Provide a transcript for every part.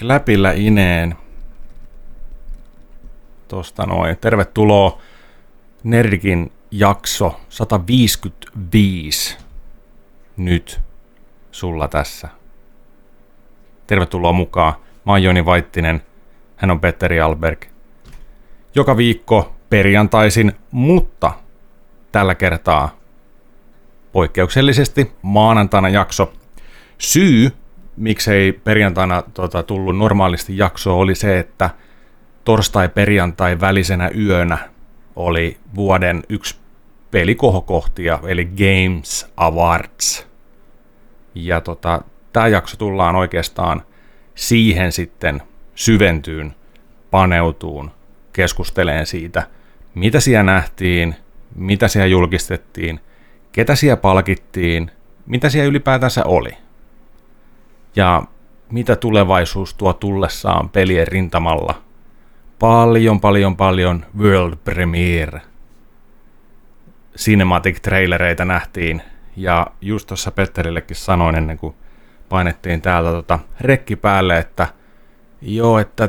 Läpillä Ineen. Tosta noin. Tervetuloa Nerdikin jakso 155 nyt sulla tässä. Tervetuloa mukaan. Mä oon Joni Vaittinen, hän on Petteri Alberg. Joka viikko perjantaisin, mutta tällä kertaa poikkeuksellisesti maanantaina jakso. Syy, miksei perjantaina tullut normaalisti jaksoa, oli se, että torstai-perjantai välisenä yönä oli vuoden yksi pelikohokohtia, eli Games Awards. Ja tämä jakso tullaan oikeastaan siihen sitten syventyyn, paneutuun, keskusteleen siitä, mitä siellä nähtiin, mitä siellä julkistettiin, ketä siellä palkittiin, mitä siellä ylipäätänsä oli. Ja mitä tulevaisuus tuo tullessaan pelien rintamalla. Paljon World Premiere Cinematic trailereita nähtiin. Ja just tuossa Petterillekin sanoin ennen kuin painettiin täältä rekki päälle, että joo, että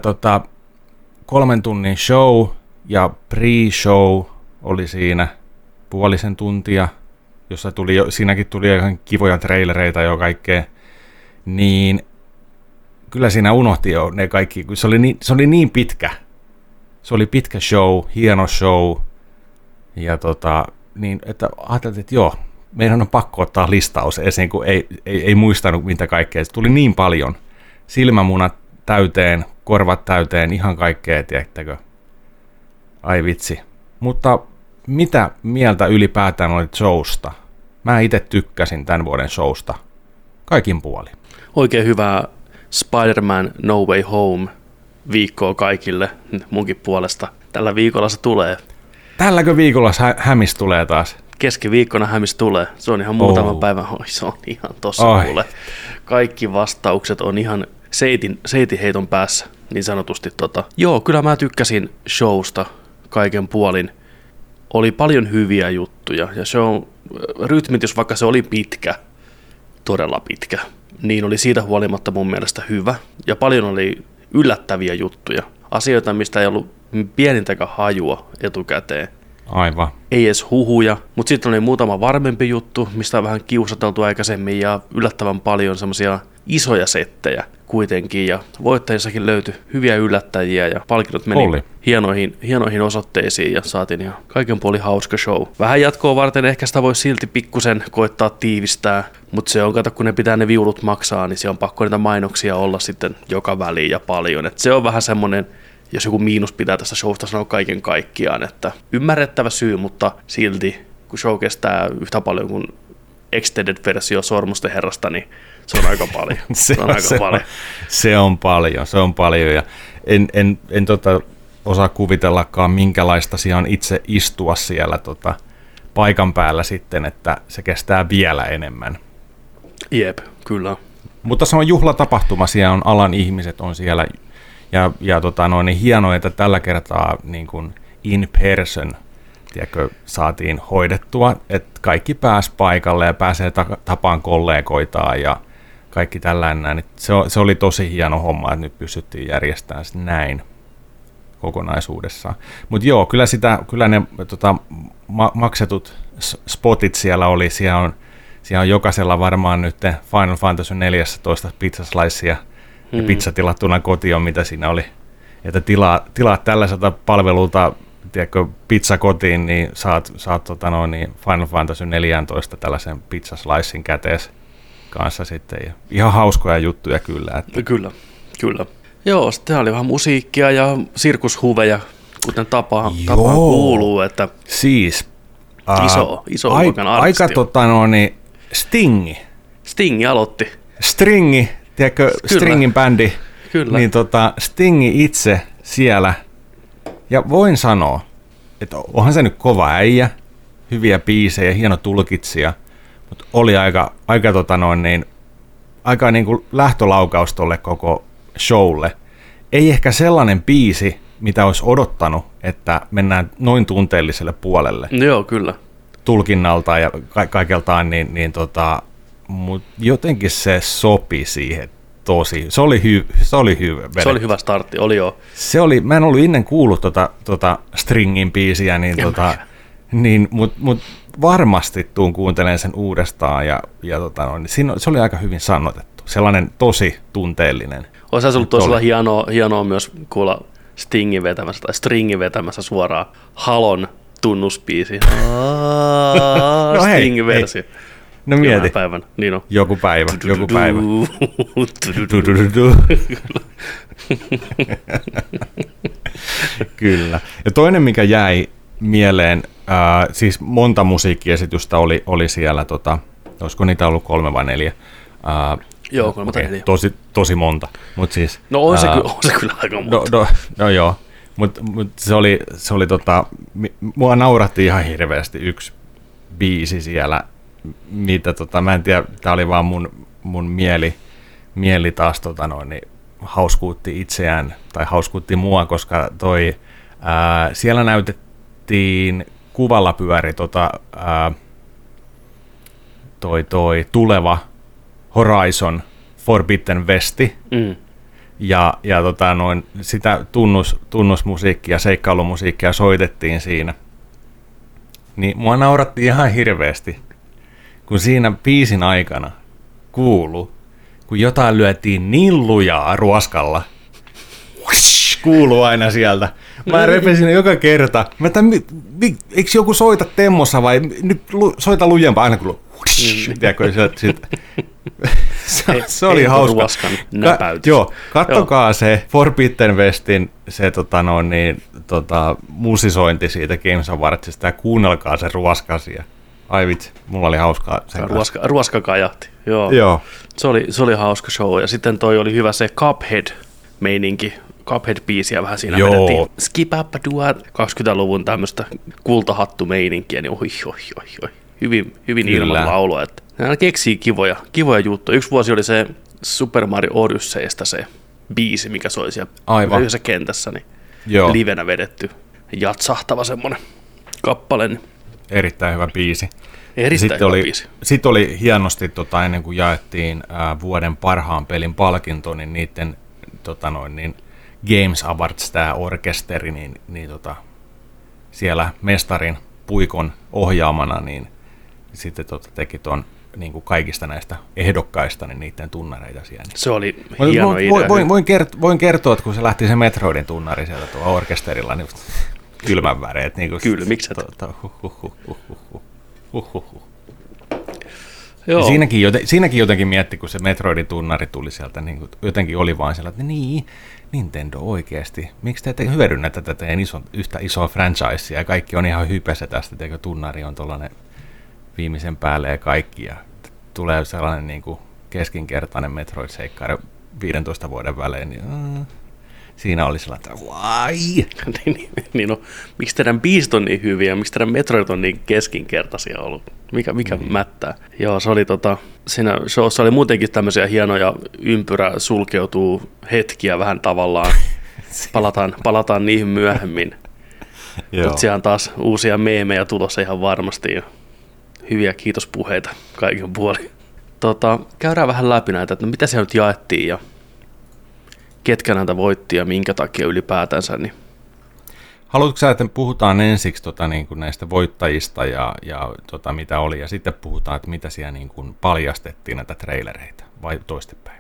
3 tunnin show ja pre-show oli siinä puolisen tuntia, jossa siinäkin tuli ihan kivoja trailereita jo kaikkea, niin kyllä siinä unohti jo ne kaikki, kun se oli niin pitkä. Se oli pitkä show, hieno show, ja niin, että ajattelin, että joo, meidän on pakko ottaa listaus esiin, kun ei muistanut mitä kaikkea. Se tuli niin paljon, silmämunat täyteen, korvat täyteen, ihan kaikkea, tiedättekö? Ai vitsi. Mutta mitä mieltä ylipäätään olit showsta? Mä itse tykkäsin tämän vuoden showsta kaikin puolin. Oikein hyvää Spider-Man No Way Home viikkoa kaikille munkin puolesta. Tällä viikolla se tulee. Tälläkö viikolla hämis tulee taas? Keskiviikkona hämis tulee. Se on ihan muutama päivä. Se on ihan tossa kuule. Kaikki vastaukset on ihan seitiheiton päässä, niin sanotusti. Joo, kyllä mä tykkäsin showsta kaiken puolin. Oli paljon hyviä juttuja. Ja show rytmitys, vaikka se oli pitkä, todella pitkä, niin oli siitä huolimatta mun mielestä hyvä. Ja paljon oli yllättäviä juttuja. Asioita, mistä ei ollut pienintäkään hajua etukäteen. Aivan. Ei edes huhuja, mutta sitten oli muutama varmempi juttu, mistä on vähän kiusateltu aikaisemmin ja yllättävän paljon semmoisia isoja settejä kuitenkin. Ja voittajissakin löytyi hyviä yllättäjiä ja palkinnot meni hienoihin osoitteisiin ja saatiin ihan kaiken puolin hauska show. Vähän jatkoa varten ehkä sitä voi silti pikkusen koettaa tiivistää, mutta se on, kato kun ne pitää ne viulut maksaa, niin se on pakko niitä mainoksia olla sitten joka väliin ja paljon. Et se on vähän semmoinen, jos joku miinus pitää tästä showsta sanoa kaiken kaikkiaan, että ymmärrettävä syy, mutta silti kun show kestää yhtä paljon kuin extended-versio Sormusten herrasta, niin se on aika paljon. Se on paljon ja en osaa kuvitellakaan minkälaista siellä on itse istua siellä paikan päällä sitten, että se kestää vielä enemmän. Jep, kyllä. Mutta se on juhlatapahtuma, siellä on alan ihmiset on siellä ja niin hienoa, että tällä kertaa niin kuin in person saatiin hoidettua, että kaikki pääsi paikalle ja pääsee tapaan kollegoitaan ja kaikki tällainen. Se oli tosi hieno homma, että nyt pystyttiin järjestämään näin kokonaisuudessaan. Mutta joo, kyllä ne maksetut spotit siellä oli. Siellä on jokaisella varmaan nyt Final Fantasy 14 pizzaslicea ja pizza tilattuna kotiin, mitä siinä oli. Että tilaa tällaiselta palvelulta pizza kotiin, niin saat Final Fantasy 14 tällaisen pizzaslicein kätees kanssa sitten. Ja ihan hauskoja juttuja kyllä. Että. Kyllä. Joo, sitten oli vähän musiikkia ja sirkushuveja, kuten tapaan kuuluu. Että siis iso luokan artisti. Aika Stingi aloitti. Tiedätkö, Stringin bändi. Kyllä. Niin Stingi itse siellä. Ja voin sanoa, että onhan se nyt kova äijä, hyviä biisejä, hieno tulkitsija, mutta oli aika niin kuin lähtölaukaus tolle koko showlle. Ei ehkä sellainen biisi, mitä olisi odottanut, että mennään noin tunteelliselle puolelle. Joo, kyllä. Tulkinnalta ja kaikeltaan, mutta jotenkin se sopi siihen se oli hyvä. Se oli hyvä startti, oli joo. Mä en ollut ennen kuullut tota Stringin biisiä, niin, mutta varmasti tuun kuuntelemaan sen uudestaan, ja se oli aika hyvin sanotettu. Sellainen tosi tunteellinen. Olisi ollut tosiaan hienoa myös kuulla Stingin vetämässä tai Stringin vetämässä suoraan Halon tunnuspiisi. Stingin versio. No mieti. Niin on. Joku päivä. Kyllä. Ja toinen, mikä jäi mieleen, siis monta musiikkiesitystä oli siellä, olisiko niitä ollut 3 vai 4? Joo, 3 tai 4. Tosi monta. Mut siis, on se kyllä aika monta. No joo, mutta se oli mua nauratti ihan hirveästi yksi biisi siellä, mitä mä en tiedä, tää oli vaan mun mieli taas niin hauskuutti itseään tai hauskuutti mua, koska siellä näytettiin kuvalla pyöri tuleva Horizon Forbidden Westi, ja sitä tunnusmusiikkia, seikkailumusiikkia soitettiin siinä. Niin mua nauratti ihan hirveästi, kun siinä biisin aikana kuului, kun jotain lyötiin niin lujaa ruoskalla, kuuluu aina sieltä. Mä repesin joka kerta. Eikö joku soita temmossa vai nyt soita lujempaa aina kun tiedätkö, se oli hauska. Joo, kattokaa se Forbidden Westin se musisointi siitä Games Awardsista ja kuunnelkaa se ruoskasia. Ai vitsi, mulla oli hauskaa sen ruoska kajahti, joo. Se oli hauska show, ja sitten toi oli hyvä se Cuphead-meininki. Cuphead-biisiä vähän siinä vedettiin. Skip up, 20-luvun tämmöistä kultahattu-meininkiä, niin oi. Hyvin ilman laulua. Että nämä keksii kivoja juttuja. Yksi vuosi oli se Super Mario Odysseystä se biisi, mikä soi siellä yhdessä kentässä, niin livenä vedetty. Jatsahtava semmoinen kappale. Niin. Erittäin hyvä biisi. Sitten oli hienosti, ennen kuin jaettiin vuoden parhaan pelin palkinto, niin niiden Games Awards, tämä orkesteri, niin siellä mestarin Puikon ohjaamana, niin sitten teki tuon niin kuin kaikista näistä ehdokkaista niin niiden tunnareita siellä. Se oli hieno idea. Voin kertoa, että kun se lähti se Metroidin tunnari sieltä tuolla orkesterilla, niin kylmän väreet. Niin kyllä, miksi et? Siinäkin jotenkin mietti, kun se Metroidin tunnari tuli sieltä, niin jotenkin oli vaan siellä, että niin, Nintendo oikeasti, miksi te ette hyödynnä tätä teidän yhtä isoa franchisea, ja kaikki on ihan hypessä tästä, teikö tunnari on tuollainen viimeisen päälle ja kaikki, ja tulee sellainen niin kuin keskinkertainen Metroid-seikkailu 15 vuoden välein, niin siinä oli sellainen, että vai! niin no, miksi teidän biisit on niin hyviä, miksi teidän Metroid on niin keskinkertaisia ollut? Mikä mättää? Joo, se oli siinä showssa oli muutenkin tämmöisiä hienoja ympyrä sulkeutuu hetkiä vähän tavallaan. Palataan niihin myöhemmin. Mutta siellä on taas uusia meemejä tulossa ihan varmasti ja hyviä kiitospuheita kaiken puolin. Käydään vähän läpi näitä, että mitä siellä nyt jaettiin ja ketkä näitä voitti ja minkä takia ylipäätänsä. Niin. Haluatko sä, että puhutaan ensiksi niin kuin näistä voittajista ja mitä oli, ja sitten puhutaan, että mitä siellä niin kuin paljastettiin näitä trailereita, vai toistepäin?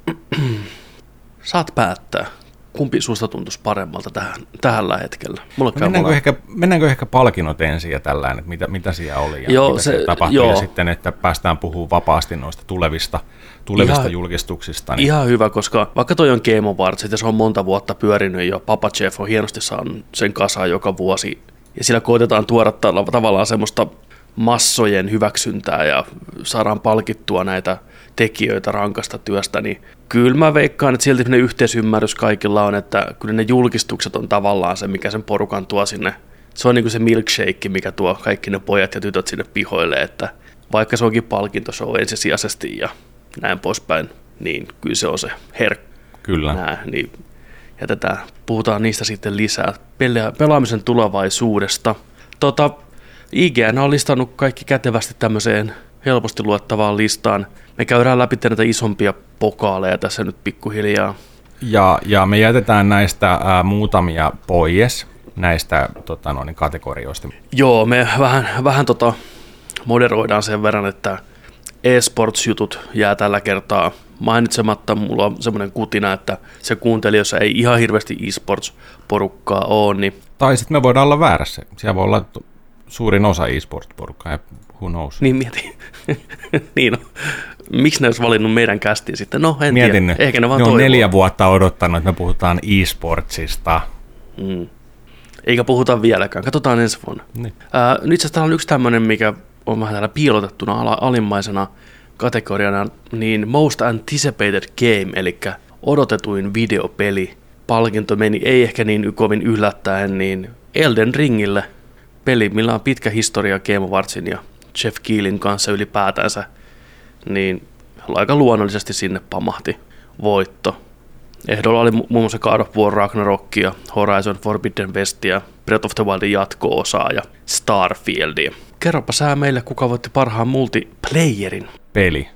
Saat päättää. Kumpi susta tuntuisi paremmalta tällä hetkellä? Mennäänkö ehkä palkinnot ensin ja tällainen, että mitä siellä oli ja mitä siellä tapahtui, ja sitten, että päästään puhumaan vapaasti noista tulevista julkistuksista. Niin. Ihan hyvä, koska vaikka toi on Game Awards, ja se on monta vuotta pyörinyt, ja Papa Jeff on hienosti saanut sen kasaan joka vuosi, ja sillä koitetaan tuoda tavallaan semmoista massojen hyväksyntää, ja saadaan palkittua näitä tekijöitä rankasta työstä, niin kyllä mä veikkaan, että silti yhteisymmärrys kaikilla on, että kyllä ne julkistukset on tavallaan se, mikä sen porukan tuo sinne. Se on niin kuin se milkshake, mikä tuo kaikki ne pojat ja tytöt sinne pihoille, että vaikka se onkin palkintoshow ensisijaisesti ja näin poispäin, niin kyllä se on se Kyllä. Niin puhutaan niistä sitten lisää. Pelaamisen tulevaisuudesta. IGN on listannut kaikki kätevästi tämmöiseen helposti luettavaan listaan. Me käydään läpi näitä isompia pokaaleja tässä nyt pikkuhiljaa. Ja me jätetään näistä muutamia pois, näistä kategorioista. Joo, me vähän moderoidaan sen verran, että e-sports-jutut jää tällä kertaa mainitsematta. Mulla on semmoinen kutina, että se kuuntelijoissa ei ihan hirveästi e-sports-porukkaa ole. Niin... Tai sitten me voidaan olla väärässä. Siellä voi olla suurin osa e-sports-porukkaa, ja who knows. Niin mietin. Niin on. Miksi ne olisi valinnut meidän kästiin sitten? No, en Mietin tiedä. Ehkä ne vaan ne on toivoo. 4 vuotta odottanut, että me puhutaan e-sportsista. Eikä puhuta vieläkään. Katsotaan ensi vuonna. Niin. Nyt itse asiassa täällä on yksi tämmöinen, mikä on vähän täällä piilotettuna alimmaisena kategoriana, niin Most Anticipated Game, eli odotetuin videopeli. Palkinto meni ei ehkä niin kovin yllättäen, niin Elden Ringille peli, millä on pitkä historia Game Awardsin ja Jeff Keelin kanssa ylipäätänsä, niin aika luonnollisesti sinne pamahti voitto. Ehdolla oli muun muassa God of War Ragnarok ja Horizon Forbidden West ja Breath of the Wildin jatko-osaa ja Starfieldia. Kerropa sä meille, kuka voitti parhaan multiplayerin. Peli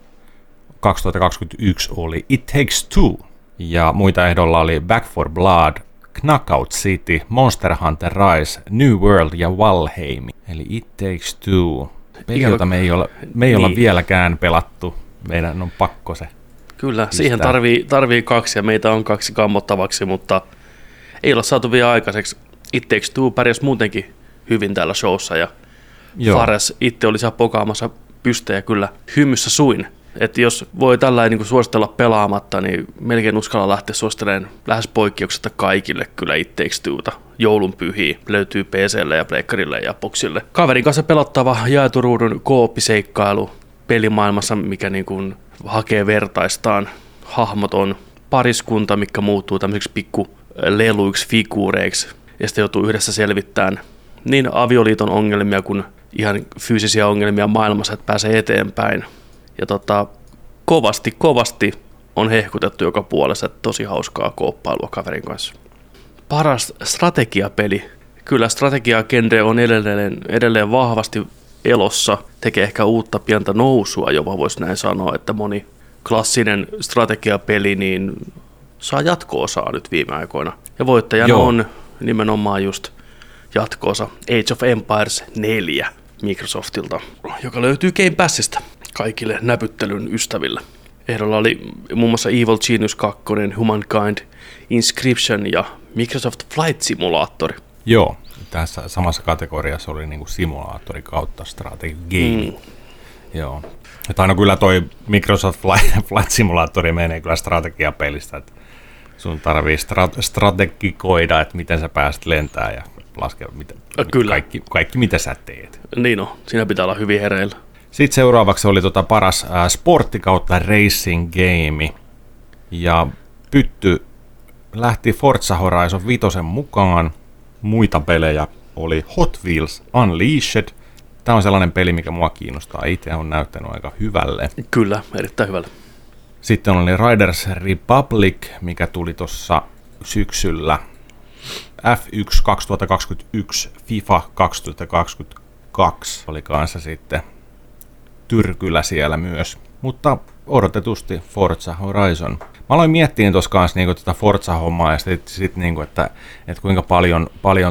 2021 oli It Takes Two, ja muita ehdolla oli Back 4 Blood, Knockout City, Monster Hunter Rise, New World ja Valheim. Eli It Takes Two. Peli, jota me ei olla vieläkään pelattu. Meidän on pakko se. Kyllä, pistää. siihen tarvii 2 ja meitä on 2 kammottavaksi, mutta ei olla saatu vielä aikaiseksi. It Takes Two pärjäsi muutenkin hyvin täällä showssa ja Fares itse oli siellä pokaamassa pystejä kyllä hymyssä suin. Että jos voi tällainen niin suositella pelaamatta, niin melkein uskalla lähteä suosittelemaan lähes poikkeuksetta kaikille kyllä It Takes Twota. Joulun pyhiä löytyy PC:lle ja pleikkarille ja boxille. Kaverin kanssa pelattava jaetun ruudun kooppiseikkailu pelimaailmassa, mikä niin kuin hakee vertaistaan. Hahmot on pariskunta, mikä muuttuu tämmöisiksi pikku leluiksi, figuureiksi, ja sitten joutuu yhdessä selvittämään niin avioliiton ongelmia kuin ihan fyysisiä ongelmia maailmassa, että pääsee eteenpäin. Ja kovasti on hehkutettu joka puolessa, että tosi hauskaa kooppailua kaverin kanssa. Paras strategiapeli. Kyllä strategiagenre on edelleen vahvasti elossa, tekee ehkä uutta pientä nousua, jopa voisi näin sanoa, että moni klassinen strategiapeli niin saa jatko-osaa nyt viime aikoina. Ja voittajana on nimenomaan just jatko-osa Age of Empires 4 Microsoftilta, joka löytyy Game Passista kaikille näpyttelyn ystäville. Ehdolla oli muun muassa Evil Genius 2, Humankind, Inscription ja Microsoft Flight Simulator. Joo, tässä samassa kategoriassa oli niinku simulaattori kautta strategy game. Joo. Että aina kyllä toi Microsoft Flight Simulator menee kyllä strategiapelistä, että sun tarvii strategikoida, että miten sä pääset lentää ja laskea kaikki mitä sä teet. Niin on, siinä pitää olla hyvin hereillä. Sitten seuraavaksi oli paras sportti kautta racing game, ja Pytty lähti Forza Horizon 5 mukaan. Muita pelejä oli Hot Wheels Unleashed. Tämä on sellainen peli, mikä mua kiinnostaa. Itse on näyttänyt aika hyvälle. Kyllä, erittäin hyvälle. Sitten oli Riders Republic, mikä tuli tuossa syksyllä. F1 2021, FIFA 2022 oli kanssa sitten tyrkyllä siellä myös. Mutta odotetusti Forza Horizon. Mä aloin miettiä tuossa kanssa niinku tätä Forza-hommaa ja sitten niinku, että kuinka paljon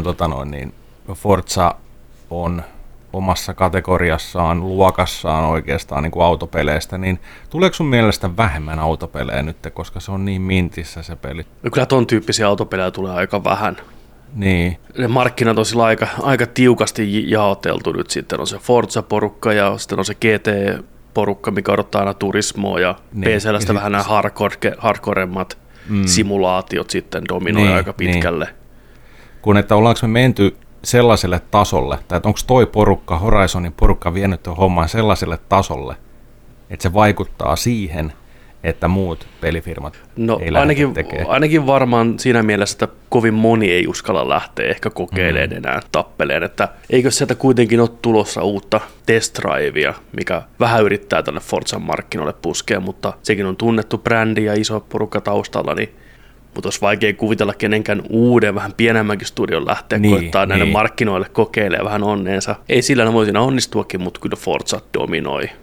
Forza on omassa kategoriassaan, luokassaan oikeastaan niin kuin autopeleistä, niin tuleeko sun mielestä vähemmän autopelejä nyt, koska se on niin mintissä se peli? No kyllä ton tyyppisiä autopelejä tulee aika vähän. Niin. Ne markkinat on sillä aika tiukasti jaoteltu nyt. Sitten on se Forza-porukka ja sitten on se GT-porukka, mikä odottaa aina Turismoa ja niin. PC:llä sitä vähän nämä hardcoremmat simulaatiot sitten dominoi aika pitkälle. Niin. Kun että ollaanko me menty sellaiselle tasolle, tai että onko toi porukka, Horizonin porukka vienyt tuon homman sellaiselle tasolle, että se vaikuttaa siihen, että muut pelifirmat ei lähde tekemään. Ainakin varmaan siinä mielessä, että kovin moni ei uskalla lähteä ehkä kokeilemaan enää tappeleen, että eikö sieltä kuitenkin ole tulossa uutta test drivea, mikä vähän yrittää tälle Forzan markkinoille puskea, mutta sekin on tunnettu brändi ja iso porukka taustalla, niin mutta olisi vaikea kuvitella kenenkään uuden, vähän pienemmänkin studion lähteä koittaa näille markkinoille kokeilemaan vähän onneensa. Ei sillä ne voi siinä onnistuakin, mutta kyllä Forza dominoi.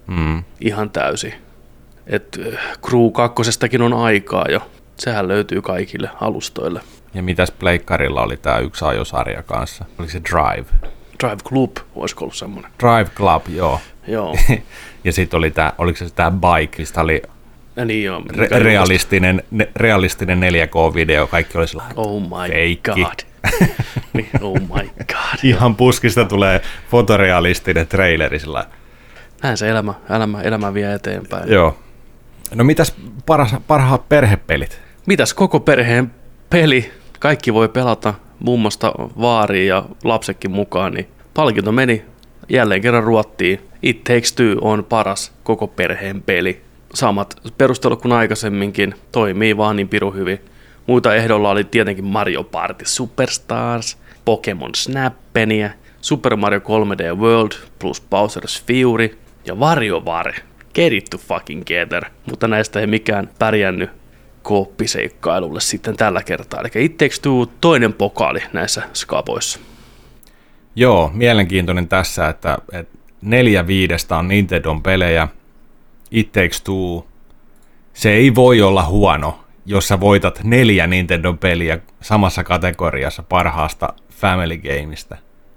ihan täysin. Et Crew 2 on aikaa jo. Sehän löytyy kaikille alustoille. Ja mitäs pleikkarilla oli tää yksi ajosarja kanssa? Oliko se Drive? Drive Club, olisiko ollut semmoinen? Drive Club, joo. Joo. Ja sitten oli tää, oliko se tää Bike, mistä oli niin joo, realistinen 4K-video, kaikki oli sellainen oh my feikki. god. Oh my god. Ihan puskista tulee fotorealistinen traileri sillä. Näin se elämä vie eteenpäin. Joo. No mitäs parhaat perhepelit? Mitäs koko perheen peli? Kaikki voi pelata mummosta vaariin ja lapsetkin mukaan, niin palkinto meni jälleen kerran Ruottiin. It Takes Two on paras koko perheen peli. Samat perustelut kuin aikaisemminkin, toimii vaan niin pirun hyvin. Muita ehdolla oli tietenkin Mario Party Superstars, Pokemon Snappenia, Super Mario 3D World plus Bowser's Fury ja WarioWare. Get it to fucking gather. Mutta näistä ei mikään pärjännyt kooppiseikkailulle sitten tällä kertaa. Eli It Takes Two toinen pokaali näissä skapoissa. Joo, mielenkiintoinen tässä, että 4/5 on Nintendon pelejä. It Takes Two, se ei voi olla huono, jos sä voitat 4 Nintendon peliä samassa kategoriassa parhaasta Family Gameista.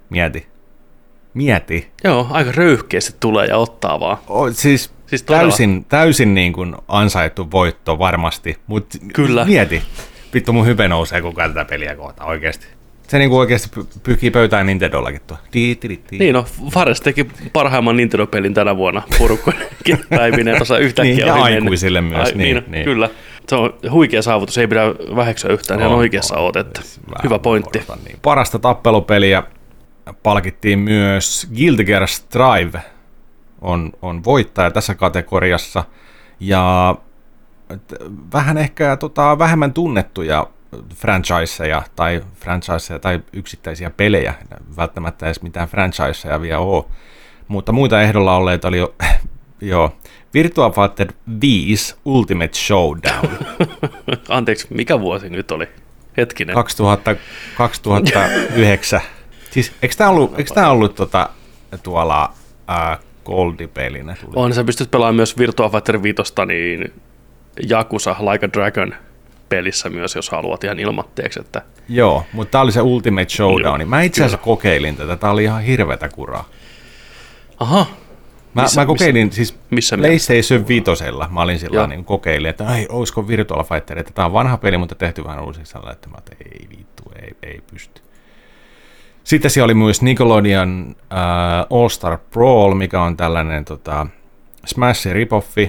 Mieti. Joo, aika röyhkeästi tulee ja ottaa vaan. Siis täysin niin kuin ansaittu voitto varmasti, mutta mieti. Vittu mun hype nousee, kun tätä peliä kohtaa oikeasti. Se niin kuin oikeasti pyyhkii pöytään Nintendollakin tuo. Niin no, Fares teki parhaimman Nintendo-pelin tänä vuonna porukkoinenkin päivineen tuossa yhtäkkiä. Niin, ja aikuisille myös. Niin. Kyllä. Se on huikea saavutus, ei pidä väheksyä yhtään, ihan oikeassa oot, että hyvä pointti. Niin. Parasta tappelupeliä palkittiin myös Guilty Gear Strive on voittaja tässä kategoriassa, ja vähän ehkä vähemmän tunnettuja franchiseja tai yksittäisiä pelejä, välttämättä edes mitään franchiseja vielä ole, mutta muita ehdolla olleita oli jo Virtua Fighter 5 Ultimate Showdown. Anteeksi, mikä vuosi nyt oli? Hetkinen. 2009. Siis, eikö tämä ollut tuolla Goldie-pelinä? On, sä pystyt pelaamaan myös Virtua Fighter 5 niin Yakuza Like a Dragon pelissä myös, jos haluat ihan ilmatteeksi. Että... Joo, mutta tämä oli se Ultimate Showdown. Mä itse asiassa kokeilin tätä, tämä oli ihan hirveätä kuraa. Aha. Mä kokeilin missä PlayStation 5. Mä olin sillä niin kokeilin, että olisiko Virtual Fighter, että tämä on vanha peli, mutta tehty vähän uusiksi, että mä ei vittu, ei pysty. Sitten siellä oli myös Nickelodeon All-Star Brawl, mikä on tällainen Smash ripoffi.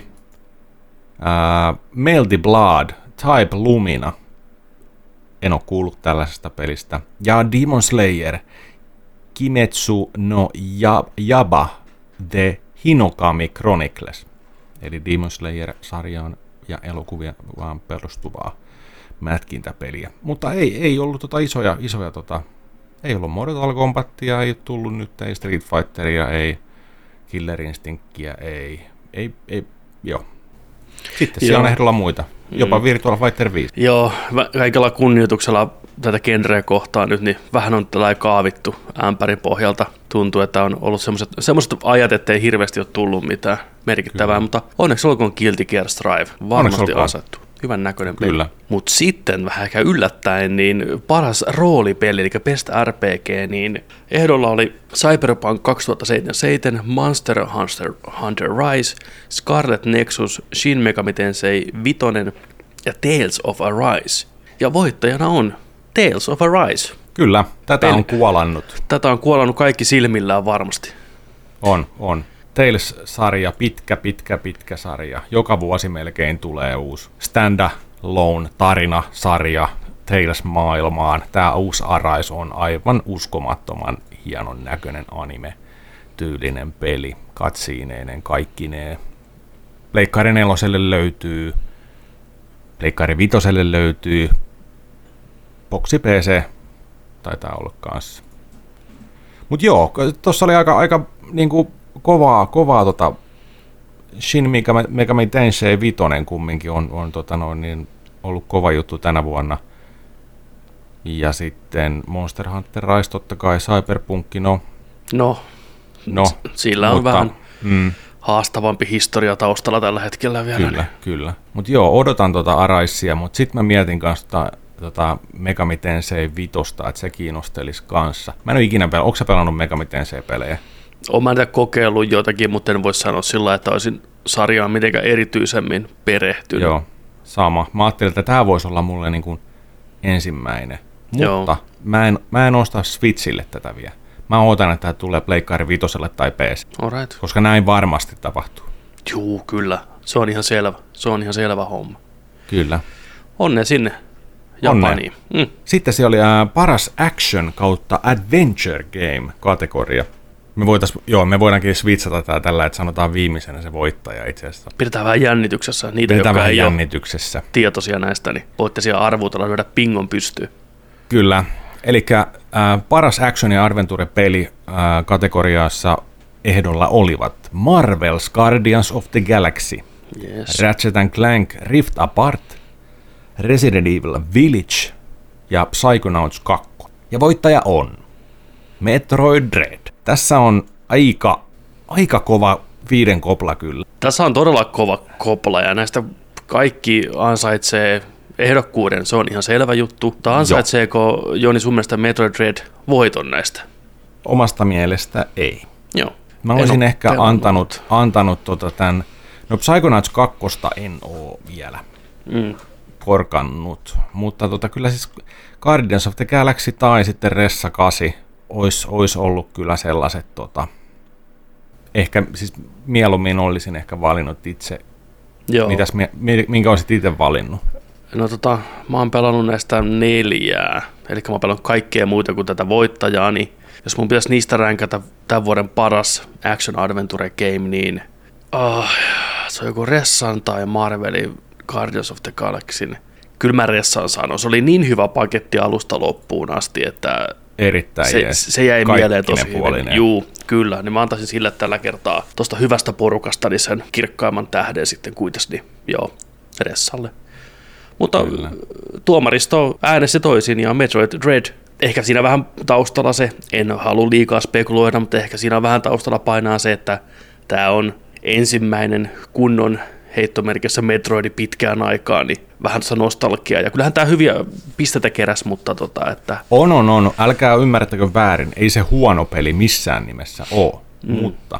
Melty Blood, Type Lumina. En ole kuullut tällaisesta pelistä. Ja Demon Slayer, Kimetsu no Yaiba, The Hinokami Chronicles. Eli Demon Slayer-sarjaan ja elokuvia vaan perustuvaa mätkintäpeliä. Mutta ei ollut isoja ei ollut Mortal Kombatia, ei tullut nyt, ei Street Fighteria, ei Killer Instinctia, ei joo. Sitten siellä on ehdolla muita, jopa Virtual Fighter 5. Joo, kaikella kunnioituksella tätä genreä kohtaan nyt, niin vähän on tällainen kaavittu ämpärin pohjalta. Tuntuu, että on ollut semmoiset ajat, ettei hirveästi ole tullut mitään merkittävää, mutta onneksi olkoon Guilty Gear Strive, varmasti ansattu. Hyvän näköinen peli. Kyllä. Mutta sitten vähän ehkä yllättäen, niin paras roolipeli, eli Best RPG, niin ehdolla oli Cyberpunk 2077, Monster Hunter Rise, Scarlet Nexus, Shin Megami Tensei 5 ja Tales of Arise. Ja voittajana on Tales of Arise. Kyllä, tätä on kuolannut. Tätä on kuolannut kaikki silmillään varmasti. On. Tales-sarja, pitkä sarja. Joka vuosi melkein tulee uusi stand-alone tarinasarja Tales-maailmaan. Tämä uusi Arise on aivan uskomattoman hienon näköinen anime-tyylinen peli. Katsiineinen kaikkineen. Pleikkari 4 löytyy, Pleikkari 5 löytyy, Boxi PC taitaa olla kanssa. Mut joo, tossa oli aika niinku kovaa Shin Megami Tensei 5 kumminkin on niin ollut kova juttu tänä vuonna. Ja sitten Monster Hunter Rise totta kai, Cyberpunk, no. Sillä on vähän haastavampi historia taustalla tällä hetkellä vielä. Kyllä, kyllä. Mutta joo, odotan Araissia, mutta sitten mä mietin kanssa Megami Tensei 5, että se kiinnostelisi kanssa. Mä en ole ikinä pelannut. Onko sä pelannut Megami Tensei-pelejä? Olen mä kokeillut jotakin, mutta en voi sanoa sillä, että olisin sarjaan mitenkään erityisemmin perehtynyt. Joo, sama. Mä ajattelin, että tämä voisi olla mulle niin kuin ensimmäinen. Mutta mä en osta Switchille tätä vielä. Mä ootan, että tämä tulee Pleikkari 5 tai PC. Alright. Koska näin varmasti tapahtuu. Juu, kyllä. Se on ihan selvä. Se on ihan selvä homma. Kyllä. Onne sinne Japaniin. Sitten se oli paras action kautta adventure game kategoria. Me voidaankin switchata tää tällä, että sanotaan viimeisenä se voittaja itse asiassa. Pidetään vähän jännityksessä. Niitä, jotka ei jännityksessä. ole tietoisia näistä, niin voitte siellä arvuutella lyödä pingon pystyyn. Kyllä. Eli paras action ja adventure peli kategoriassa ehdolla olivat Marvel's Guardians of the Galaxy, Yes. Ratchet & Clank Rift Apart, Resident Evil Village ja Psychonauts 2. Ja voittaja on Metroid Dread. Tässä on aika kova 5 kopla kyllä. Tässä on todella kova kopla ja näistä kaikki ansaitsee ehdokkuuden. Se on ihan selvä juttu. Mutta ansaitseeko Joni sun mielestä Metroid Dread voiton näistä? Omasta mielestä ei. Joo. Mä olisin ehkä antanut tämän. No Psychonauts 2 en oo vielä korkannut, mutta kyllä siis Guardians of the Galaxy tai sitten Ressa 8 olisi ollut kyllä sellaiset, ehkä siis mieluummin olisin ehkä valinnut itse. Joo. Minkä olisit itse valinnut? No mä oon pelannut näistä 4, eli mä oon pelannut kaikkea muuta kuin tätä voittajaa, niin jos mun pitäisi niistä ränkätä tämän vuoden paras action adventure game, niin se on joku Ressan tai Marvelin Guardians of the Galaxy. Kyllä mä Ressan sanon. Se oli niin hyvä paketti alusta loppuun asti, että erittäin se jäi mieleen tosi hyvin. Juu, kyllä. Niin mä antaisin sille tällä kertaa tuosta hyvästä porukasta niin sen kirkkaimman tähden sitten kuitenkin, joo, Ressalle. Mutta kyllä. Tuomaristo äänesti toisin ja Metroid Dread, ehkä siinä vähän taustalla se, en halua liikaa spekuloida, mutta ehkä siinä vähän taustalla painaa se, että tämä on ensimmäinen kunnon heittomerkissä Metroidi pitkään aikaan, niin vähän tuossa nostalgiaa. Ja kyllähän tämä hyviä pisteitä keräs, mutta että... On. Älkää ymmärtäkö väärin. Ei se huono peli missään nimessä ole, mutta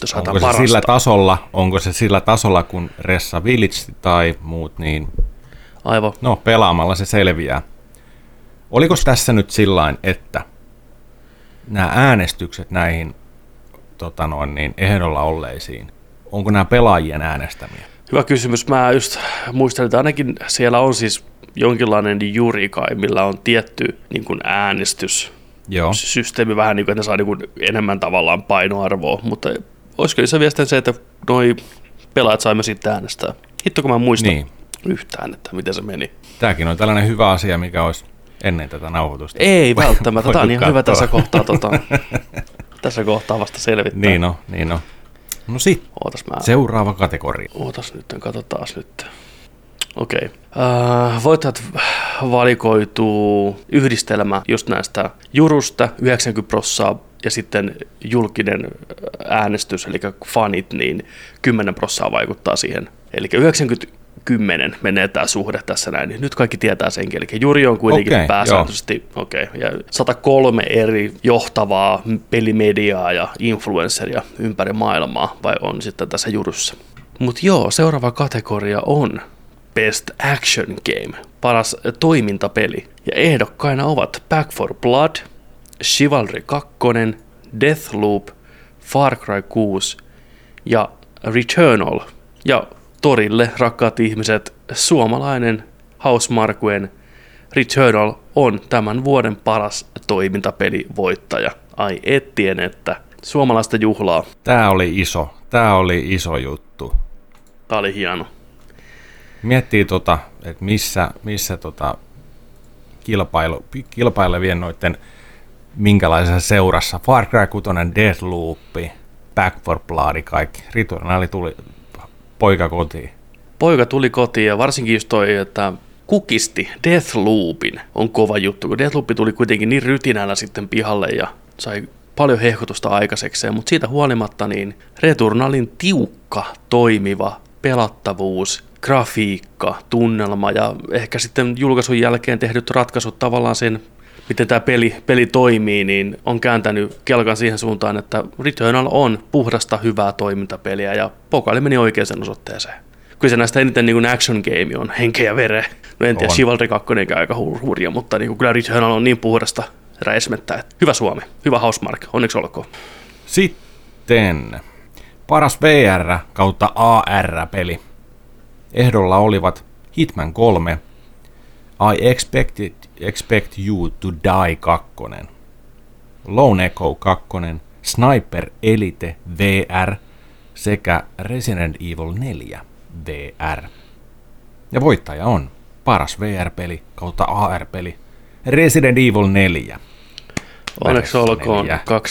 onko se sillä tasolla kuin Ressa Village tai muut, niin aivan. No, pelaamalla se selviää. Oliko tässä nyt sillain, että nämä äänestykset näihin ehdolla olleisiin, onko nämä pelaajien äänestämiä? Hyvä kysymys. Mä just muistelin, että ainakin siellä on siis jonkinlainen jury kai, millä on tietty niin kuin äänestyssysteemi vähän niin kuin, että ne saa niin kuin enemmän tavallaan painoarvoa, mutta olisiko se viestin se, että noi pelaajat saimme sitten äänestää? Hitto, kun mä muistan yhtään, että miten se meni. Tämäkin on tällainen hyvä asia, mikä olisi ennen tätä nauhoitusta. Ei välttämättä, tämä on ihan hyvä tässä kohtaa, tässä kohtaa vasta selvittää. Niin on. No sit, seuraava kategoria. Katsotaan nyt. Okei. Voittajat valikoituu yhdistelmä just näistä jurusta 90% ja sitten julkinen äänestys, eli fanit, niin 10% vaikuttaa siihen. Eli 90-10 menee tämä suhde tässä näin. Nyt kaikki tietää senkin. Eli juri on kuitenkin pääsääntöisesti ja 103 eri johtavaa pelimediaa ja influenceria ympäri maailmaa, vai on sitten tässä jurussa. Mutta seuraava kategoria on Best Action Game, paras toimintapeli. Ja ehdokkaina ovat Back 4 Blood, Chivalry 2, Deathloop, Far Cry 6 ja Returnal. Ja torille, rakkaat ihmiset, suomalainen Housemarquen Returnal on tämän vuoden paras toimintapelivoittaja. Ai ettien, että suomalaista juhlaa. Tämä oli iso juttu. Tämä oli hieno. Miettii että missä kilpailevien noiden minkälaisessa seurassa. Far Cry 6, Deathloop, Back 4 Blood, kaikki. Returnal tuli poika kotiin. Poika tuli kotiin ja varsinkin just toi, että kukisti Deathloopin on kova juttu, kun Deathloop tuli kuitenkin niin rytinällä sitten pihalle ja sai paljon hehkutusta aikaisekseen, mutta siitä huolimatta niin Returnalin tiukka, toimiva pelattavuus, grafiikka, tunnelma ja ehkä sitten julkaisun jälkeen tehdyt ratkaisut tavallaan sen, miten tämä peli toimii, niin on kääntänyt kelkan siihen suuntaan, että Returnal on puhdasta, hyvää toimintapeliä ja pokaali meni oikeaan osoitteeseen. Kyllä se näistä eniten niin kuin action game on henkeä ja vere. No en tiedä, Chivalry 2 aika hurja, mutta niin kuin kyllä Returnal on niin puhdasta räismettä, että hyvä Suomi, hyvä Housemarque, onneksi olkoon. Sitten paras VR kautta AR-peli. Ehdolla olivat Hitman 3, I Expect You to Die 2, Lone Echo 2, Sniper Elite VR sekä Resident Evil 4 VR. Ja voittaja on paras VR-peli kautta AR-peli Resident Evil 4. Onneksi olkoon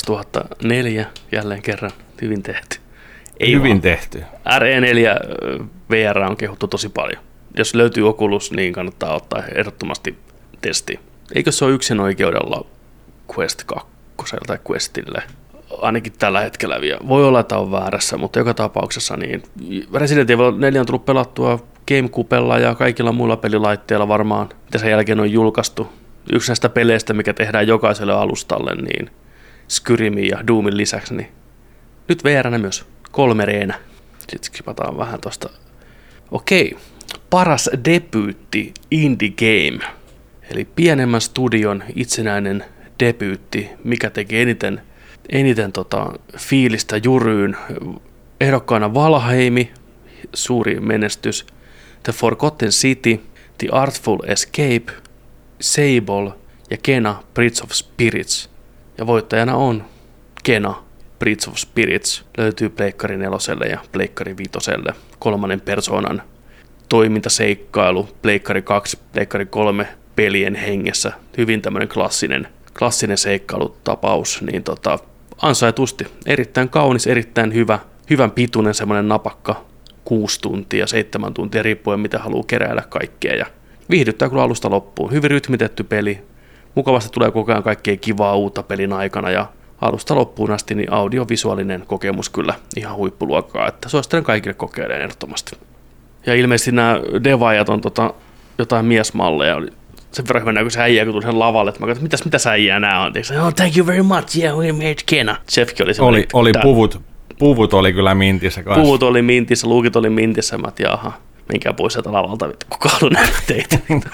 2004 jälleen kerran hyvin tehty. Ei hyvin vaan. tehty. RE4 VR on kehuttu tosi paljon. Jos löytyy Oculus, niin kannattaa ottaa ehdottomasti testi. Eikö se ole yksin oikeudella Quest 2 tai Questille? Ainakin tällä hetkellä vielä. Voi olla, että on väärässä, mutta joka tapauksessa niin Resident Evil 4 on tullut pelattua GameCubella ja kaikilla muilla pelilaitteilla varmaan, mitä sen jälkeen on julkaistu. Yksi näistä peleistä, mikä tehdään jokaiselle alustalle, niin Skyrimin ja Doomin lisäksi, niin nyt VR:nä myös 3D:nä. Sitten skipataan vähän tosta. Okei, paras debyytti indie game, eli pienemmän studion itsenäinen debyytti, mikä teki eniten fiilistä jyryyn. Ehdokkaana Valheimi, suuri menestys, The Forgotten City, The Artful Escape, Sable ja Kena Bridge of Spirits. Ja voittajana on Kena Bridge of Spirits. Löytyy Pleikkari 4 ja Pleikkari 5. Kolmannen persoonan toimintaseikkailu, Pleikkari 2, Pleikkari 3 pelien hengessä. Hyvin tämmöinen klassinen seikkailutapaus. Niin ansaitusti. Erittäin kaunis, erittäin hyvän pituinen semmoinen napakka. 6 tuntia, 7 tuntia, riippuen mitä haluaa keräillä kaikkea. Ja viihdyttää kyllä alusta loppuun. Hyvin rytmitetty peli. Mukavasti tulee koko ajan kaikkea kivaa uutta pelin aikana ja alusta loppuun asti niin audiovisuaalinen kokemus kyllä ihan huippuluokkaa, että suosittelen kaikille kokeilemaan ehdottomasti. Ja ilmeisesti nämä devaajat on jotain miesmalleja. Oli sen verran hyvä näkö se äijä, kun tuli sen lavalle, että mä katsoin, mitäs äijää nämä on. Oh, thank you very much, yeah, we made Kena. Jeffkin oli oli puvut oli kyllä mintissä kanssa. Puvut oli mintissä, luukit oli mintissä, mä oon, jaha, menkää pois sieltä lavalta, kuka haluaa nähdä teitä.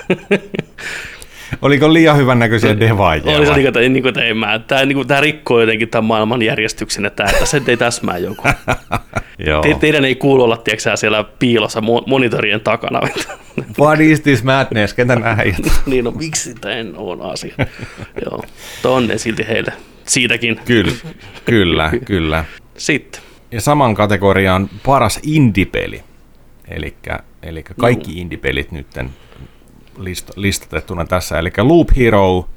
Oliko liian hyvän näköisiä devaajia? Oli se niin että ei mä. Tämä rikkoo jotenkin tämän maailman järjestyksen, että se ei täsmää joku. Teidän ei kuulu olla, tiedätkö, siellä piilossa monitorien takana. What is this madness? Ketä nähdät? Niin, no miksi tämä on asia? Joo, tonne silti heille. Siitäkin. Kyllä. Sitten. Ja saman kategoriaan paras indie-peli. Eli kaikki indie-pelit nytten listatettuna tässä, eli Loop Hero,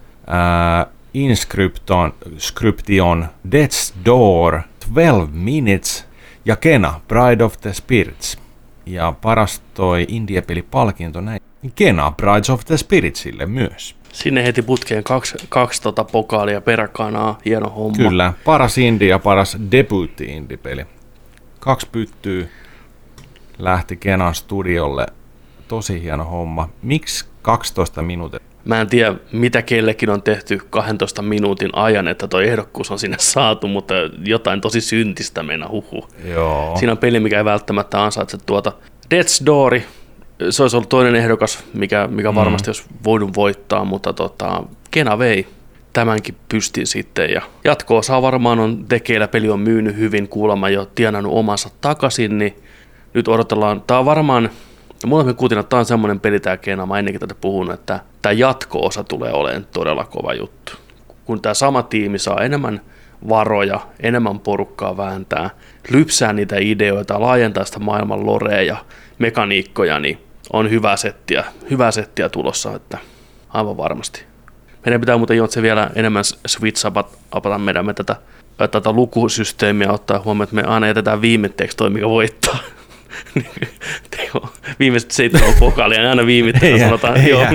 Inscription, Death's Door, 12 Minutes ja Kena, Bride of the Spirits. Ja paras toi indie-pelipalkinto näin. Kena, Bride of the Spiritsille myös. Sinne heti putkeen kaksi pokaalia peräkanaa, hieno homma. Kyllä, paras indie ja paras debyytti indie-peli. 2 pyttyä lähti Kenan studiolle. Tosi hieno homma. Miksi 12 minuuttia? Mä en tiedä, mitä kellekin on tehty 12 minuutin ajan, että toi ehdokkuus on sinne saatu, mutta jotain tosi syntistä mennä Joo. Siinä on peli, mikä ei välttämättä ansaitse Death's Door, se olisi ollut toinen ehdokas, mikä varmasti olisi voinut voittaa, mutta Kena vei tämänkin pystin sitten. Ja jatko-osaa varmaan on tekeillä, peli on myynyt hyvin, kuulemma jo tienannut omansa takaisin, niin nyt odotellaan. Tämä on varmaan, mulla me kuultiin, että tämä on semmoinen peli tämä Kena, mä ennenkin tätä puhunut, että tämä jatko-osa tulee olemaan todella kova juttu. Kun tämä sama tiimi saa enemmän varoja, enemmän porukkaa vääntää, lypsää niitä ideoita, laajentaa sitä maailman lorea ja mekaniikkoja, niin on hyvää settiä tulossa, että aivan varmasti. Meidän pitää muuten Jontse vielä enemmän switch-apata meidän tätä lukusysteemiä, ottaa huomioon, että me aina jätetään viimetteeksi toi, mikä voittaa. viimeiset 7 pokaalia, ja aina viimeistään sanotaan.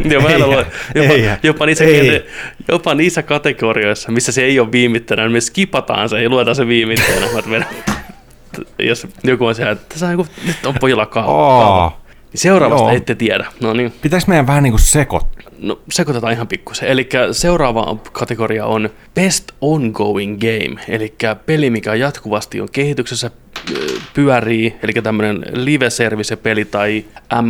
Jopa niissä kategorioissa, missä se ei ole viimittäjänä, niin me skipataan se ja luetaan se viimittäjänä. Jos joku on siellä, että tässä on nyt on pojilla kaava. Niin seuraavasta ette tiedä. No niin. Pitäis meidän vähän niin kuin sekoittaa? No sekoitetaan ihan pikkusen. Eli seuraava kategoria on Best Ongoing Game, eli peli, mikä jatkuvasti on kehityksessä, pyörii, eli tämmöinen live-service-peli tai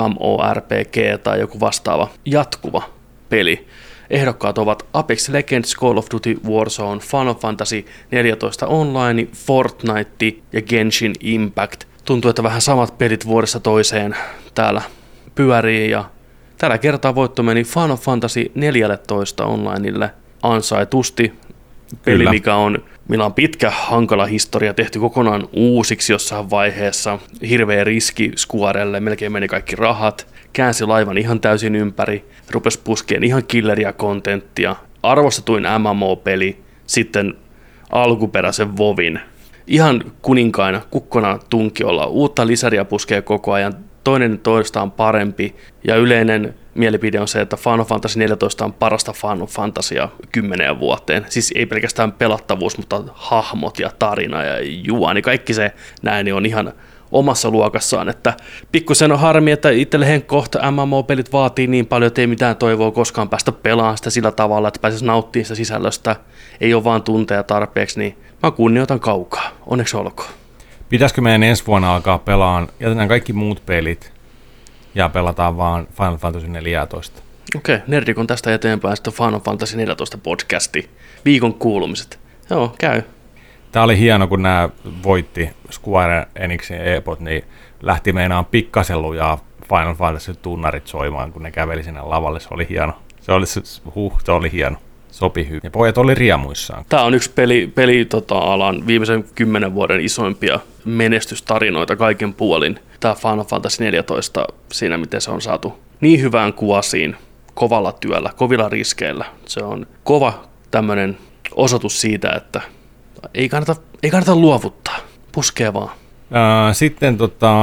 MMORPG tai joku vastaava jatkuva peli. Ehdokkaat ovat Apex Legends, Call of Duty, Warzone, Final Fantasy 14 Online, Fortnite ja Genshin Impact. Tuntuu, että vähän samat pelit vuodesta toiseen täällä pyörii ja tällä kertaa voitto meni Final Fantasy 14 Onlineille ansaitusti. Peli, millä on pitkä, hankala historia, tehty kokonaan uusiksi jossain vaiheessa. Hirveä riski Squarelle, melkein meni kaikki rahat. Käänsi laivan ihan täysin ympäri, rupesi puskeen ihan killeria kontenttia. Arvostetuin MMO-peli, sitten alkuperäisen WoWin. Ihan kuninkaina, kukkona tunkiolla. Uutta lisäriä puskee koko ajan. Toinen toistaan parempi ja yleinen mielipide on se, että Final Fantasy 14 on parasta Final Fantasia 10 vuoteen. Siis ei pelkästään pelattavuus, mutta hahmot ja tarina ja juoni. Kaikki se näin on ihan omassa luokassaan. Että pikkusen on harmi, että itselle kohta MMO-pelit vaatii niin paljon, että ei mitään toivoa koskaan päästä pelaamaan sitä sillä tavalla, että pääsisi nauttimaan sitä sisällöstä. Ei ole vaan tunteja tarpeeksi, niin mä kunnioitan kaukaa. Onneksi olkoon. Pitäisikö meidän ensi vuonna alkaa pelaamaan, jätetään kaikki muut pelit ja pelataan vaan Final Fantasy 14? Okei, Nerdikon tästä eteenpäin sitten Final Fantasy 14 podcasti, viikon kuulumiset. Joo, käy. Tämä oli hieno, kun nämä voitti Square Enixin epot, niin lähti meinaan pikkasen lujaa Final Fantasy tunnarit soimaan, kun ne käveli sinne lavalle. Se oli hieno. Se oli hieno. Sopi hyvin. Ja pojat oli riemuissaan. Tämä on yksi peli-alan viimeisen 10 vuoden isoimpia menestystarinoita kaiken puolin. Tämä Final Fantasy 14, siinä miten se on saatu niin hyvään kuosiin, kovalla työllä, kovilla riskeillä. Se on kova tämmöinen osoitus siitä, että ei kannata luovuttaa. Puskee vaan. Sitten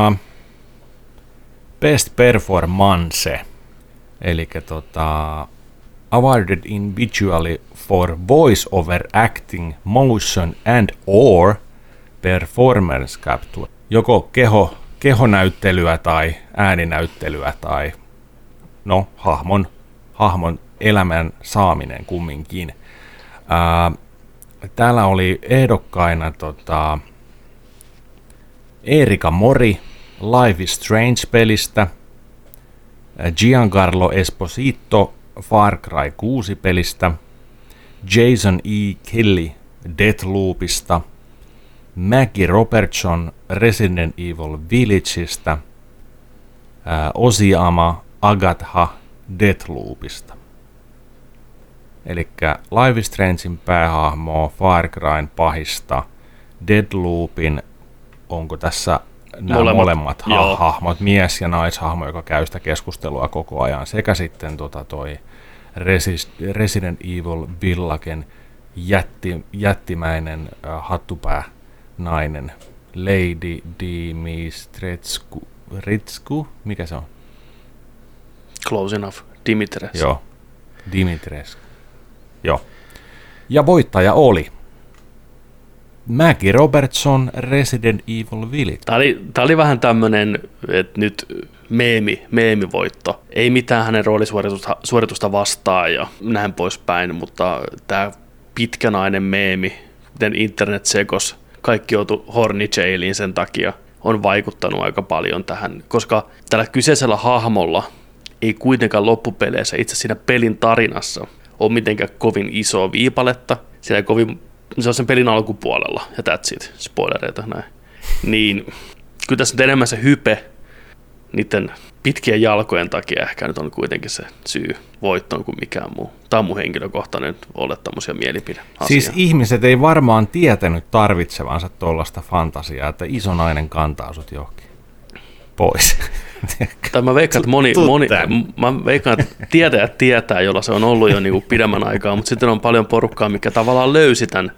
Best Performance, eli awarded individually for voice over acting, motion and or performance capture. Joko kehonäyttelyä tai ääninäyttelyä tai hahmon elämän saaminen kumminkin. Täällä oli ehdokkaina Erika Mori Life is Strange-pelistä, Giancarlo Esposito Far Cry 6-pelistä, Jason E. Kelly Deathloopista, Maggie Robertson Resident Evil Villageista, Osiama Agatha Deathloopista. Elikkä Life is Strangein päähahmoa, Far Cryn pahista, Deathloopin, onko tässä nämä molemmat hahmot, mies- ja naishahmo, joka käy sitä keskustelua koko ajan, sekä sitten toi Resident Evil Villagen jättimäinen hattupää-nainen, Lady Dimitrescu, mikä se on? Close enough, Dimitrescu. Joo, Dimitrescu. Joo. Ja voittaja oli Maggie Robertson Resident Evil Village. Tämä oli vähän tämmöinen, että nyt meemivoitto. Ei mitään hänen roolisuoritusta vastaan ja näin poispäin, mutta tämä pitkänainen meemi, miten internet sekos, kaikki joutui horny jailiin sen takia, on vaikuttanut aika paljon tähän, koska tällä kyseisellä hahmolla ei kuitenkaan loppupeleissä itse siinä pelin tarinassa ole mitenkään kovin isoa viipaletta, se on sen pelin alkupuolella, ja that's it, spoilereita näin. Niin, kyllä tässä nyt enemmän se hype niiden pitkien jalkojen takia ehkä nyt on kuitenkin se syy voittoon kuin mikään muu. Tämä on mun henkilökohtainen ole tämmöisiä mielipideasioita. Siis ihmiset ei varmaan tietänyt tarvitsevansa tuollaista fantasiaa, että iso nainen kantaa sut johonkin pois. Tai mä veikkaan, että tietää, jolla se on ollut jo niinku pidemmän aikaa, mutta sitten on paljon porukkaa, mikä tavallaan löysi tämän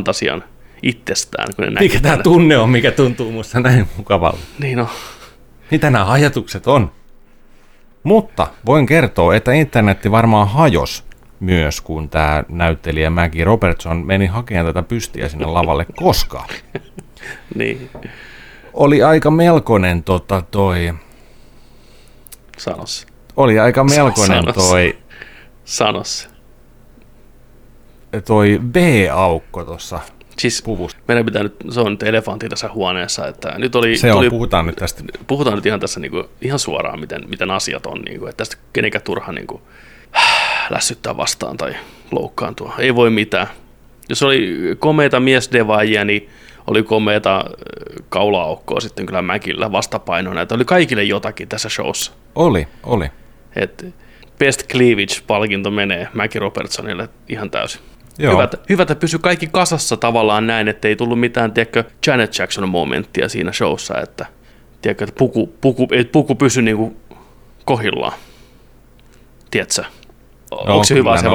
fantasian itsestään. Kun ne mikä tämä tunne on, mikä tuntuu musta näin mukavalta? Niin on. Mitä nämä ajatukset on? Mutta voin kertoa, että internetti varmaan hajos myös, kun tämä näyttelijä Maggie Robertson meni hakemaan tätä pystiä sinne lavalle, koska niin. oli aika melkoinen Sanos. Oli aika melkoinen toi V-aukko tuossa siis puvussa. Meidän pitää nyt, se on nyt elefantti tässä huoneessa, että nyt puhutaan nyt tästä. Puhutaan nyt ihan tässä niinku, ihan suoraan, miten asiat on, niinku, että tästä kenenkään turha niinku, lässyttää vastaan tai loukkaantua. Ei voi mitään. Jos oli komeita miesdevaajia, niin oli komeita kaula-aukkoa sitten kyllä Mäkillä vastapainoina, että oli kaikille jotakin tässä showssa. Oli. Et Best Cleavage-palkinto menee Maggie Robertsonille ihan täysin. Hyvä, että pysyi kaikki kasassa tavallaan näin, ettei tullut mitään, tiedätkö, Janet Jackson-momenttia siinä showssa, että, tiedätkö, että puku pysyi niinku kohillaan. Tiedätkö? Onko se hyvä asia?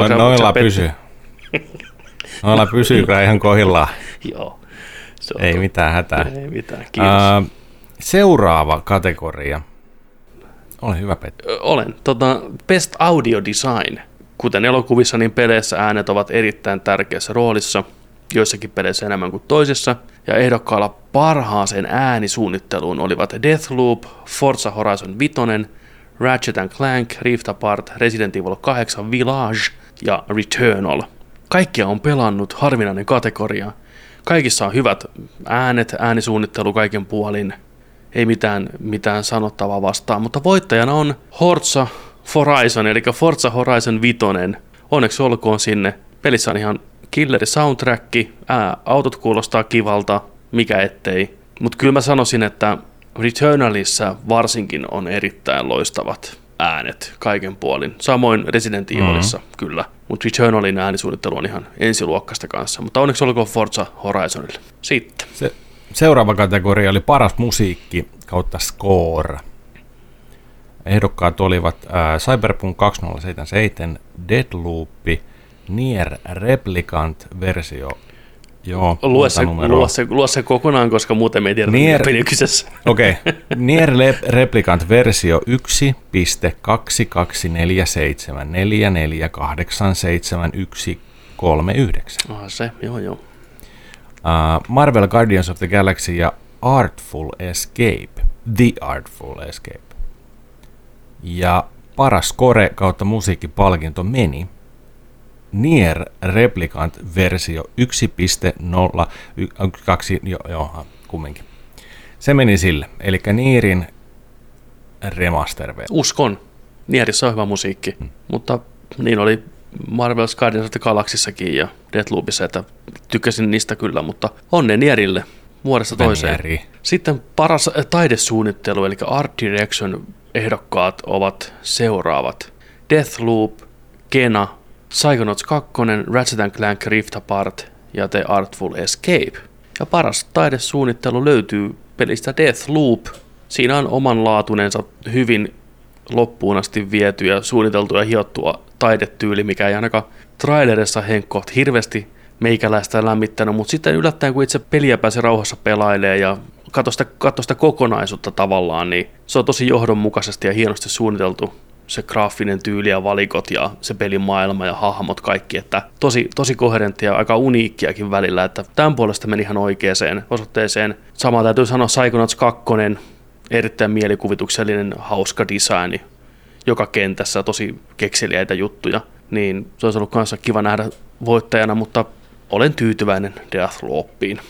Noilla pysyy kyllä ihan kohillaan. Joo. Ei mitään hätää. Ei mitään, kiitos. Seuraava kategoria. Ole hyvä, Petti. Olen. Best Audio Design. Kuten elokuvissa, niin peleissä äänet ovat erittäin tärkeässä roolissa, joissakin peleissä enemmän kuin toisissa, ja ehdokkaalla parhaaseen äänisuunnitteluun olivat Deathloop, Forza Horizon 5, Ratchet & Clank, Rift Apart, Resident Evil 8 Village ja Returnal. Kaikkia on pelannut, harvinainen kategoria. Kaikissa on hyvät äänet, äänisuunnittelu kaiken puolin, ei mitään sanottavaa vastaan, mutta voittajana on Forza Horizon, eli Forza Horizon 5. Onneksi olkoon sinne. Pelissä on ihan killeri soundtrack, autot kuulostaa kivalta, mikä ettei. Mutta kyllä mä sanoisin, että Returnalissa varsinkin on erittäin loistavat äänet kaiken puolin. Samoin Resident Evilissa kyllä, mutta Returnalin äänisuunnittelu on ihan ensiluokkaista kanssa. Mutta onneksi olkoon Forza Horizonille. Sitten. Seuraava kategoria oli paras musiikki kautta score. Ehdokkaat olivat Cyberpunk 2077, Deathloop, Nier Replicant-versio. Joo, lue se kokonaan, koska muuten me ei tiedä, mitä peli kyseessä. Okei. Nier Replicant-versio 1.22744871139. Se, joo. Marvel Guardians of the Galaxy ja Artful Escape. The Artful Escape. Ja paras score kautta musiikkipalkinto meni Nier Replicant versio 1.0 kumminkin. Se meni sille, eli Nierin remaster. Uskon. Nierissä on hyvä musiikki, mutta niin oli Marvel's Guardians of the Galaxyssakin ja Deathloopissa, että tykkäsin niistä kyllä, mutta onne Nierille vuodesta toiseen. Sitten paras taidesuunnittelu, eli Art Direction ehdokkaat ovat seuraavat. Deathloop, Kena, Psychonauts 2, Ratchet & Clank Rift Apart ja The Artful Escape. Ja paras taidesuunnittelu löytyy pelistä Deathloop. Siinä on omanlaatunensa hyvin loppuun asti viety ja suunniteltu ja hiottua taidetyyli, mikä ei ainakaan trailerissa henkkoht hirveästi meikäläistä lämmittänyt, mutta sitten yllättäen kun itse peliä pääsee rauhassa pelailee ja katso sitä kokonaisuutta tavallaan, niin se on tosi johdonmukaisesti ja hienosti suunniteltu se graafinen tyyli ja valikot ja se pelin maailma ja hahmot kaikki, että tosi koherenttia ja aika uniikkiakin välillä, että tämän puolesta meni ihan oikeaan osoitteeseen. Samaa täytyy sanoa Psychonauts 2, erittäin mielikuvituksellinen, hauska designi joka kentässä, tosi kekseliäitä juttuja, niin se olisi ollut kanssa kiva nähdä voittajana, mutta olen tyytyväinen Deathloopiin.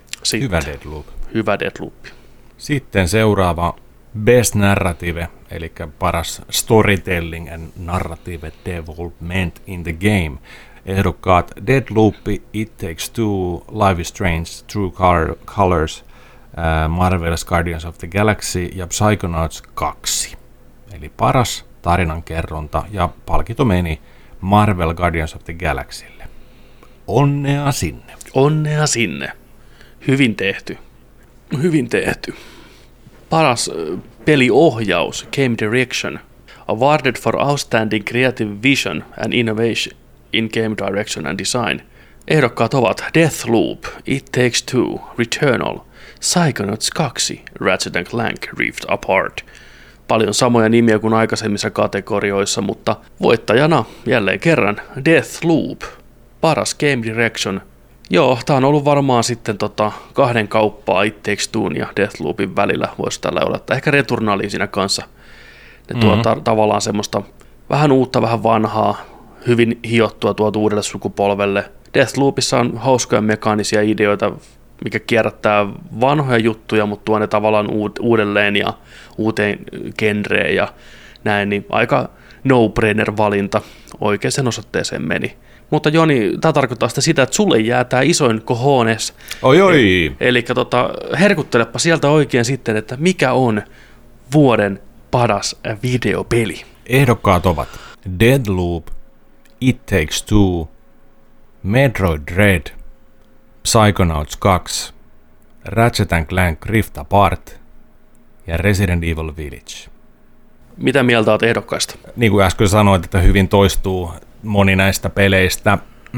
Hyvä Deathloop. Sitten seuraava Best Narrative, eli paras storytelling and narrative development in the game. Ehdokkaat Deathloop, It Takes Two, Life is Strange, True Colors, Marvel's Guardians of the Galaxy ja Psychonauts 2. Eli paras tarinankerronta ja palkinto meni Marvel Guardians of the Galaxylle. Onnea sinne. Onnea sinne. Hyvin tehty. Paras peliohjaus, Game Direction, awarded for outstanding creative vision and innovation in game direction and design. Ehdokkaat ovat Deathloop, It Takes Two, Returnal, Psychonauts 2, Ratchet & Clank Rift Apart. Paljon samoja nimiä kuin aikaisemmissa kategorioissa, mutta voittajana jälleen kerran Deathloop, paras Game Direction. Joo, tää on ollut varmaan sitten kahden kauppaa It Takes Two ja Deathloopin välillä, voisi tällä olla, että ehkä Returnali siinä kanssa. Ne tuo tavallaan semmoista vähän uutta, vähän vanhaa, hyvin hiottua tuotu uudelle sukupolvelle. Deathloopissa on hauskoja mekaanisia ideoita, mikä kierrättää vanhoja juttuja, mutta tuo ne tavallaan uudelleen ja uuteen genreen ja näin, niin aika no-brainer-valinta oikeaan osoitteeseen meni. Mutta Joni, tämä tarkoittaa sitä, että sulle jää tämä isoin cojones. Oi. Eli herkuttelepa sieltä oikein sitten, että mikä on vuoden paras videopeli. Ehdokkaat ovat Deathloop, It Takes Two, Metroid Dread, Psychonauts 2, Ratchet & Clank Rift Apart ja Resident Evil Village. Mitä mieltä olet ehdokkaista? Niin kuin äsken sanoit, että hyvin toistuu moni näistä peleistä.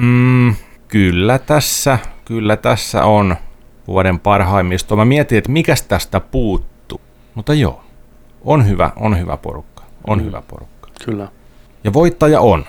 Kyllä tässä on vuoden parhaimmisto. Mä mietin, että mikäs tästä puuttuu. Mutta joo, on hyvä porukka. Hyvä porukka. Kyllä. Ja voittaja on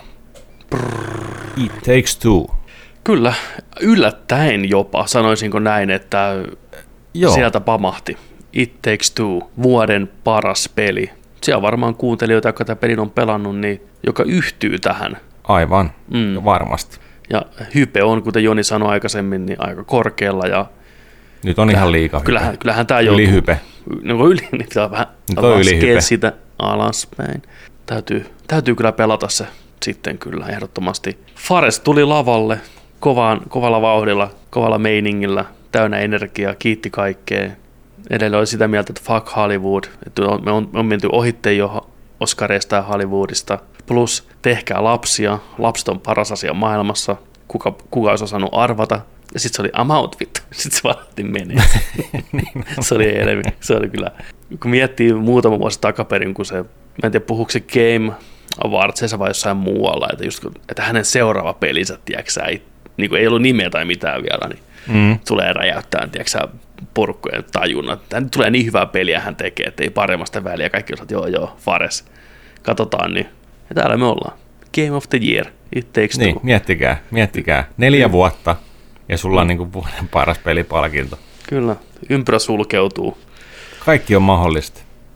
It Takes Two. Kyllä, yllättäen jopa, sanoisinko näin, että sieltä pamahti. It Takes Two, vuoden paras peli. Siellä varmaan kuuntelijoita, jotka tätä pelin on pelannut, niin joka yhtyy tähän. Aivan, varmasti. Ja hype on, kuten Joni sanoi aikaisemmin, niin aika korkealla. Ja nyt on ihan liikaa hype. Kyllähän tämä joutuu. Ylihype. No yli, niin pitää vähän laskea sitä alaspäin. Täytyy kyllä pelata se sitten kyllä ehdottomasti. Fares tuli lavalle kovalla vauhdilla, kovalla meiningillä, täynnä energiaa, kiitti kaikkea. Edelleen oli sitä mieltä, että fuck Hollywood, että me on menty ohitte jo Oscareista ja Hollywoodista. Plus tehkää lapsia, lapset on paras asia maailmassa, kuka olisi osannut arvata. Ja sitten se oli I'm out vittu, sitten se vahti menee. Se oli kyllä, kun miettii muutama vuosi takaperin, kun se, mä en tiedä puhuuko se Game Awardsissa vai jossain muualla, että hänen seuraava pelinsä, tiedätkö niin kuin ei ollut nimeä tai mitään vielä, niin tulee räjäyttää, tiedätkö porukkojen tajunnan. Tämä tulee niin hyvää peliä hän tekee, että ei paremmasta väliä. Kaikki osaat, joo, Fares, katsotaan niin. Ja täällä me ollaan. Game of the Year, It Takes Two. Niin, miettikää. 4 vuotta ja sulla on niin kuin vuoden paras pelipalkinto. Kyllä, ympyrä sulkeutuu. Kaikki on mahdollista.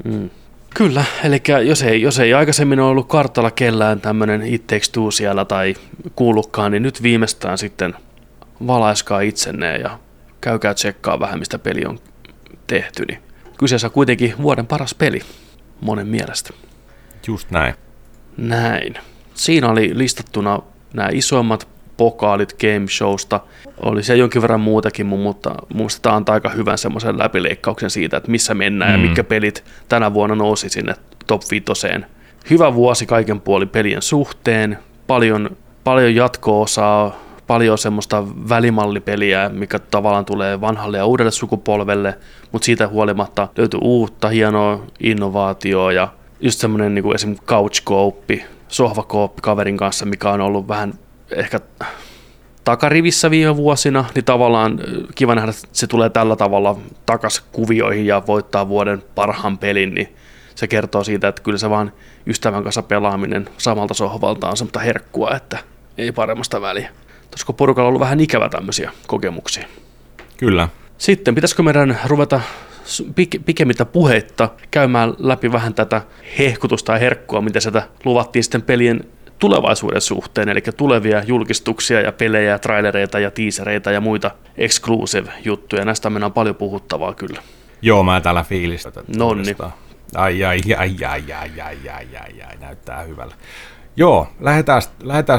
Kyllä, eli jos ei aikaisemmin ole ollut kartalla kellään tämmöinen It Takes Two siellä tai kuullutkaan, niin nyt viimeistään sitten valaiskaa itsenne ja käykää tsekkaa vähän, mistä peli on tehty. Niin kyseessä on kuitenkin vuoden paras peli monen mielestä. Just näin. Näin. Siinä oli listattuna nämä isommat pokaalit Game Showsta. Oli se jonkin verran muutakin, mutta minusta tämä antaa aika hyvän semmoisen läpileikkauksen siitä, että missä mennään ja mitkä pelit tänä vuonna nousi sinne top 5. Hyvä vuosi kaiken puolin pelien suhteen, paljon jatko-osaa, paljon semmoista välimallipeliä, mikä tavallaan tulee vanhalle ja uudelle sukupolvelle, mutta siitä huolimatta löytyy uutta, hienoa innovaatioa ja just semmoinen niin kuin esimerkiksi couch-kooppi, sohvakooppi kaverin kanssa, mikä on ollut vähän ehkä takarivissä viime vuosina, niin tavallaan kiva nähdä, että se tulee tällä tavalla takaisin kuvioihin ja voittaa vuoden parhaan pelin, niin se kertoo siitä, että kyllä se vaan ystävän kanssa pelaaminen samalta sohvalta on semmoista herkkua, että ei paremmasta väliä. Olisiko porukalla ollut vähän ikävä tämmöisiä kokemuksia? Kyllä. Sitten pitäisikö meidän ruveta pikemmittä puheitta käymään läpi vähän tätä hehkutusta ja herkkua, mitä sieltä luvattiin sitten pelien tulevaisuuden suhteen, eli tulevia julkistuksia ja pelejä ja trailereita ja teasereita ja muita exclusive-juttuja. Näistä mennään paljon puhuttavaa kyllä. Joo, mä täällä fiilistä. Nonni. Ai, näyttää hyvällä. Joo, lähdetään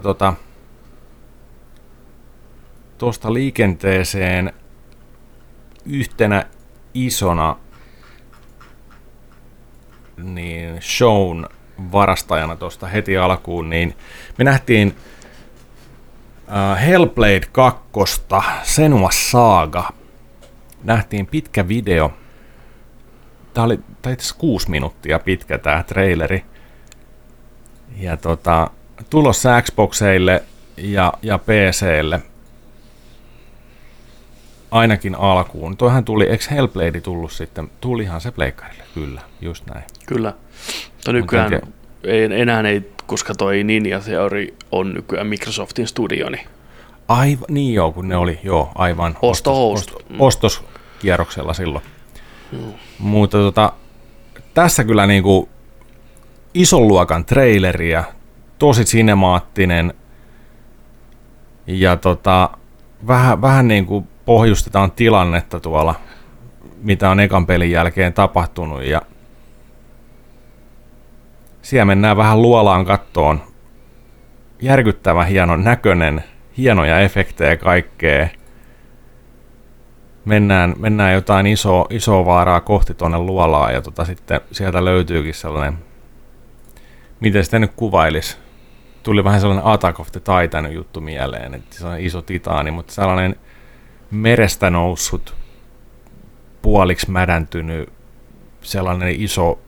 tuosta liikenteeseen yhtenä isona niin shown varastajana tuosta heti alkuun, niin me nähtiin Hellblade 2, Senua's Saga. Nähtiin pitkä video. Tämä oli itse asiassa 6 minuuttia pitkä tämä traileri. Ja tulossa Xboxeille ja PC:lle. ainakin alkuun. Toihan tuli, eikö Hellblade tullut sitten? Tulihan se pleikkarille, kyllä, just näin. Kyllä. Nykyään enää ei, koska toi Ninja Theory on nykyään Microsoftin studio, niin aivan, niin joo, kun ne oli, aivan ostoskierroksella silloin. Mutta tässä kyllä niinku ison luokan traileria, tosi sinemaattinen ja vähän niinku pohjustetaan tilannetta tuolla, mitä on ekan pelin jälkeen tapahtunut ja siellä mennään vähän luolaan kattoon. Järkyttävän hienon näköinen, hienoja efektejä ja kaikkea. Mennään jotain isoa vaaraa kohti tuonne luolaan ja sitten sieltä löytyykin sellainen, miten sitä nyt kuvailisi. Tuli vähän sellainen Attack of the Titan juttu mieleen, että se on iso titaani, mutta sellainen merestä noussut, puoliksi mädäntynyt, sellainen iso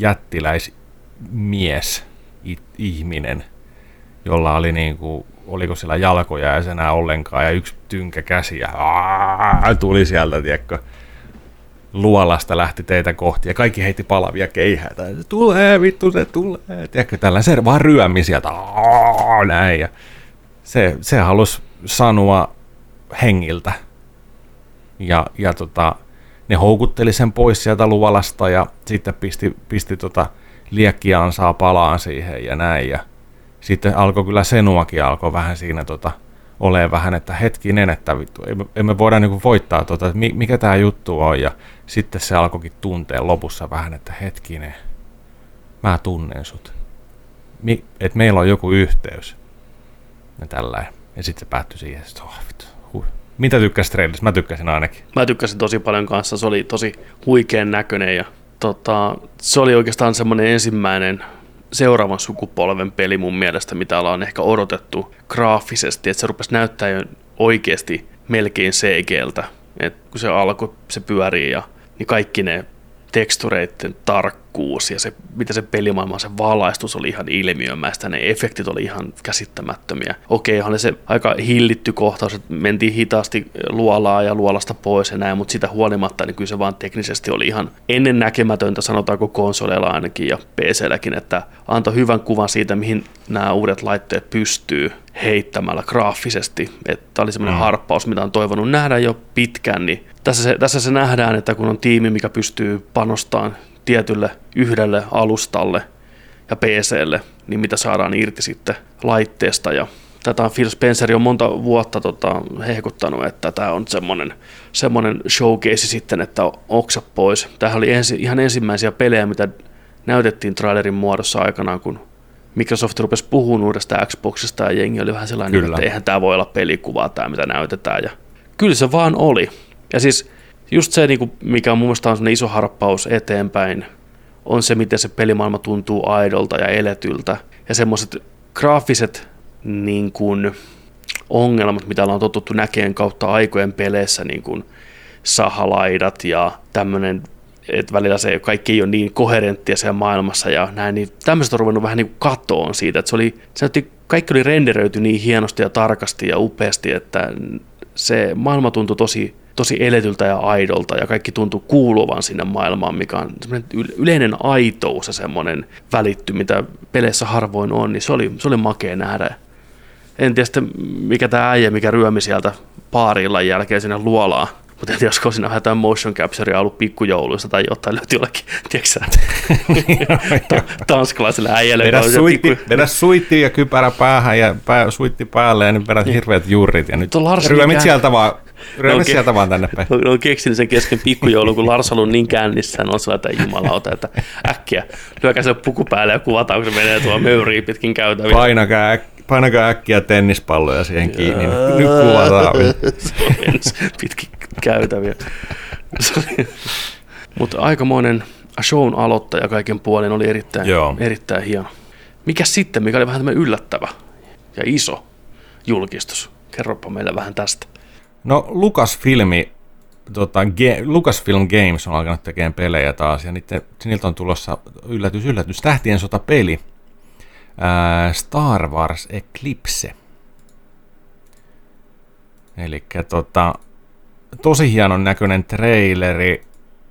jättiläismies, ihminen, jolla oli niinku, oliko siellä jalkoja ja enää ollenkaan, ja yksi tynkä käsi, ja tuli sieltä, tiedätkö, luolasta lähti teitä kohti, ja kaikki heitti palavia keihäitä, se tulee, vittu, se tulee, tiedätkö, tällainen, se vaan ryömi sieltä, näin, ja se halusi sanoa hengiltä, ja ne houkutteli sen pois sieltä luolasta, ja sitten pisti liekkiansaa palaan siihen, ja näin, ja sitten alkoi kyllä Senuakin alkoi vähän siinä olemaan vähän, että hetkinen, että vittu, emme voida niinku voittaa että mikä tämä juttu on, ja sitten se alkoikin tuntea lopussa vähän, että hetkinen, mä tunnen sut, että meillä on joku yhteys, ja tällainen, ja sitten se päättyi siihen, että Mitä tykkäsit trailista? Mä tykkäsin ainakin. Mä tykkäsin tosi paljon kanssa, se oli tosi huikean näköinen, ja se oli oikeastaan semmoinen ensimmäinen seuraavan sukupolven peli mun mielestä, mitä ollaan ehkä odotettu graafisesti, että se rupesi näyttää jo oikeasti melkein CG:ltä, että kun se alkoi, se pyörii ja niin kaikki ne tekstureiden tarkkuus ja se, mitä se pelimaailma, se valaistus oli ihan ilmiömäistä, ne efektit oli ihan käsittämättömiä. Okei, onhan se aika hillitty kohtaus, että mentiin hitaasti luolaa ja luolasta pois ja näin, mutta sitä huolimatta, niin kyllä se vaan teknisesti oli ihan ennennäkemätöntä, sanotaanko konsoleilla ainakin ja PC:lläkin, että antoi hyvän kuvan siitä, mihin nämä uudet laitteet pystyy heittämällä graafisesti. Että oli semmoinen harppaus, mitä on toivonut nähdä jo pitkään, niin tässä se nähdään, että kun on tiimi, mikä pystyy panostamaan tietylle yhdelle alustalle ja PC:lle, niin mitä saadaan irti sitten laitteesta. Ja tätä on Phil Spencer on monta vuotta hehkuttanut, että tämä on semmoinen showcase sitten, että oksa pois. Tämähän oli ihan ensimmäisiä pelejä, mitä näytettiin trailerin muodossa aikanaan, kun Microsoft rupesi puhumaan uudesta Xboxista ja jengi oli vähän sellainen, että eihän tämä voi olla pelikuvaa tämä, mitä näytetään. Ja kyllä se vaan oli. Ja siis just se, mikä on mun mielestä on iso harppaus eteenpäin, on se, miten se pelimaailma tuntuu aidolta ja eletyltä. Ja semmoiset graafiset niin kuin ongelmat, mitä ollaan totuttu näkeen kautta aikojen peleissä, niin kuin sahalaidat ja tämmöinen, että välillä se kaikki ei ole niin koherenttia siellä maailmassa ja näin, niin tämmöiset on ruvennut vähän niin kuin katoon siitä, että kaikki oli renderöity niin hienosti ja tarkasti ja upeasti, että se maailma tuntui tosi eletyltä ja aidolta ja kaikki tuntui kuuluvan sinne maailmaan, mikä on semmoinen yleinen aitous ja semmoinen välitty, mitä peleissä harvoin on, niin se oli makea nähdä. En tiedä sitten, mikä tämä äijä, mikä ryömi sieltä paarillan jälkeen sinne luolaan, mutta en tiedä, olisiko siinä jotain motion capturea ollut pikkujouluista tai jotain löytyi jollekin, tiedätkö tanskalaiselle äijälle. Vedä suitti ja kypärä päähän ja suitti päälle ja nyt vedät hirveät juurit ja nyt ryömit sieltä vaan tänne päin. Ne on keksinyt sen kesken pikkujoulun, kun Lars on ollut niin kännissä, on sellainen, että jumalauta, että äkkiä lyökää se puku päälle ja kuvataan, kun se menee tuolla möyriin pitkin käytäviä. Painakaa äkkiä tennispalloja siihen kiinni, nyt kuvataan. Pitkin käytäviä. Mutta aikamoinen shown aloittaja kaiken puolin oli erittäin hieno. Mikäs sitten, mikä oli vähän tämmöinen yllättävä ja iso julkistus? Kerropa meille vähän tästä. No Lucasfilm Games on alkanut tekemään pelejä taas, ja niiltä on tulossa yllätys, Tähtien sota-peli, Star Wars Eclipse. Elikkä tosi hienon näköinen traileri.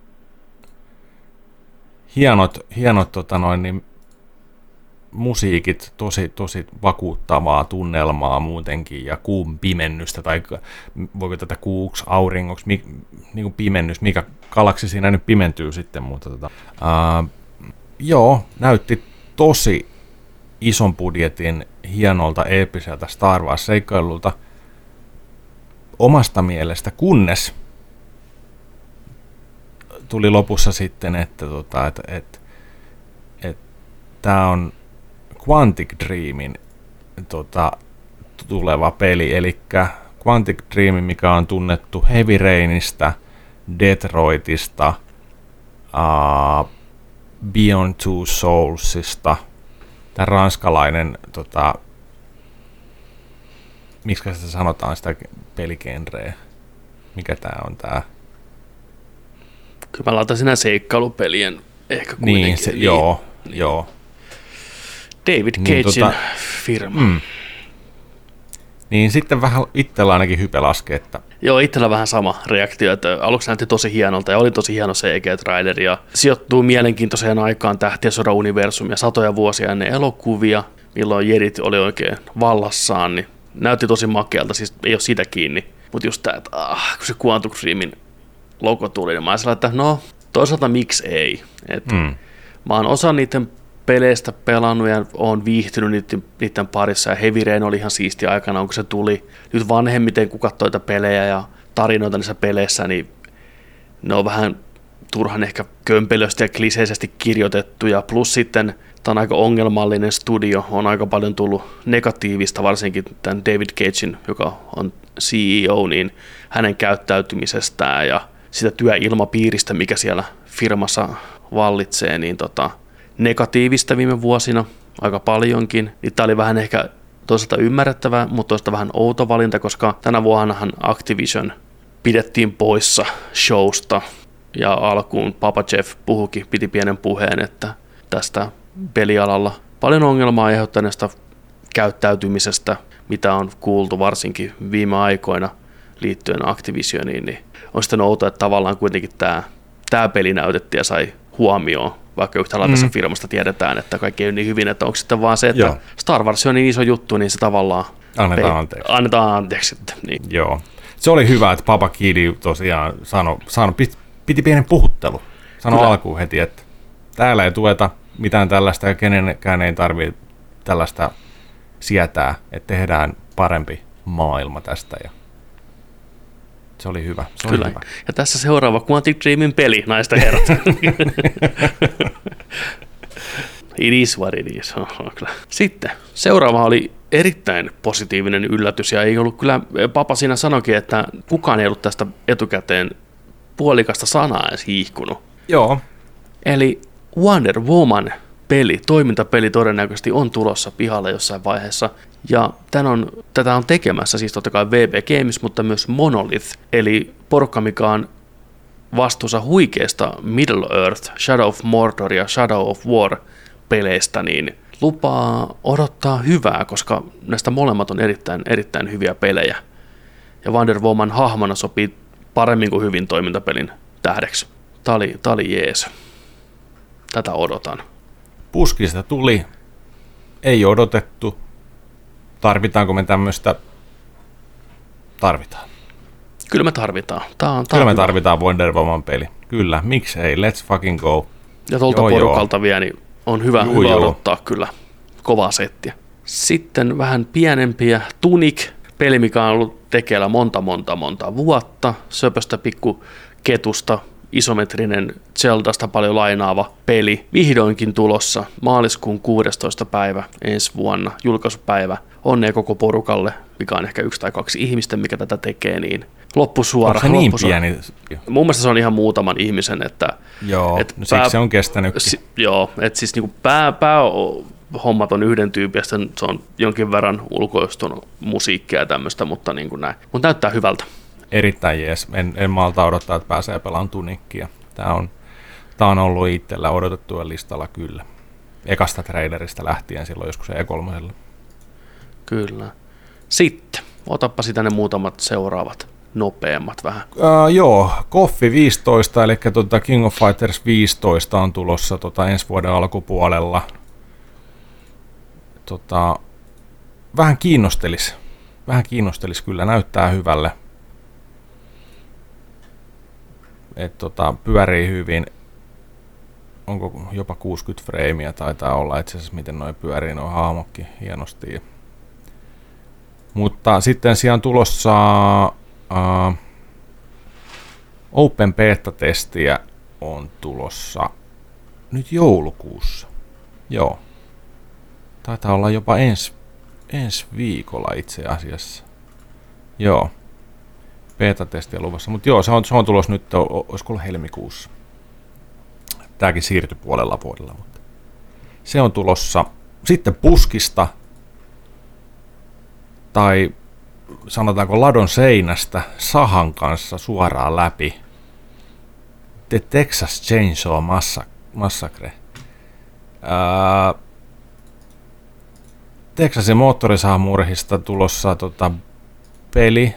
Hienot niin musiikit, tosi vakuuttavaa tunnelmaa muutenkin ja kuun pimennystä, tai voiko tätä kuuksi, auringoksi, niin kuin pimennys, mikä galaksi siinä nyt pimentyy sitten, mutta joo, näytti tosi ison budjetin, hienolta, eeppiseltä Star Wars-seikkailulta omasta mielestä, kunnes tuli lopussa sitten, että tämä on Quantic Dreamin tuleva peli, eli Quantic Dream, mikä on tunnettu Heavy Rainista, Detroitista, Beyond Two Soulsista, tämä ranskalainen, miksi sitä sanotaan sitä peligenreä, mikä tämä on tämä? Kyllä mä laitan sinä seikkailupelien ehkä kuitenkin. Niin, joo. David Cagein firma. Niin sitten vähän itsellä ainakin hype laskee, että... Joo, itsellä vähän sama reaktio, että aluksi näytti tosi hienolta ja oli tosi hieno CG-traileri ja sijoittuu mielenkiintoiseen aikaan Tähtien sodan universumia satoja vuosia ennen elokuvia, milloin jedit oli oikein vallassaan, niin näytti tosi makealta, siis ei ole siitä kiinni. Mutta just tämä, että kun se Quantum Dreamin logo tuli, niin mä ajattelin, että no toisaalta miksi ei. Mä oon osa niiden peleistä pelannut ja oon viihtynyt niiden parissa ja Heavy Rain oli ihan siistiä aikana, kun se tuli. Nyt vanhemmiten, kun katsoo niitä pelejä ja tarinoita niissä peleissä, niin ne on vähän turhan ehkä kömpelösti ja kliseisesti kirjoitettuja. Plus sitten tämä on aika ongelmallinen studio, on aika paljon tullut negatiivista, varsinkin tämän David Cagein, joka on CEO, niin hänen käyttäytymisestään ja sitä työilmapiiristä, mikä siellä firmassa vallitsee, niin negatiivista viime vuosina aika paljonkin. Niin tämä oli vähän ehkä toisaalta ymmärrettävää, mutta toisaalta vähän outo valinta, koska tänä vuonnahan Activision pidettiin poissa showsta ja alkuun Papa Jeff piti pienen puheen, että tästä pelialalla paljon ongelmaa aiheuttaneesta käyttäytymisestä, mitä on kuultu varsinkin viime aikoina liittyen Activisioniin, niin on sitten outoa, että tavallaan kuitenkin tämä peli näytettiin ja sai huomioon, vaikka yhtä lailla tässä firmasta tiedetään, että kaikki ei ole niin hyvin, että onko sitten vaan se, että Star Wars on niin iso juttu, niin se tavallaan annetaan anteeksi. Niin. Joo. Se oli hyvä, että Papa Kidi tosiaan piti pienen puhuttelu. Sanoi alkuun heti, että täällä ei tueta mitään tällaista ja kenenkään ei tarvitse tällaista sietää, että tehdään parempi maailma tästä. Ja se oli hyvä. Kyllä. Hyvä. Ja tässä seuraava Quantic Dreamin peli, naista herrat. It is what it is. Sitten seuraava oli erittäin positiivinen yllätys ja ei ollut kyllä, Papa siinä sanoikin, että kukaan ei ollut tästä etukäteen puolikasta sanaa edes hiihkunut. Joo. Eli Wonder Woman peli, toimintapeli todennäköisesti on tulossa pihalle jossain vaiheessa. Ja tätä on tekemässä siis totta kai VB Games, mutta myös Monolith, eli porukka, mikä on vastuussa huikeasta Middle Earth, Shadow of Mordor ja Shadow of War peleistä, niin lupaa odottaa hyvää, koska näistä molemmat on erittäin hyviä pelejä. Ja Wonder Woman hahmona sopii paremmin kuin hyvin toimintapelin tähdeksi. Tää oli jees. Tätä odotan. Puskista tuli. Ei odotettu. Tarvitaanko me tämmöistä? Tarvitaan. Kyllä me tarvitaan. Kyllä me tarvitaan Wonder Woman peli. Kyllä, miksei? Let's fucking go. Ja tuolta porukalta vielä, niin on hyvä odottaa kyllä kovaa settiä. Sitten vähän pienempiä. Tunic, peli mikä on ollut tekeillä monta vuotta. Söpöstä pikku ketusta, isometrinen Zeldasta paljon lainaava peli. Vihdoinkin tulossa maaliskuun 16. päivä ensi vuonna, julkaisupäivä. Onnea koko porukalle, mikä on ehkä 1 tai 2 ihmistä, mikä tätä tekee, niin loppusuora. Onko se niin pieni? Mun mielestä se on ihan muutaman ihmisen, että... Joo, no siksi se on kestänytkin. Joo, että siis niinku päähommat on yhden tyypin, ja se on jonkin verran ulkoistunut musiikkia ja tämmöistä, mutta niin kuin näin. Mutta näyttää hyvältä. Erittäin jees. En malta odottaa, että pääsee pelaamaan Tunikkia. Tämä on ollut itsellä odotettua listalla kyllä. Ekasta trailerista lähtien silloin joskus E3. Kyllä. Sitten, otappa sitä ne muutamat seuraavat nopeammat vähän. Joo, KOF 15, eli King of Fighters 15 on tulossa ensi vuoden alkupuolella. Vähän kiinnostelis kyllä, näyttää hyvälle. Pyörii hyvin. Onko jopa 60 freimiä taitaa olla itse asiassa, miten noi pyörii, nuo hahmotkin hienosti. Mutta sitten siellä on tulossa Open Beta-testiä on tulossa nyt joulukuussa. Joo. Taitaa olla jopa ensi viikolla itse asiassa. Joo. Beta-testiä luvassa. Mutta joo, se on tulossa nyt, olisiko ollut helmikuussa. Tääkin siirtyi puolella vuodella. Mutta se on tulossa. Sitten puskista. Tai sanotaanko ladon seinästä sahan kanssa suoraan läpi. The Texas Chainsaw Massacre. Texasin moottorisahamurhista tulossa peli.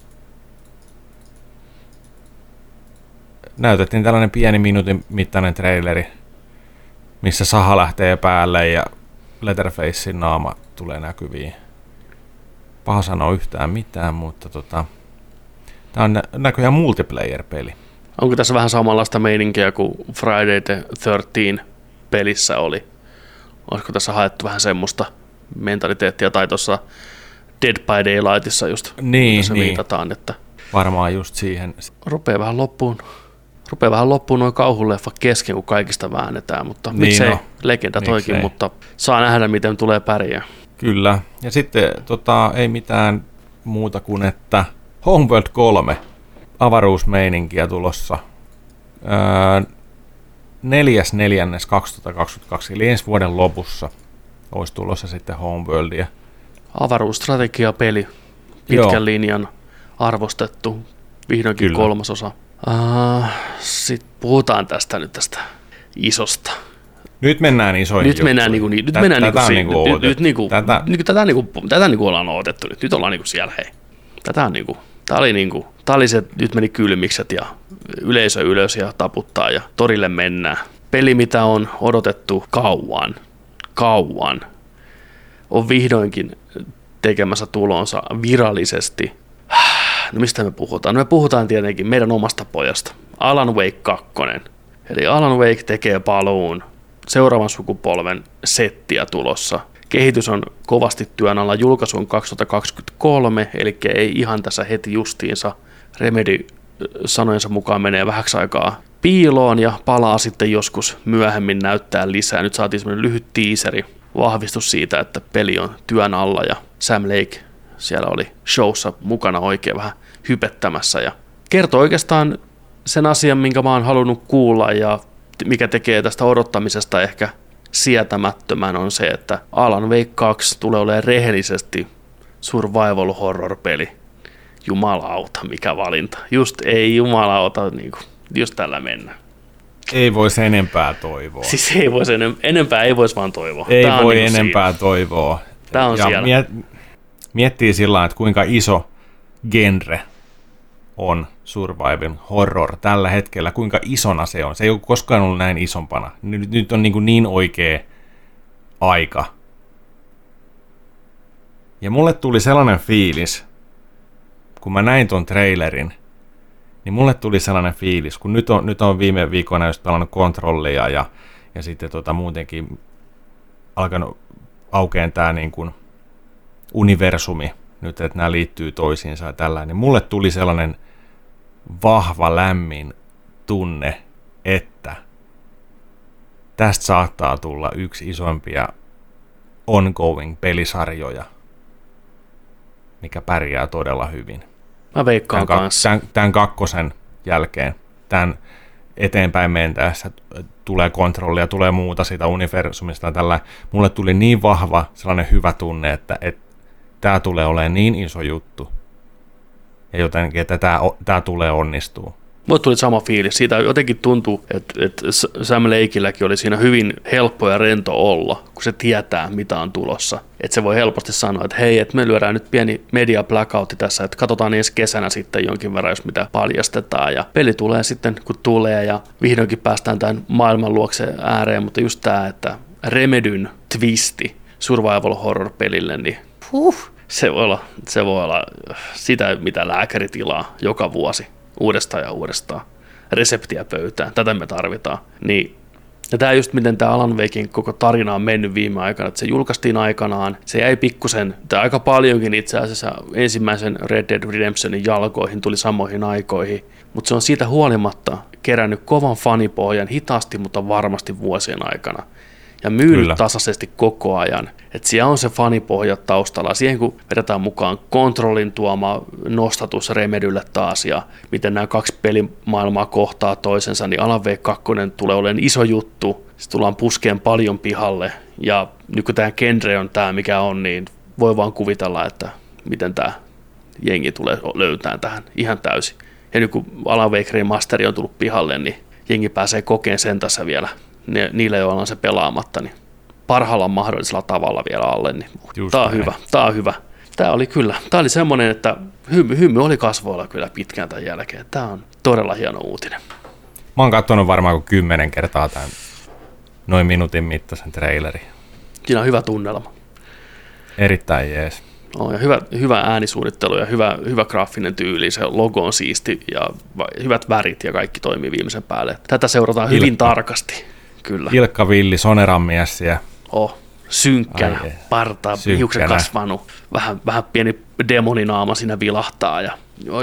Näytettiin tällainen pieni minuutin mittainen traileri, missä saha lähtee päälle ja Leatherfacein naama tulee näkyviin. Paha sanoa yhtään mitään, mutta tää on näköjään multiplayer-peli. Onko tässä vähän samanlaista meininkiä kuin Friday the 13 pelissä oli? Olisiko tässä haettu vähän semmoista mentaliteettia, tai tuossa Dead by Daylightissa just niin, viitataan, että varmaan just siihen. Rupeaa vähän loppuun noin kauhuleffa kesken, kun kaikista väännetään, mutta niin miksei, legenda toikin, miksei. Mutta saa nähdä, miten tulee pärjää. Kyllä, ja sitten ei mitään muuta kuin, että Homeworld 3 avaruusmeininkiä tulossa 4.4.2022, eli ensi vuoden lopussa olisi tulossa sitten Homeworldia. Avaruusstrategiapeli, pitkän linjan arvostettu, vihdoinkin kyllä. 3. osa. Sitten puhutaan tästä isosta. Nyt mennään isoihin juttuihin. Tätä ollaan odotettu nyt. Nyt ollaan siellä, hei. Tää oli se, nyt meni kylmikset ja yleisö ylös ja taputtaa ja torille mennään. Peli, mitä on odotettu kauan, on vihdoinkin tekemässä tulonsa virallisesti. No mistä me puhutaan? No me puhutaan tietenkin meidän omasta pojasta, Alan Wake 2. Eli Alan Wake tekee paluun, seuraavan sukupolven settiä tulossa. Kehitys on kovasti työn alla, julkaisu on 2023, eli ei ihan tässä heti justiinsa. Remedy sanojensa mukaan menee vähäksi aikaa piiloon ja palaa sitten joskus myöhemmin näyttää lisää. Nyt saatiin semmoinen lyhyt teaseri, vahvistus siitä, että peli on työn alla ja Sam Lake siellä oli showssa mukana oikein vähän hypettämässä ja kertoo oikeastaan sen asian, minkä mä oon halunnut kuulla ja mikä tekee tästä odottamisesta ehkä sietämättömän on se, että Alan Wake 2 tulee olemaan rehellisesti survival horror-peli. Jumalauta, mikä valinta. Jumalauta, just tällä mennään. Ei voisi enempää toivoa. Siis enempää ei voisi vaan toivoa. Ei Tää voi enempää siinä. Toivoa. Tämä on ja siellä. Miettii sillä tavalla, että kuinka iso genre on survival horror tällä hetkellä, kuinka isona se on. Se ei ole koskaan ollut näin isompana. Nyt on niin oikea aika. Ja mulle tuli sellainen fiilis, kun mä näin ton trailerin, niin mulle tuli sellainen fiilis, kun nyt on viime viikoina just pelannut Controllia ja sitten muutenkin alkanut aukeen tää niin kuin universumi, nyt että nämä liittyy toisiinsa ja tällainen, niin mulle tuli sellainen vahva, lämmin tunne, että tästä saattaa tulla yksi isompia ongoing-pelisarjoja, mikä pärjää todella hyvin. Mä veikkaan kanssa. Tämän 2 jälkeen, tämän eteenpäin mentäessä tulee kontrollia, tulee muuta siitä universumista. Tällä. Mulle tuli niin vahva sellainen hyvä tunne, että tämä tulee olemaan niin iso juttu, ja jotenkin, että tämä tulee onnistuu. Mulle tuli sama fiilis. Siitä jotenkin tuntuu, että Sam Lakilläkin oli siinä hyvin helppo ja rento olla, kun se tietää, mitä on tulossa. Että se voi helposti sanoa, että hei, että me lyödään nyt pieni media blackoutti tässä, että katsotaan ensi kesänä sitten jonkin verran, jos mitä paljastetaan. Ja peli tulee sitten, kun tulee, ja vihdoinkin päästään tämän maailman luokse ääreen, mutta just tämä, että Remedyn twisti survival horror pelille, niin se voi olla sitä, mitä lääkäri tilaa joka vuosi uudestaan ja uudestaan. Reseptiä pöytään, tätä me tarvitaan. Niin, ja tämä just miten tämä Alan Waken koko tarina on mennyt viime aikana, että se julkaistiin aikanaan, se jäi pikkusen, tai aika paljonkin itse asiassa ensimmäisen Red Dead Redemptionin jalkoihin, tuli samoihin aikoihin, mutta se on siitä huolimatta kerännyt kovan fanipohjan hitaasti, mutta varmasti vuosien aikana. Ja myynyt tasaisesti koko ajan. Että siellä on se fanipohja taustalla. Siihen kun vedetään mukaan Controlin tuoma nostatus Remedylle taas ja miten nämä kaksi pelimaailmaa kohtaa toisensa, niin Alan Wake 2 tulee olemaan iso juttu. Se tullaan puskeen paljon pihalle. Ja nyt kun tämä genre on tämä mikä on, niin voi vaan kuvitella, että miten tämä jengi tulee löytämään tähän ihan täysin. Ja nyt kun Alan Wake Remasteri on tullut pihalle, niin jengi pääsee kokeen sen tässä vielä. Niille, joilla on se pelaamatta, niin parhaalla mahdollisella tavalla vielä alle. Niin tämä on hyvä. Tämä oli semmoinen, että hymy oli kasvoilla kyllä pitkään tämän jälkeen. Tämä on todella hieno uutinen. Mä oon katsonut varmaan 10 kertaa tämän noin minuutin mittaisen trailerin. Siinä on hyvä tunnelma. Erittäin jees. Ja hyvä äänisuunnittelu ja hyvä graafinen tyyli, se logo on siisti ja hyvät värit ja kaikki toimii viimeisen päälle. Tätä seurataan hyvin tarkasti. Kyllä. Ilkka Villi, Soneran mies. Synkkänä, partaa, hiukset kasvanut, vähän pieni demoninaama siinä vilahtaa ja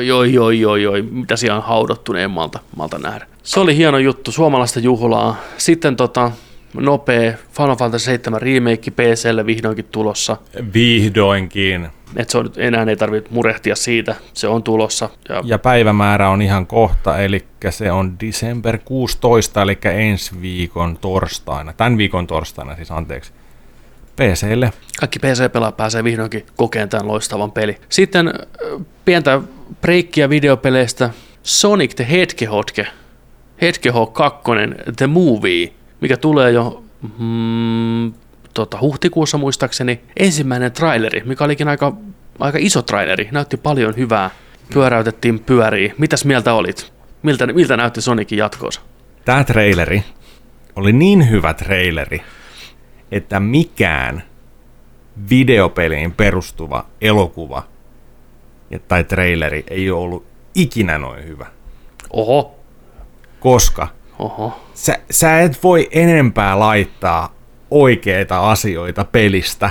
oi, mitä siellä on haudottu, niin en malta nähdä. Se oli hieno juttu, suomalaista juhlaa. Sitten nopea Final Fantasy 7 remake PC:lle vihdoinkin tulossa. Vihdoinkin. Et se on nyt enää ei tarvitse murehtia siitä, se on tulossa. Ja päivämäärä on ihan kohta, eli se on December 16, eli ensi viikon torstaina, tämän viikon torstaina siis anteeksi, PC:lle. Kaikki PC-pelaajat pääsee vihdoinkin kokeen tämän loistavan peli. Sitten pientä breikkiä videopeleistä, Sonic the Hedgehog 2, The Movie, mikä tulee jo huhtikuussa muistaakseni, ensimmäinen traileri, mikä olikin aika iso traileri, näytti paljon hyvää, pyöräytettiin pyöriä. Mitäs mieltä olit? Miltä näytti Sonicin jatkoosa? Tämä traileri oli niin hyvä traileri, että mikään videopeliin perustuva elokuva tai traileri ei ole ollut ikinä noin hyvä. Oho. Koska sä et voi enempää laittaa oikeita asioita pelistä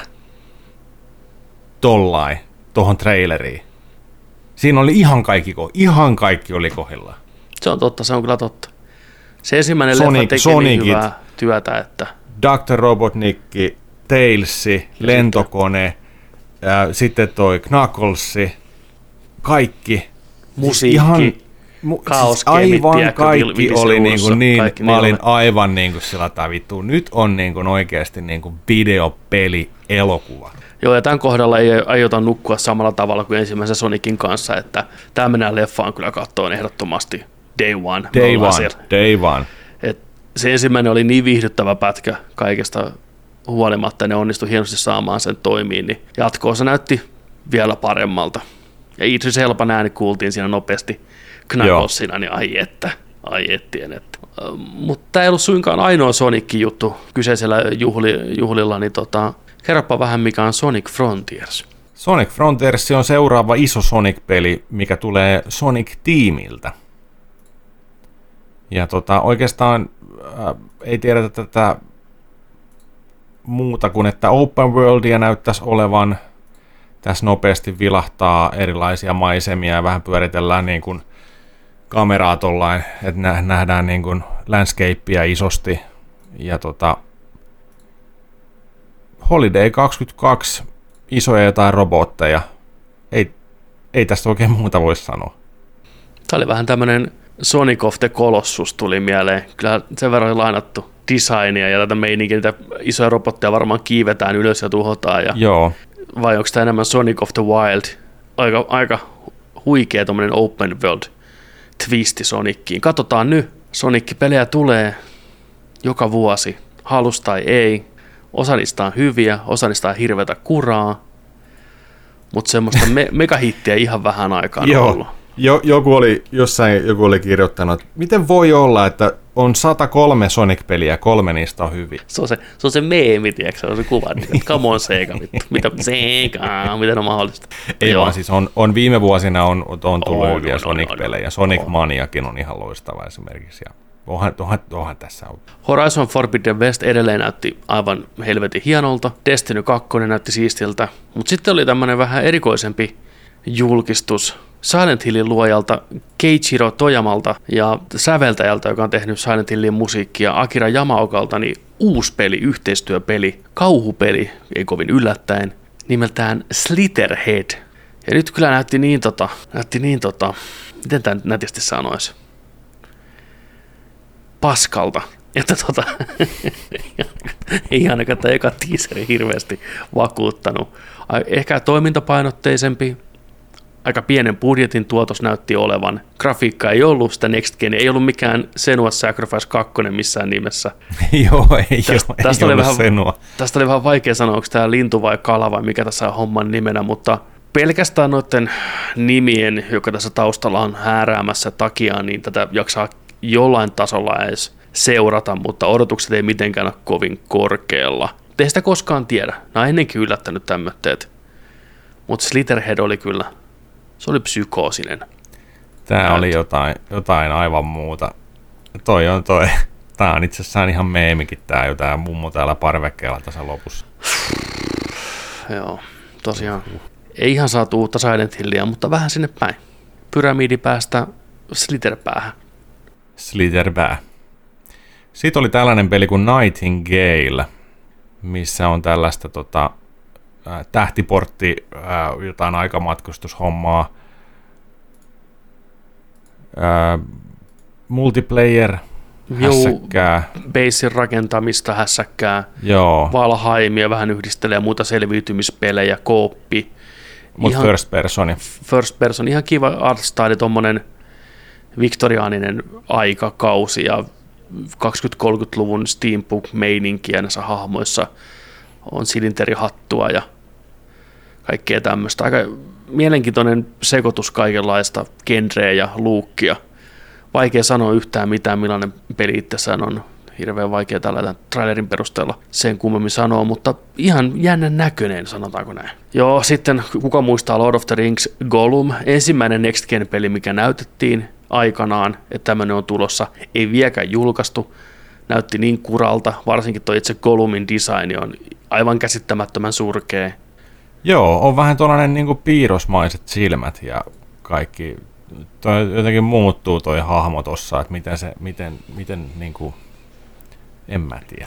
tohon traileriin. Siinä oli ihan kaikki oli kohdillaan. Se on totta, se on kyllä totta. Se ensimmäinen leffa teki niin hyvää työtä, että Dr. Robotnik, Tails, lentokone, sitten toi Knuckles, kaikki. Musiikki. Aivan kaikki oli niin, mä olin aivan niin kuin sillä tavalla vittu. Nyt on niin kuin oikeasti niin kuin videopeli elokuva. Joo, ja tämän kohdalla ei aiota nukkua samalla tavalla kuin ensimmäisen Sonicin kanssa, että tämä mennään leffaan kyllä kattoon ehdottomasti day one. Et se ensimmäinen oli niin viihdyttävä pätkä kaikesta huolimatta, ne onnistui hienosti saamaan sen toimiin, niin jatkoon se näytti vielä paremmalta. Ja Idris Elban ääni kuultiin siinä nopeasti Knucklesina, niin ai ettien. Mutta tämä ei ollut suinkaan ainoa Sonic-juttu kyseisellä juhlilla, niin kerropa vähän mikä on Sonic Frontiers. Sonic Frontiers on seuraava iso Sonic-peli, mikä tulee Sonic-tiimiltä. Ja oikeastaan ei tiedetä tätä muuta kuin, että open worldia näyttäisi olevan. Tässä nopeasti vilahtaa erilaisia maisemia ja vähän pyöritellään niin kuin kameraa tollain, että nähdään niin kuin landscapea isosti. Ja Holiday 22, isoja jotain robotteja. Ei tästä oikein muuta voi sanoa. Tämä oli vähän tämmöinen Sonic of the Colossus tuli mieleen. Kyllä sen verran lainattu designia ja tätä meininkiä, niitä isoja robotteja varmaan kiivetään ylös ja tuhotaan. Joo. Vai onko tämä enemmän Sonic of the Wild? Aika huikea tuommoinen open world twisti Sonickiin. Katsotaan nyt. Sonic-pelejä tulee joka vuosi, halus tai ei. Osa niistä on hyviä, osa niistä on hirveätä kuraa. Mutta semmoista megahittiä ihan vähän aikaa on ollut. Joku oli kirjoittanut, että miten voi olla, että on 103 Sonic-peliä, 3 niistä on hyviä. Se on se meemi, tiedätkö? Se on se kuva, että come on Sega, vittu. Mitä Sega, miten on mahdollista? Ei vaan, siis on viime vuosina on tullut hyviä Sonic-pelejä. Sonic Maniakin on ihan loistava esimerkiksi. Ja onhan tässä on. Horizon Forbidden West edelleen näytti aivan helvetin hienolta. Destiny 2 näytti siistiltä. Mutta sitten oli tämmöinen vähän erikoisempi julkistus Silent Hillin luojalta Keiichiro Toyamalta ja säveltäjältä, joka on tehnyt Silent Hillin musiikkia, Akira Yamaokalta, niin uusi peli, yhteistyöpeli, kauhupeli, ei kovin yllättäen, nimeltään Slitherhead. Ja nyt kyllä näytti niin miten tämä nätisti sanoisi? Paskalta. Että ei ainakaan tämä eka teaseri hirveästi vakuuttanut. Ehkä toimintapainotteisempi, aika pienen budjetin tuotos näytti olevan. Grafiikka ei ollut sitä Next Gen, ei ollut mikään Senua's Sacrifice 2 missään nimessä. Joo, ei ollut Senua. Tästä oli vähän vaikea sanoa, onko tämä lintu vai kala vai mikä tässä on homman nimenä, mutta pelkästään noiden nimien, joka tässä taustalla on hääräämässä takia, niin tätä jaksaa jollain tasolla edes seurata, mutta odotukset ei mitenkään ole kovin korkealla. Ei sitä koskaan tiedä. Nämä on ennenkin yllättänyt tämmöitteet. Mutta Slitherhead oli kyllä, se oli psykoosinen. Tämä oli jotain aivan muuta. Tämä on itse asiassa ihan meemikin tämä mummo täällä parvekkeella tässä lopussa. Joo, tosiaan. Ei ihan saatu uutta Silent Hillia, mutta vähän sinne päin. Pyramidipäästä Slitherpäähän. Slitherpää. Sitten oli tällainen peli kuin Nightingale, missä on tällaista tähtiportti, jotain aikamatkustushommaa, multiplayer, hässäkkää. Basin rakentamista, hässäkkää, Joo. Valheimia, vähän yhdistelee muita selviytymispelejä, kooppi. Mutta first person, ihan kiva artstyle, tommonen viktoriaaninen aikakausi ja 20-30-luvun steampunk-meininkiä näissä hahmoissa. On silinterihattua ja kaikkea tämmöistä. Aika mielenkiintoinen sekoitus kaikenlaista genreä ja luukkia. Vaikea sanoa yhtään mitään, millainen peli itsessään on. Hirveän vaikea tällä trailerin perusteella sen kummemmin sanoa, mutta ihan jännän näköinen, sanotaanko näin. Joo, sitten kuka muistaa Lord of the Rings Gollum, ensimmäinen Next Gen-peli, mikä näytettiin aikanaan, että tämmöinen on tulossa, ei vieläkään julkaistu. Näytti niin kuralta, varsinkin tuo itse Gollumin design on aivan käsittämättömän surkea. Joo, on vähän tuollainen niin kuin piirrosmaiset silmät ja kaikki. Jotenkin muuttuu toi hahmo tossa, että miten niin kuin, en mä tiedä.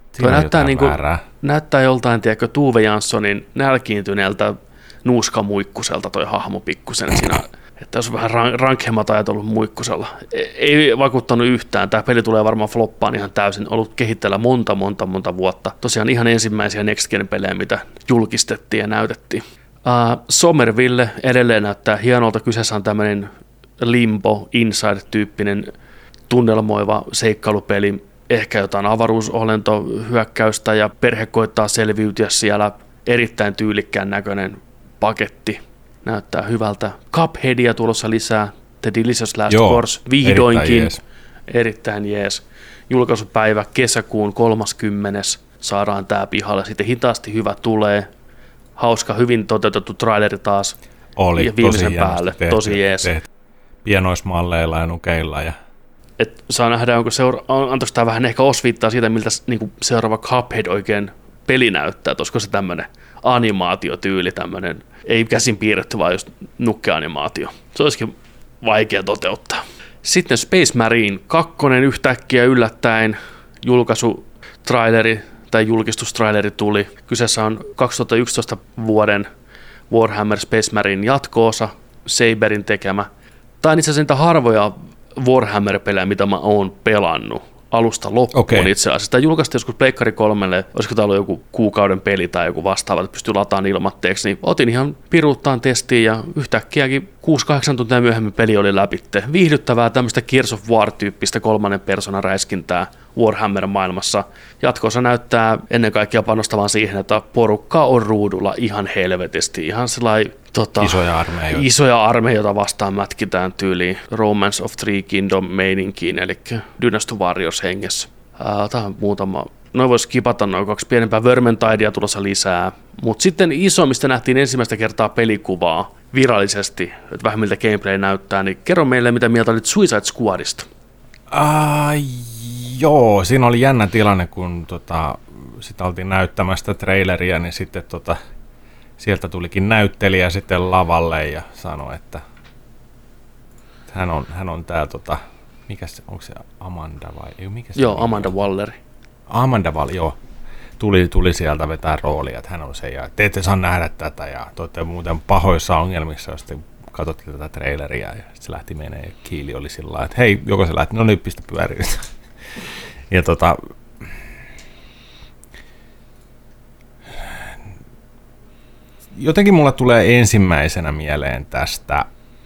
Näyttää joltain, tiedätkö, Tuve Janssonin nälkiintyneeltä nuuskamuikkuselta toi hahmo pikkusen siinä. Että jos vähän rankhemmat ajat ollut muikkusella. Ei vakuuttanut yhtään. Tämä peli tulee varmaan floppaan ihan täysin. Ollut kehitteillä monta vuotta. Tosiaan ihan ensimmäisiä Next Gen-pelejä, mitä julkistettiin ja näytettiin. Somerville edelleen näyttää hienolta. Kyseessä on tämmöinen Limbo Inside-tyyppinen tunnelmoiva seikkailupeli. Ehkä jotain avaruusolentohyökkäystä ja perhe koittaa selviytyä siellä. Erittäin tyylikkään näköinen paketti. Näyttää hyvältä. Cupheadia tulossa lisää. The Delicious Last Course. Vihdoinkin. Erittäin jees. Julkaisupäivä kesäkuun 30. Saadaan tää pihalle. Sitten hitaasti hyvä tulee. Hauska, hyvin toteutettu traileri taas. Oli ja viimeisen päälle. Tosi jees. Pienoismalleilla ja nukeilla. Ja et saa nähdä, antoiko tämä vähän ehkä osviittaa siitä, miltä niin seuraava Cuphead oikein peli näyttää. Olisiko se tämmöinen animaatiotyyli, tämmöinen, ei käsin piirretty, vaan just nukkeanimaatio. Se olisikin vaikea toteuttaa. Sitten Space Marine 2 yhtäkkiä yllättäen julkaisutraileri tai julkistustraileri tuli. Kyseessä on 2011 vuoden Warhammer Space Marine jatko-osa, Saberin tekemä. Tämä on itse asiassa niitä harvoja Warhammer-pelejä, mitä mä oon pelannut. alusta loppuun itse asiassa. Tämä julkaistiin joskus Pleikkari 3:lle, olisiko tämä ollut joku kuukauden peli tai joku vastaava, että pystyy lataamaan ilmatteeksi, niin otin ihan piruuttaan testiin ja yhtäkkiäkin 6-8 tuntia myöhemmin peli oli läpitte. Viihdyttävää tämmöistä Gears of War-tyyppistä kolmannen persoonan räiskintää Warhammer-maailmassa. Jatkossa näyttää ennen kaikkea panostavan siihen, että porukkaa on ruudulla ihan helvetisti, ihan sellainen isoja armeijoita vastaan mätkitään tyyliin Romance of Three Kingdom meininkiin, eli Dynasty Warriors hengessä. Tämä on muutama. Noin voisi skipata noin 2 pienempää Vermintideä tulossa lisää. Mutta sitten iso, mistä nähtiin ensimmäistä kertaa pelikuvaa virallisesti, että vähän miltä gameplay näyttää, niin kerro meille, mitä mieltä olit Suicide Squadista. Joo, siinä oli jännä tilanne, kun sitä oltiin näyttämästä traileria, niin sitten sieltä tulikin näyttelijä sitten lavalle ja sanoi, että hän on tää mikä se, onko se Amanda vai ei, mikä se? Joo, Amanda Walleri. Joo. Tuli sieltä vetää roolia, että hän on se ja te ette saa nähdä tätä ja te olette muuten pahoissa ongelmissa, jos te katsotte tätä traileria ja sitten se lähti menee ja Kiili oli sillä lailla, että hei, joko se lähti, no nyt pistä pyöriä. Ja jotenkin mulle tulee ensimmäisenä mieleen tästä,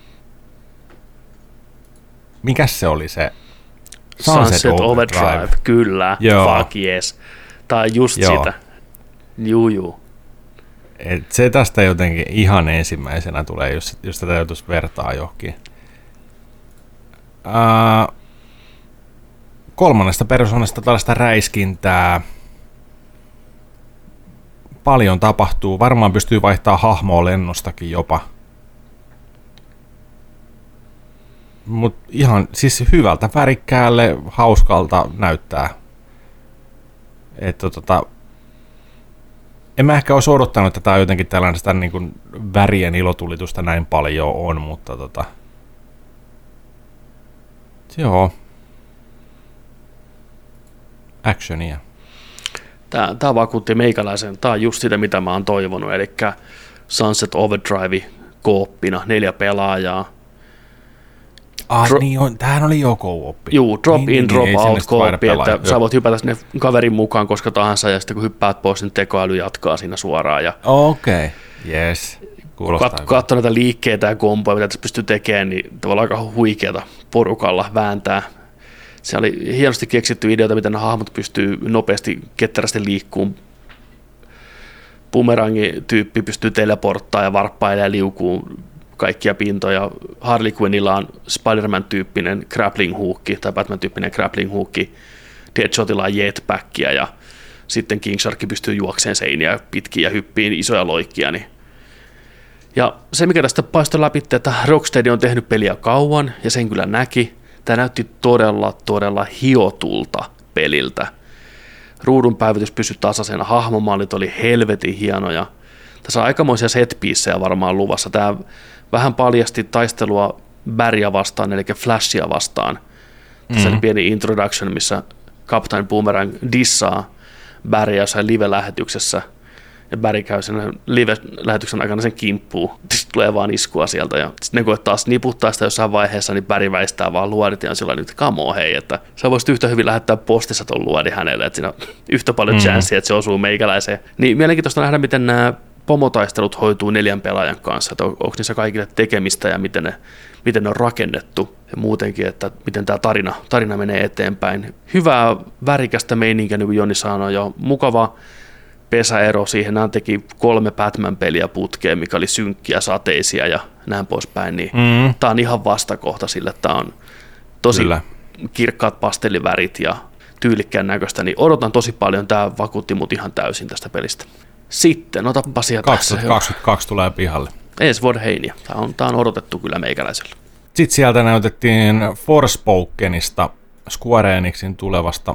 mikäs se oli se? Sunset Overdrive, kyllä, joo. Fuck yes. Tai just joo. Sitä. Juu. Et se tästä jotenkin ihan ensimmäisenä tulee, jos tätä joutuisi vertaa johonkin. Kolmannesta persoonasta tällaista räiskintää. Paljon tapahtuu. Varmaan pystyy vaihtaa hahmoa lennostakin jopa. Mut ihan siis hyvältä, värikkäälle, hauskalta näyttää. Että en mä ehkä olisi odottanut, että tää jotenkin tällaista niin kuin värien ilotulitusta näin paljon on, mutta joo. Actionia. Tää vakuutti meikäläisen. Tää on just sitä, mitä mä oon toivonut. Eli Sunset Overdrive kooppina, 4 pelaajaa. Tämähän oli jo co-oppi. Juu, drop in, drop out co-oppi, että sä voit hypätä sinne kaverin mukaan koska tahansa, ja sitten kun hyppäät pois, niin tekoäly jatkaa siinä suoraan. Okei, yes. Katso näitä liikkeitä ja kompoja, mitä tässä pystyy tekemään, niin tavallaan aika huikeata porukalla vääntää. Se oli hienosti keksitty ideota, miten nämä hahmot pystyy nopeasti, ketterästi liikkuun. Bumerangi-tyyppi pystyy teleporttaa ja varppailemaan ja liukuun kaikkia pintoja. Harley Quinnilla on Spider-Man-tyyppinen grappling hookki tai Batman-tyyppinen grappling hookki. Deadshotilla on jetpackia ja sitten King Shark pystyy juokseen seiniä pitkin ja hyppiin isoja loikkia. Niin. Ja se, mikä tästä paistoi läpi, että Rocksteady on tehnyt peliä kauan ja sen kyllä näki. Tämä näytti todella hiotulta peliltä. Ruudun päivitys pysyi tasaisena, hahmomallit oli helvetin hienoja. Tässä on aikamoisia set-piecejä varmaan luvassa. Tämä vähän paljasti taistelua Barrya vastaan, eli Flashia vastaan. Tässä oli pieni introduction, missä Captain Boomerang dissaa Barrya jossain live-lähetyksessä. Ja Barry käy sen live-lähetyksen aikana sen kimppuun. Sitten tulee vaan iskua sieltä. Ja sitten ne koet taas niputtaa sitä jossain vaiheessa, niin Barry väistää vaan luodit. Ja on sillä nyt kamo hei, että sä voisit yhtä hyvin lähettää postissa ton luodin hänelle. Että siinä on yhtä paljon chanssia, että se osuu meikäläiseen. Niin mielenkiintoista nähdä, miten nämä pomotaistelut hoituu 4 pelaajan kanssa. Että onko niissä kaikille tekemistä ja miten ne on rakennettu. Ja muutenkin, että miten tämä tarina menee eteenpäin. Hyvää värikästä meininkiä, niin kuin Joni sanoi jo. Mukava pesäero siihen. Nämä teki 3 Batman-peliä putkeen, mikä oli synkkiä, sateisia ja näin poispäin. Niin tämä on ihan vastakohta sille. Tämä on tosi kirkkaat pastellivärit ja tyylikkään näköistä. Niin odotan tosi paljon. Tämä vakuutti mut ihan täysin tästä pelistä. Sitten, otapa sieltä. 2022 tulee pihalle. Ensi vuoden heiniä. Tämä on odotettu kyllä meikäläisellä. Sitten sieltä näytettiin Forspokenista, Square Enixin tulevasta.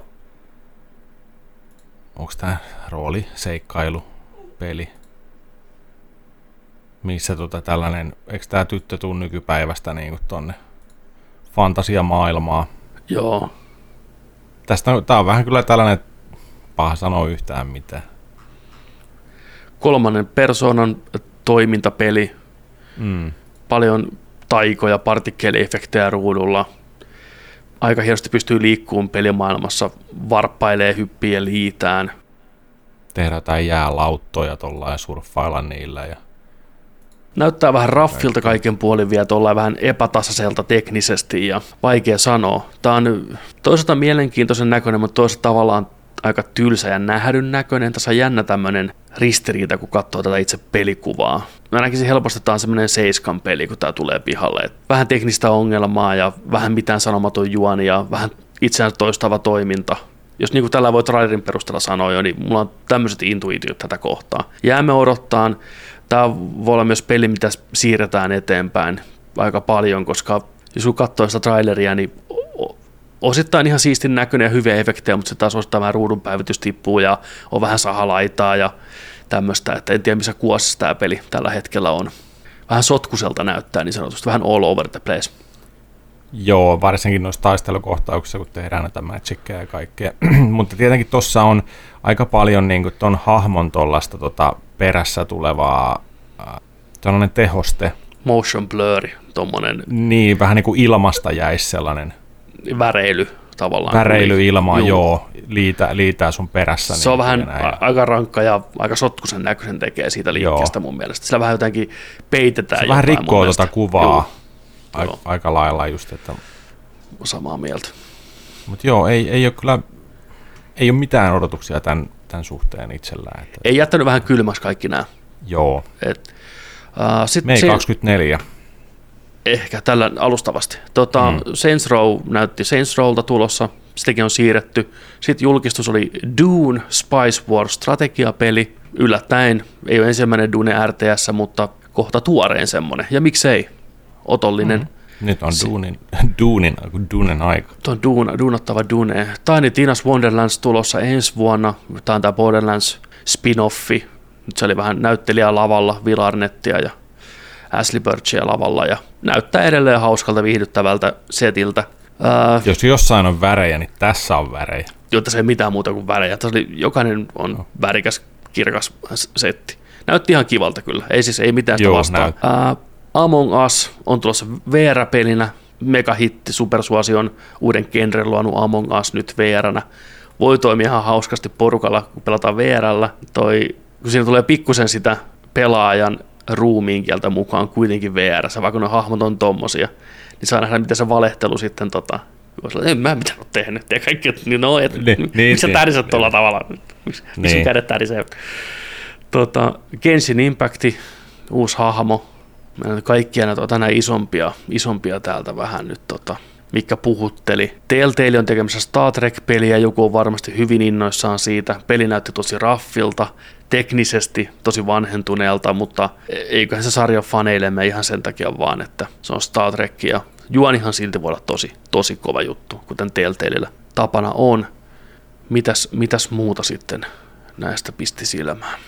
Onko tämä rooli, seikkailu, peli? Missä tällainen, eikö tämä tyttö tuu nykypäivästä niin tonne fantasiamaailmaa? Joo. Tämä on vähän kyllä tällainen, paha sanoa yhtään mitään. 3. persoonan toimintapeli. Paljon taikoja, partikkeli-efektejä ruudulla. aika hienosti pystyy liikkumaan pelimaailmassa, varppailee, hyppii ja liitään. Tehdä jotain jäälauttoja tuolla ja surffailla niillä. Ja Näyttää vähän raffilta kaiken puolin vielä, tuolla vähän epätasaiselta teknisesti ja vaikea sanoa. Tämä on toisaalta mielenkiintoisen näköinen, mutta toisaalta tavallaan aika tylsä ja nähdyn näköinen. Tässä on jännä tämmöinen ristiriita, kun katsoo tätä itse pelikuvaa. Mä näkisin helposti, että tämä on semmoinen 7 peli, kun tämä tulee pihalle. Et vähän teknistä ongelmaa ja vähän mitään sanomaton juoni ja vähän itseään toistava toiminta. Jos niin kuin tällä voi trailerin perusteella sanoa jo, niin mulla on tämmöiset intuitiot tätä kohtaa. Jäämme odottaan. Tämä voi olla myös peli, mitä siirretään eteenpäin aika paljon, koska jos kun katsoo sitä traileria, niin osittain ihan siistin näköinen ja hyviä efektejä, mutta se taas osittain vähän ruudunpäivitys tippuu ja on vähän sahalaitaa ja tämmöistä, että en tiedä missä kuosissa tämä peli tällä hetkellä on. Vähän sotkuselta näyttää niin sanotusti, vähän all over the place. Joo, varsinkin noissa taistelukohtauksissa, kun tehdään näitä magickeja ja kaikkea. Mutta tietenkin tuossa on aika paljon niin ton hahmon tuollaista perässä tulevaa sellainen tehoste. Motion blurry, tommonen. Niin, vähän niin kuin ilmasta jäisi sellainen. Väreily tavallaan. Väreilyilmaa, joo, liitää sun perässä. Se on vähän aika rankka ja aika sotkusen näköisen tekee siitä liikkeestä mun mielestä. Sillä vähän jotenkin peitetään. Se vähän rikkoo tuota kuvaa aika lailla just, että samaa mieltä. Mutta joo, ei ole kyllä, ei ole mitään odotuksia tämän suhteen itsellään. Että ei jättänyt vähän kylmäksi kaikki nämä. Joo. Mei 24. Ehkä tällä alustavasti. Saints Row näytti Saints Rowlta tulossa, sitäkin on siirretty. Sitten julkistus oli Dune Spice Wars strategiapeli. Yllättäen, ei ole ensimmäinen Dune RTS, mutta kohta tuoreen semmoinen. Ja miksei? Otollinen. Mm-hmm. Nyt on Dunen aika. Tuo on duunattava Dune. Tiny Tina's Wonderlands tulossa ensi vuonna. Tämä on tämä Borderlands spin-offi. Nyt se oli vähän näyttelijää lavalla, Will Arnettia ja Ashley Burchia lavalla. Ja näyttää edelleen hauskalta, viihdyttävältä setiltä. Jos jossain on värejä, niin tässä on värejä. Jotta se ei mitään muuta kuin värejä. Jokainen on värikäs, kirkas setti. Näytti ihan kivalta kyllä. Ei mitään sitä vastaan. Among Us on tulossa VR-pelinä, megahitti, supersuosion uuden genren luonut Among Us nyt VR-nä. Voi toimia ihan hauskasti porukalla, kun pelataan VR-llä. Kun siinä tulee pikkusen sitä pelaajan ruumiin kieltä mukaan kuitenkin VR-ssä, vaikka ne hahmot on tommosia, niin saa nähdä, miten se valehtelu sitten, en mä mitään ole tehnyt, ja kaikki, miksi sä täriset tuolla tavalla, miksi kädet tärisee. Genshin Impacti, uusi hahmo, kaikkia näitä isompia täältä vähän nyt, mikä puhutteli. Telltale on tekemässä Star Trek-peliä, joku on varmasti hyvin innoissaan siitä. Peli näytti tosi raffilta, teknisesti tosi vanhentuneelta, mutta eiköhän se sarja faneilemme ihan sen takia vaan, että se on Star Trek ja juonihan silti voi olla tosi kova juttu, kuten Telltaleillä tapana on. Mitäs muuta sitten näistä pisti silmään?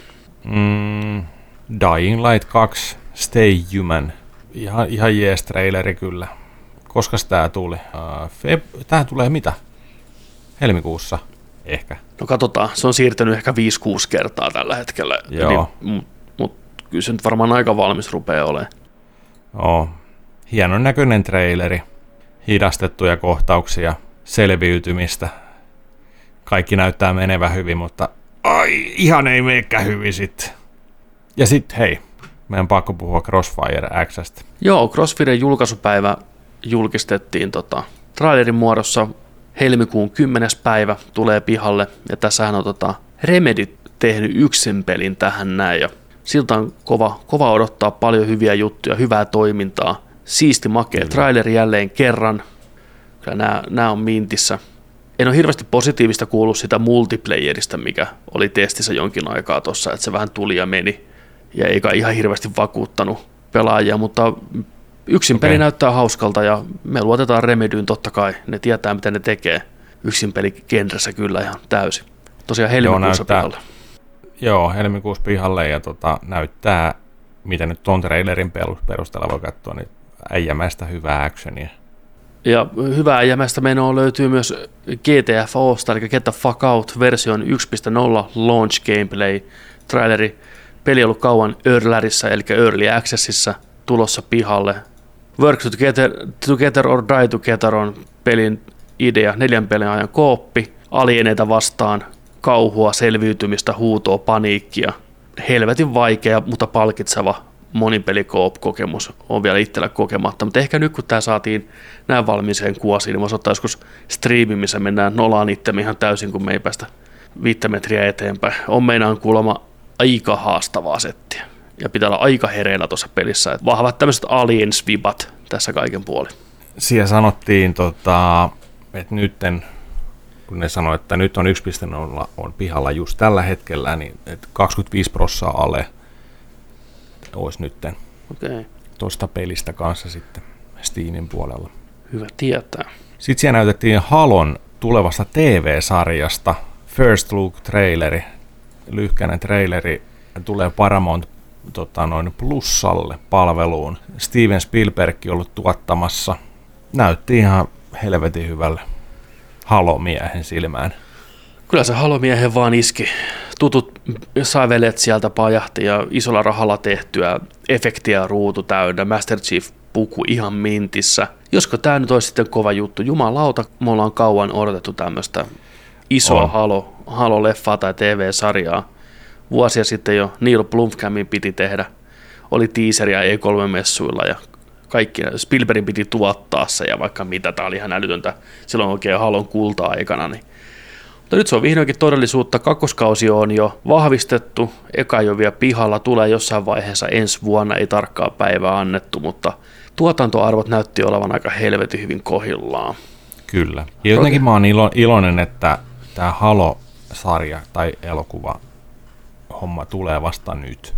Dying Light 2, Stay Human. Ihan jees traileri kyllä. Koska tää tuli? Tää tulee mitä? Helmikuussa ehkä. No katsotaan, se on siirtynyt ehkä 5-6 kertaa tällä hetkellä. Joo. Mutta kyllä se nyt varmaan aika valmis rupeaa olemaan. Joo. Hienon näköinen traileri. Hidastettuja kohtauksia, selviytymistä. Kaikki näyttää menevän hyvin, mutta ihan ei meekään hyvin sitten. Ja sitten hei, meidän pakko puhua Crossfire X:stä. Joo, Crossfiren julkaisupäivä julkistettiin trailerin muodossa. Helmikuun 10. päivä tulee pihalle, ja tässähän on Remedy tehnyt yksin pelin tähän näin, ja siltä on kova odottaa paljon hyviä juttuja, hyvää toimintaa, siisti makea traileri jälleen kerran, kyllä nämä on mintissä. En ole hirveästi positiivista kuullut sitä multiplayerista, mikä oli testissä jonkin aikaa tuossa, että se vähän tuli ja meni, ja eikä ihan hirveästi vakuuttanut pelaajia, mutta yksin peli näyttää hauskalta ja me luotetaan Remedyyn totta kai. Ne tietää, mitä ne tekee. Yksin peli genressä kyllä ihan täysin. Tosiaan helmikuussa pihalle. Joo, helmikuussa pihalle ja näyttää, mitä nyt tuon trailerin perusteella voi katsoa, niin äijämäistä hyvää actionia. Ja hyvää äijämäistä menoa löytyy myös GTFOsta, eli Get the Fuck Out version 1.0 launch gameplay traileri. Peli on ollut kauan Earlyrissä, eli Early Accessissa, tulossa pihalle. Work Together or Die Together on pelin idea, 4 pelin ajan kooppi, alieneita vastaan, kauhua, selviytymistä, huutoa, paniikkia. Helvetin vaikea, mutta palkitseva monipeli-koop-kokemus on vielä itsellä kokematta, mutta ehkä nyt kun tämä saatiin näin valmiiseen kuosiin, niin voisi ottaa joskus striimi, missä mennään nolaan itsemme ihan täysin, kun me ei päästä 5 metriä eteenpäin. On meinaan kuulemma aika haastavaa settiä. Ja pitää olla aika hereillä tuossa pelissä. Että vahvat tämmöiset aliens-vibat tässä kaiken puolin. Siellä sanottiin, että nytten, kun ne sanoi, että nyt on 1.0 on pihalla just tällä hetkellä, niin että 25% alle olisi nytten tuosta pelistä kanssa sitten Steamin puolella. Hyvä tietää. Sitten siellä näytettiin Halon tulevasta TV-sarjasta First Look-traileri, lyhkäinen traileri, tulee Paramount Plusalle palveluun. Steven Spielberg on ollut tuottamassa. Näytti ihan helvetin hyvälle Halo-miehen silmään. Kyllä se Halo-miehen vaan iski. Tutut sävelet sieltä pajahti ja isolla rahalla tehtyä efektiä ruutu täynnä. Master Chief-puku ihan mintissä. Josko tämä nyt olisi sitten kova juttu? Jumalauta, me ollaan kauan odotettu tämmöistä isoa Halo-leffaa tai TV-sarjaa. Vuosia sitten jo Neil Blomkampin piti tehdä. Oli teaseria E3-messuilla ja kaikki. Spielbergin piti tuottaa se ja vaikka mitä. Tämä oli ihan älytöntä silloin oikein Halon kulta-aikana. Niin. Mutta nyt se on vihdoinkin todellisuutta. Kakkoskausi on jo vahvistettu. Eka jo vielä pihalla. Tulee jossain vaiheessa ensi vuonna. Ei tarkkaa päivää annettu, mutta tuotantoarvot näytti olevan aika helvetin hyvin kohillaan. Kyllä. Ja jotenkin mä oon iloinen, että tämä Halo-sarja tai elokuva homma tulee vasta nyt.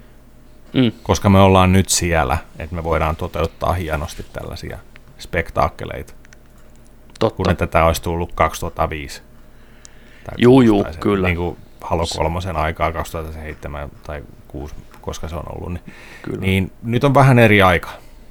Koska me ollaan nyt siellä, että me voidaan toteuttaa hienosti tällaisia spektaakkeleita. Totta. Kun tätä olisi tullut 2005. Juu, kyllä. Niin kuin Halo 3 aikaa 2007 tai 2006, koska se on ollut. Niin nyt on vähän eri aika.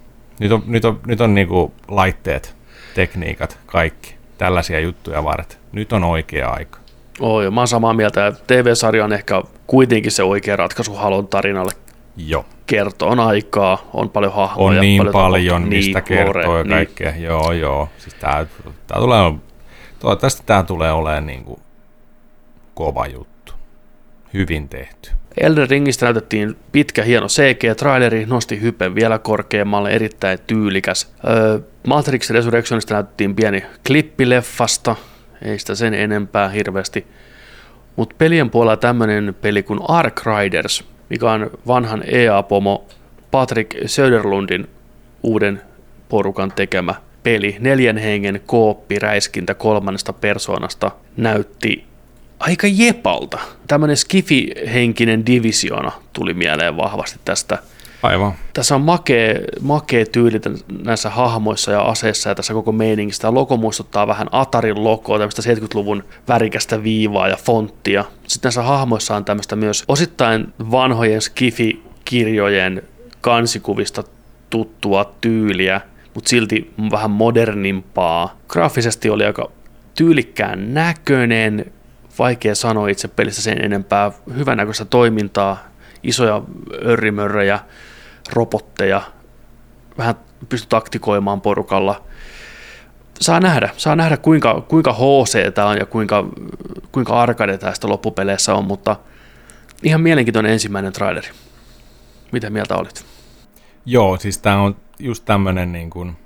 Nyt on niin kuin laitteet, tekniikat, kaikki. Tällaisia juttuja varten. Nyt on oikea aika. Joo, mä oon samaa mieltä. TV-sarja on ehkä kuitenkin se oikea ratkaisu Halon tarinalle. Joo. Kertoo on aikaa, on paljon hahmoja. On niin paljon, mistä kertoo ja kaikkea. Joo. Siis toivottavasti tää tulee olemaan niin kuin kova juttu. Hyvin tehty. Elden Ringistä näytettiin pitkä, hieno CG-traileri, nosti hypen vielä korkeammalle, erittäin tyylikäs. Matrix Resurrectionista näytettiin pieni klippileffasta, ei sitä sen enempää hirveästi. Mutta pelien puolella tämmöinen peli kuin Ark Riders, mikä on vanhan EA-pomo Patrick Söderlundin uuden porukan tekemä peli. 4 hengen kooppi räiskintä 3. persoonasta näytti aika jepalta. Tämmöinen skifi-henkinen divisiona tuli mieleen vahvasti tästä. Aivan. Tässä on makea tyyli näissä hahmoissa ja aseissa ja tässä koko meiningistä. Tämä logo muistuttaa vähän Atarin logoa, tämmöistä 70-luvun värikästä viivaa ja fonttia. Sitten näissä hahmoissa on tämmöistä myös osittain vanhojen skifi-kirjojen kansikuvista tuttua tyyliä, mutta silti vähän modernimpaa. Graafisesti oli aika tyylikkään näköinen, vaikea sanoa itse pelissä sen enempää, hyvänäköistä toimintaa, isoja örrimörrejä, robotteja, vähän pystyy taktikoimaan porukalla. Saa nähdä kuinka HC tämä on ja kuinka arcade tästä loppupeleissä on, mutta ihan mielenkiintoinen ensimmäinen traileri. Mitä mieltä olit? Joo, siis tämä on just tämmöinen niin kuin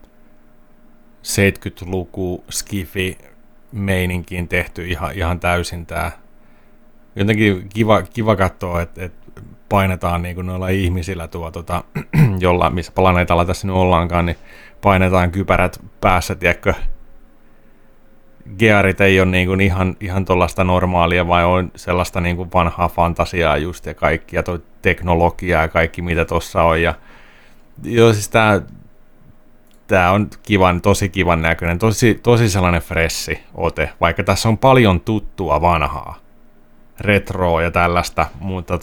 70-luku skifi meininkiin tehty ihan täysin tämä. Jotenkin kiva katsoa, että painetaan niin kuin noilla ihmisillä jolla, missä planeetalla tässä nyt ollaankaan, niin painetaan kypärät päässä, tiedätkö. Gearit ei ole niin kuin ihan tuollaista normaalia, vai on sellaista niin kuin vanhaa fantasiaa just ja kaikki, ja toi teknologiaa ja kaikki, mitä tuossa on. Ja, joo, siis tämä on tosi kivan näköinen, tosi sellainen fressi ote, vaikka tässä on paljon tuttua vanhaa, retroa ja tällaista, mutta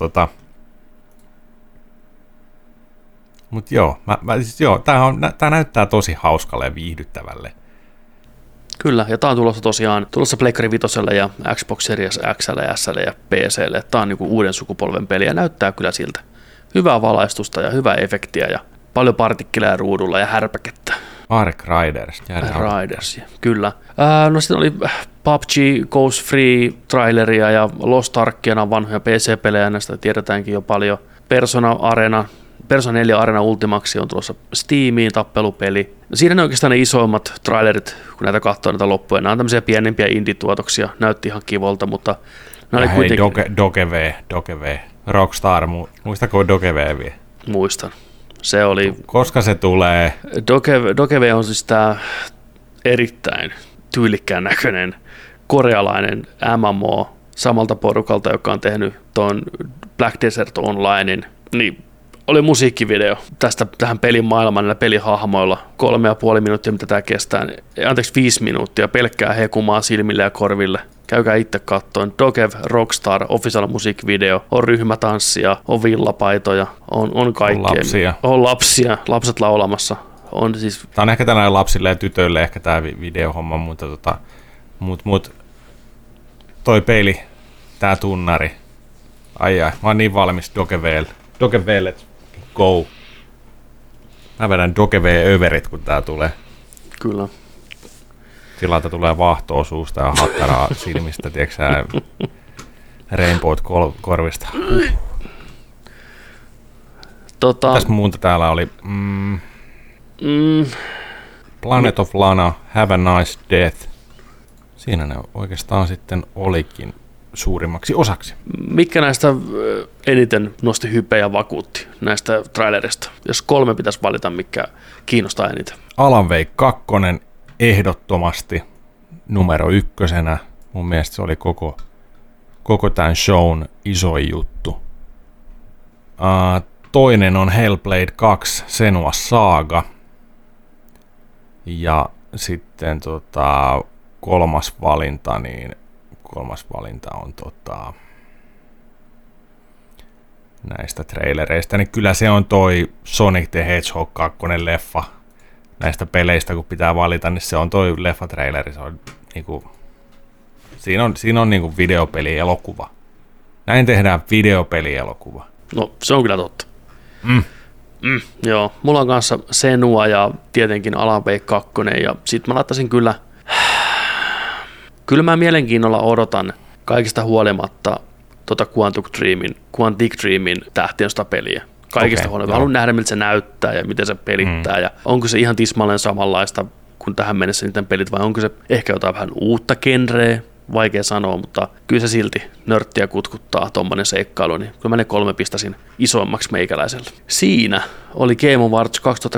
tämä näyttää tosi hauskalle ja viihdyttävälle. Kyllä, ja tämä on tulossa Pleikkari 5:lle ja Xbox Series X:lle, S:lle ja PC:lle. Tämä on niinku uuden sukupolven peli ja näyttää kyllä siltä. Hyvää valaistusta ja hyvää efektiä ja paljon partikkeleja ruudulla ja härpäkettä. Ark Riders. Riders, kyllä. No sitten oli PUBG Goes Free traileria ja Lost Arkia, on vanhoja PC-pelejä, näistä tiedetäänkin jo paljon. Persona 4 Arena Ultimaxi on tulossa Steamiin, tappelupeli. No siinä ne oikeastaan ne isoimmat trailerit, kun näitä katsoo näitä loppuja. Nämä on tämmöisiä pienempiä indie-tuotoksia, näytti ihan kivolta, mutta ne oli kuitenkin... Doge Rockstar, muistako Doge vielä? Muistan. Se oli... Koska se tulee? Doge on siis tämä erittäin tyylikkään näköinen korealainen MMO samalta porukalta, joka on tehnyt tuon Black Desert Onlinein, niin oli musiikkivideo tähän pelin maailmaan näillä pelihahmoilla. 3,5 minuuttia, mitä tämä kestää. 5 minuuttia pelkkää hekumaa silmille ja korville. Käykää itse kattoon. Dogev Rockstar official musiikkivideo. On ryhmätanssia, on villapaitoja, on kaikkea. On lapsia, lapset laulamassa. On siis... Tämä on ehkä tällainen lapsille ja tytöille ehkä tämä videohomma, mutta toi peli, tämä tunnari. Ai, mä oon niin valmis Dogevel, let's go. Mä vedän Doge-överit, kun tää tulee. Kyllä. Sillä että tulee vaahtoa suusta ja hattaraa silmistä, tiedätkö sä, rainbowt korvista. Mitäs muuta täällä oli? Planet of Lana, Have a Nice Death. Siinä ne oikeastaan sitten olikin suurimmaksi osaksi. Mikä näistä eniten nosti hypeä ja vakuutti näistä trailerista? Jos 3 pitäisi valita, mikä kiinnostaa eniten. Alan Wake 2 ehdottomasti numero 1. Mun mielestä se oli koko tämän shown isoin juttu. Toinen on Hellblade 2 Senua Saga. Ja sitten kolmas valinta on näistä trailereista, niin kyllä se on toi Sonic the Hedgehog 2 leffa näistä peleistä, kun pitää valita, niin se on toi leffa-traileri, se on niinku, siinä on niinku videopeli-elokuva. Näin tehdään videopeli-elokuva. No, se on kyllä totta. Joo, mulla on kanssa Senua ja tietenkin Alan Wake 2, ja sit mä laittaisin kyllä mä mielenkiinnolla odotan kaikista huolimatta Quantic Dreamin tähtiöstä peliä. Kaikista huolimatta. Haluan nähdä, miltä se näyttää ja miten se pelittää ja onko se ihan tismalleen samanlaista kuin tähän mennessä niiden pelit vai onko se ehkä jotain vähän uutta genreä. Vaikea sanoa, mutta kyllä se silti nörttiä kutkuttaa tuommoinen seikkailu, niin kyllä mä ne 3 pistäisin isommaksi meikäläiselle. Siinä oli Game Awards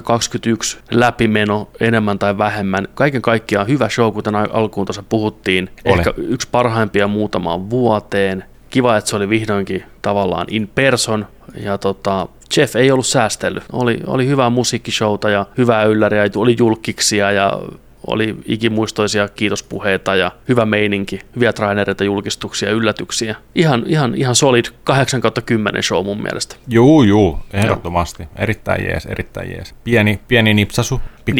2021 läpimeno enemmän tai vähemmän. Kaiken kaikkiaan hyvä show, kuten alkuun tuossa puhuttiin. Oli. Ehkä yksi parhaimpia muutamaan vuoteen. Kiva, että se oli vihdoinkin tavallaan in person. Ja Jeff ei ollut säästellyt. Oli hyvää musiikkishowta ja hyvää ylläriä, oli julkkiksia ja oli ikimuistoisia kiitospuheita ja hyvä meininki, hyviä trainereita, julkistuksia, yllätyksiä. Ihan solid 8/10 show mun mielestä. Juu, ehdottomasti. Joo. Erittäin jees. Pieni nipsasu.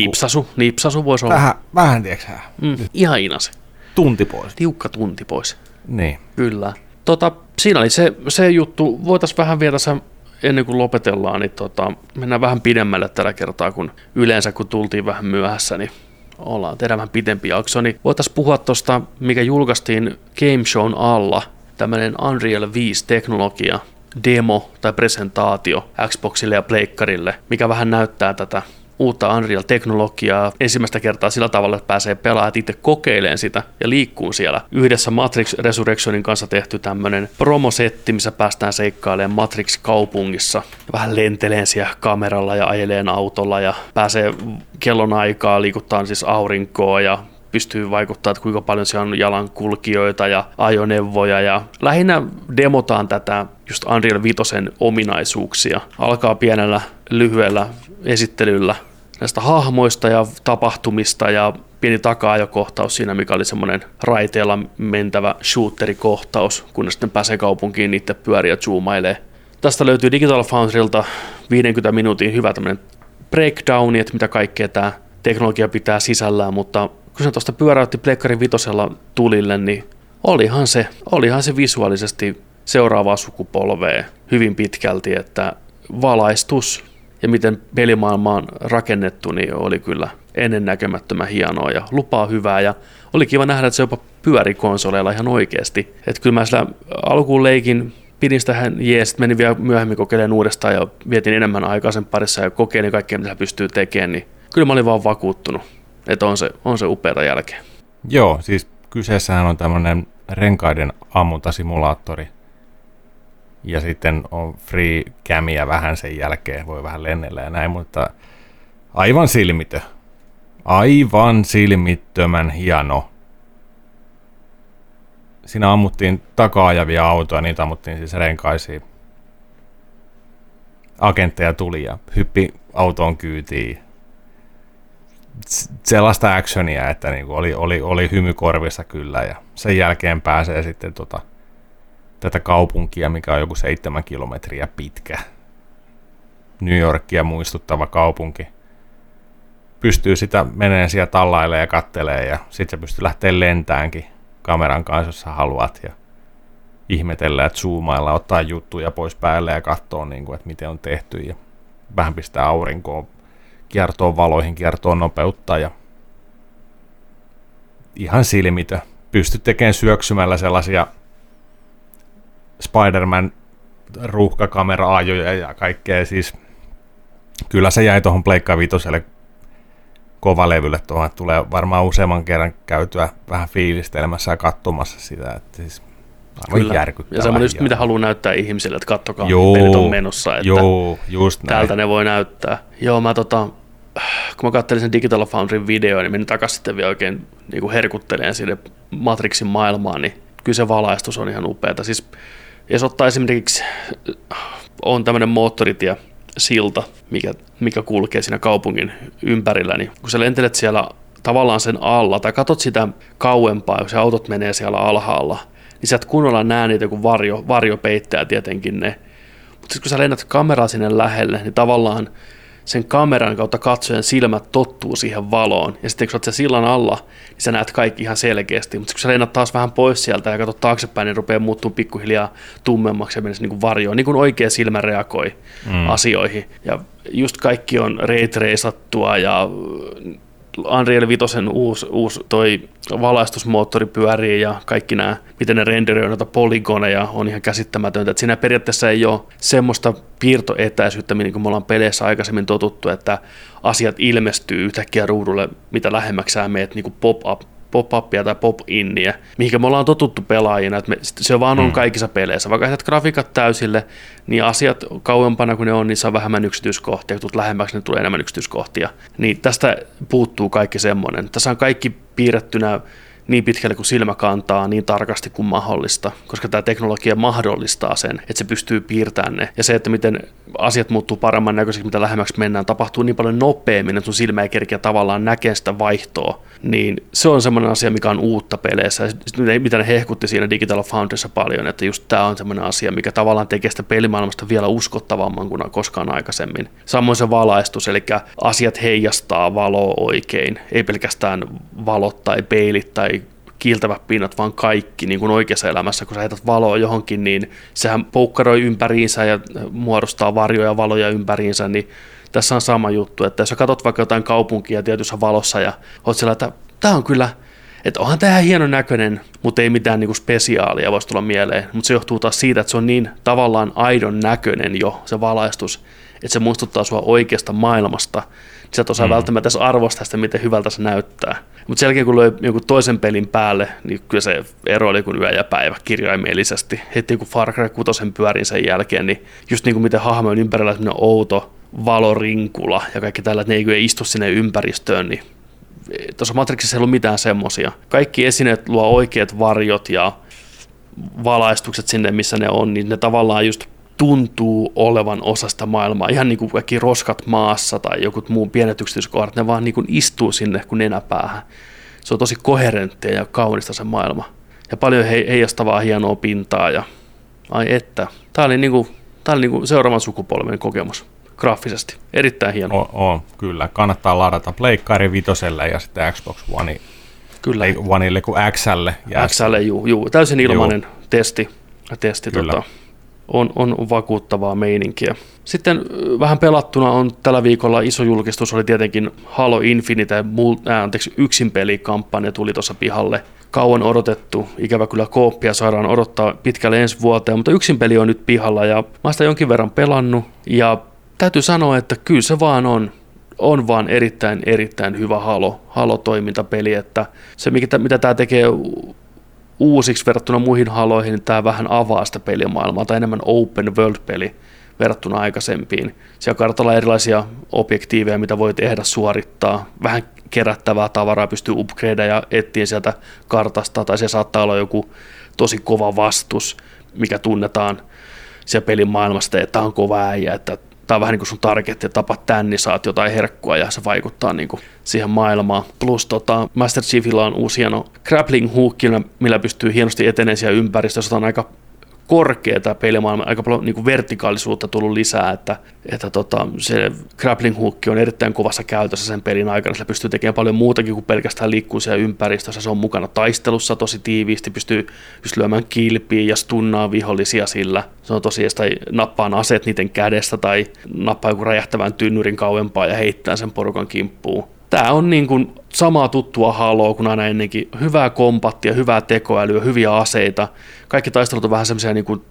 Nipsasu voisi olla. Vähän tiedätkö ihan inase. Tunti pois. Tiukka tunti pois. Niin. Kyllä. Siinä oli se juttu. Voitaisiin vähän vielä tässä ennen kuin lopetellaan, niin mennään vähän pidemmälle tällä kertaa, kun yleensä kun tultiin vähän myöhässä, niin tehdään vähän pitempi jakso, niin voitaisiin puhua tuosta, mikä julkaistiin Game Shown alla, tämmöinen Unreal 5-teknologia, demo tai presentaatio Xboxille ja Pleikkarille, mikä vähän näyttää tätä uutta Unreal-teknologiaa ensimmäistä kertaa sillä tavalla, että pääsee pelaajat itse kokeilemaan sitä ja liikkuu siellä. Yhdessä Matrix Resurrectionin kanssa tehty tämmöinen promosetti, missä päästään seikkailemaan Matrix-kaupungissa. Vähän lenteleen siellä kameralla ja ajeleen autolla ja pääsee kellonaikaa, liikuttaa siis aurinkoa ja pystyy vaikuttaa, että kuinka paljon siellä on jalankulkijoita ja ajoneuvoja ja lähinnä demotaan tätä just Unreal 5 ominaisuuksia. Alkaa pienellä lyhyellä esittelyllä näistä hahmoista ja tapahtumista ja pieni taka-ajokohtaus siinä, mikä oli semmoinen raiteella mentävä shooterikohtaus, kun ne sitten pääsee kaupunkiin niitä pyöriä ja zoomailee. Tästä löytyy Digital Foundrylta 50 minuutin hyvä tämmöinen breakdowni, että mitä kaikkea tämä teknologia pitää sisällään, mutta kun se tuosta pyöräytti Pleikkarin 5 tulille, niin olihan se visuaalisesti seuraavaa sukupolvea hyvin pitkälti, että valaistus ja miten pelimaailma on rakennettu, niin oli kyllä ennennäkemättömän hienoa ja lupaa hyvää ja oli kiva nähdä, että se jopa pyöri konsoleilla ihan oikeasti. Että kyllä mä sitä alkuun leikin, pidin sitä jees, menin vielä myöhemmin kokeilemaan uudestaan ja vietin enemmän aikaa sen parissa ja kokeilin kaikkea, mitä pystyy tekemään, niin kyllä mä olin vaan vakuuttunut, että on se upeata jälkeen. Joo, siis kyseessähän on tämmöinen renkaiden ammuntasimulaattori ja sitten on free camia vähän sen jälkeen, voi vähän lennellä ja näin, mutta aivan silmitön. Aivan silmittömän hieno. Siinä ammuttiin takaa-ajavia autoja, niitä ammuttiin siis renkaisiin. Agentteja tuli ja hyppi autoon kyytiin. Sellaista actionia, että niinku oli hymy korvissa kyllä. Ja sen jälkeen pääsee sitten tätä kaupunkia, mikä on joku 7 kilometriä pitkä. New Yorkia muistuttava kaupunki. Pystyy sitä meneen siellä tallailemaan ja kattelee ja sitten se pystyy lähteä lentäänkin kameran kanssa, jos sä haluat ja ihmetellä ja zoomailla, ottaa juttuja pois päälle ja katsoa, niin kuin, että miten on tehty ja vähän pistää aurinkoon, kiertoon valoihin, kiertoon nopeuttaa ja ihan silmitön. Pystyt tekemään syöksymällä sellaisia Spider-Man ruuhkakamera-ajoja ja kaikkea, siis kyllä se jäi tuohon Pleikka Vitoselle kovalevylle tuohon, että tulee varmaan useamman kerran käytyä vähän fiilistelemässä ja katsomassa sitä, että siis aivan järkyttävää. Ja semmoinen just, mitä haluaa näyttää ihmisille, että kattokaa, pelit on menossa, että just näin. Täältä ne voi näyttää. Joo, kun mä katselin sen Digital Foundryn videoa, niin menin takaisin sitten vielä oikein niin kuin herkutteleen sinne Matrixin maailmaan, niin kyllä se valaistus on ihan upeata. Siis jos ottaa esimerkiksi, on tämmöinen moottoritie, silta, mikä kulkee siinä kaupungin ympärillä, niin kun sä lentelet siellä tavallaan sen alla, tai katot sitä kauempaa, kun se autot menee siellä alhaalla, niin sä et kunnolla näe niitä, kun varjo peittää tietenkin ne. Mutta sitten kun sä lennät kameraa sinne lähelle, niin tavallaan sen kameran kautta katsojen silmät tottuu siihen valoon. Ja sitten kun sä oot siellä sillan alla, niin sä näet kaikki ihan selkeästi. Mutta kun sä lennät taas vähän pois sieltä ja katsot taaksepäin, niin rupeaa muuttumaan pikkuhiljaa tummemmaksi ja mennessä niin kuin varjoon. Niin kuin oikea silmä reagoi asioihin. Ja just kaikki on ray-tracattua ja Unreal 5:n uusi toi valaistusmoottori pyörii ja kaikki nämä, miten ne renderöi noita polygoneja, on ihan käsittämätöntä. Että siinä periaatteessa ei ole semmoista piirtoetäisyyttä, niin kuin me ollaan peleissä aikaisemmin totuttu, että asiat ilmestyy yhtäkkiä ruudulle, mitä lähemmäksi sä meet, niin kuin pop-upia tai pop-inniä, mihinkä me ollaan totuttu pelaajina, että se vaan on kaikissa peleissä. Vaikka heität grafiikat täysille, niin asiat kauempana kuin ne on, niin saa vähemmän yksityiskohtia, kun tulet lähemmäksi, niin tulee enemmän yksityiskohtia. Niin tästä puuttuu kaikki semmoinen. Tässä on kaikki piirrettynä niin pitkälle kuin silmä kantaa, niin tarkasti kuin mahdollista, koska tämä teknologia mahdollistaa sen, että se pystyy piirtämään ne. Ja se, että miten asiat muuttuu paremman näköiseksi, mitä lähemmäksi mennään, tapahtuu niin paljon nopeammin, että sun silmä ei kerkeä tavallaan näkee sitä vaihtoa. Niin se on semmoinen asia, mikä on uutta peleissä. Ja mitä ne hehkutti siinä Digital Foundryssa paljon, että just tämä on semmoinen asia, mikä tavallaan tekee sitä pelimaailmasta vielä uskottavamman kuin koskaan aikaisemmin. Samoin se valaistus, eli asiat heijastaa valoa oikein, ei pelkästään valot tai peilit tai kiiltävät pinnat, vaan kaikki niin kuin oikeassa elämässä, kun sä heität valoa johonkin, niin sehän poukkaroi ympäriinsä ja muodostaa varjoja ja valoja ympäriinsä, niin tässä on sama juttu, että jos sä katsot vaikka jotain kaupunkia tietyssä valossa ja oot siellä, että tämä on kyllä, että onhan tämä hienon näköinen, mutta ei mitään niin kuin spesiaalia voisi tulla mieleen, mutta se johtuu taas siitä, että se on niin tavallaan aidon näköinen jo se valaistus, että se muistuttaa sua oikeasta maailmasta. Sä et osaa välttämättä edes arvostaa sitä, miten hyvältä se näyttää. Mutta sen jälkeen, kun löi jonkun toisen pelin päälle, niin kyllä se ero oli kuin yö ja päivä kirjaimellisesti. Heti kun Far Cry 6 pyörin sen jälkeen, niin just niin kuin miten hahmojen ympärillä on sellainen outo valorinkula ja kaikki tällä, että ne ei istu sinne ympäristöön, niin tuossa Matrixissa ei ollut mitään semmoisia. Kaikki esineet luo oikeat varjot ja valaistukset sinne, missä ne on, niin ne tavallaan just tuntuu olevan osa sitä maailmaa. Ihan niin kuin kaikki roskat maassa tai joku muun pienet yksityiskohdat, ne vaan niin kuin istuu sinne kuin nenäpäähän. Se on tosi koherenttia ja kaunista se maailma. Ja paljon heijastavaa hienoa pintaa. Ja ai että. Tämä oli niin kuin seuraavan sukupolven kokemus graafisesti. Erittäin hieno. On, kyllä. Kannattaa ladata Pleikkari 5:lle ja sitten Xbox One. Kyllä. Ei Oneille kuin X:lle. X:lle, juu. Täysin ilmainen testi. Kyllä. on vakuuttavaa meininkiä. Sitten vähän pelattuna on tällä viikolla iso julkistus, oli tietenkin Halo Infinite, yksin pelikampanja tuli tuossa pihalle. Kauan odotettu, ikävä kyllä kooppia saadaan odottaa pitkälle ensi vuoteen, mutta yksin peli on nyt pihalla ja mä sitä jonkin verran pelannut ja täytyy sanoa, että kyllä se vaan on vaan erittäin hyvä Halo-toimintapeli, että se mitä tämä tekee uusiksi verrattuna muihin Haloihin, niin tämä vähän avaa sitä pelimaailmaa, tai enemmän open world-peli verrattuna aikaisempiin. Siellä kartalla on erilaisia objektiiveja, mitä voi tehdä, suorittaa, vähän kerättävää tavaraa pystyy upgradeamaan ja etsiä sieltä kartasta, tai se saattaa olla joku tosi kova vastus, mikä tunnetaan siellä pelimaailmasta, että tämä on kova äijä, että tämä on vähän niin kuin sun targetti, että tapat tän, niin saat jotain herkkua ja se vaikuttaa niin kuin siihen maailmaan. Plus Master Chiefillä on uusi hieno grappling hook, millä pystyy hienosti etenemään siellä ympäristössä. On aika korkea tämä pelimaailma, aika paljon niin kuin vertikaalisuutta tullut lisää, että se grappling hook on erittäin kovassa käytössä sen pelin aikana. Sillä pystyy tekemään paljon muutakin kuin pelkästään liikkuu siellä ympäristössä. Se on mukana taistelussa tosi tiiviisti, pystyy lyömään kilpiä ja stunnaa vihollisia sillä. Se on tosiaan, tai nappaa aseet niiden kädestä tai nappaa joku räjähtävän tynnyrin kauempaa ja heittää sen porukan kimppuun. Tämä on niin kuin samaa tuttua Haloa kuin aina ennenkin. Hyvää kompattia, hyvää tekoälyä, hyviä aseita. Kaikki taistelut on vähän semmoisia niin kuin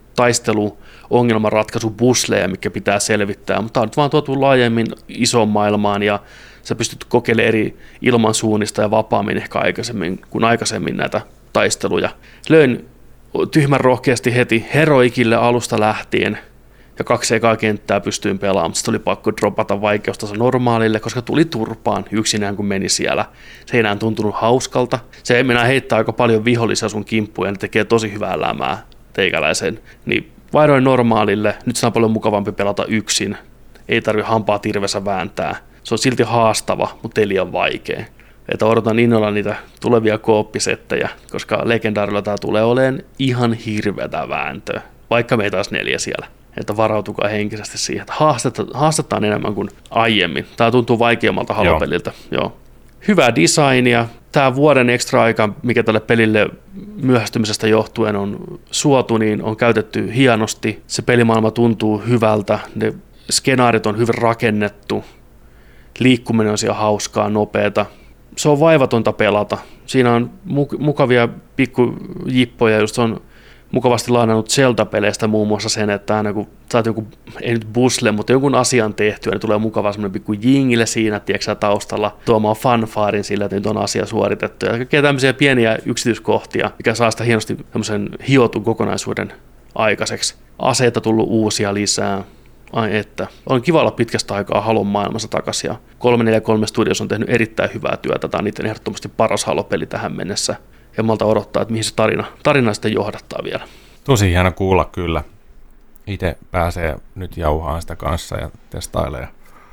taistelu-ongelmanratkaisubusleja, mikä pitää selvittää. Mutta tämä on nyt vaan tuotu laajemmin isoon maailmaan ja sä pystyt kokeilemaan eri ilmansuunnista ja vapaammin ehkä aikaisemmin näitä taisteluja. Löin tyhmän rohkeasti heti heroikille alusta lähtien. Ja 2 ekaa kenttää pystyin pelaamaan, mutta sitten oli pakko dropata vaikeustaso normaalille, koska tuli turpaan yksinään, kun meni siellä. Se ei enää tuntunut hauskalta. Se mennään heittää aika paljon vihollisia sun kimppuun ja ne tekee tosi hyvää lämää teikäläisen. Niin vaihdoin normaalille, nyt se on paljon mukavampi pelata yksin. Ei tarvitse hampaa tirvessä vääntää. Se on silti haastava, mutta ei liian vaikea. Että odotan innolla niitä tulevia kooppisettejä, koska Legendarilla tämä tulee olemaan ihan hirveätä vääntöä, vaikka meitä taas 4 siellä. Että varautukaa henkisesti siihen, että haastetaan enemmän kuin aiemmin. Tämä tuntuu vaikeammalta Halo-peliltä. Joo. Hyvää designia. Tämä vuoden ekstra aika, mikä tälle pelille myöhästymisestä johtuen on suotu, niin on käytetty hienosti. Se pelimaailma tuntuu hyvältä. Ne skenaariot on hyvin rakennettu. Liikkuminen on siellä hauskaa, nopeata. Se on vaivatonta pelata. Siinä on mukavia pikkujippoja, just on mukavasti lainannut Zelda-peleistä muun muassa sen, että aina kun saat joku, ei nyt busle, mutta jonkun asian tehtyä, niin tulee mukava semmoinen pikku jingille siinä, tiedätkö taustalla tuomaan fanfaarin sillä, että nyt on asia suoritettu. Ja kaikkea tämmöisiä pieniä yksityiskohtia, mikä saa sitä hienosti tämmöisen hiotun kokonaisuuden aikaiseksi. Aseita tullut uusia lisää. Ai että. On kiva olla pitkästä aikaa Halon maailmassa takaisin. Ja 343 Studios on tehnyt erittäin hyvää työtä. Tämä on niiden ehdottomasti paras Halo-peli tähän mennessä. Ja malta odottaa, että mihin se tarina sitten johdattaa vielä. Tosi hieno kuulla kyllä. Itse pääsee nyt jauhaan sitä kanssa ja testailee.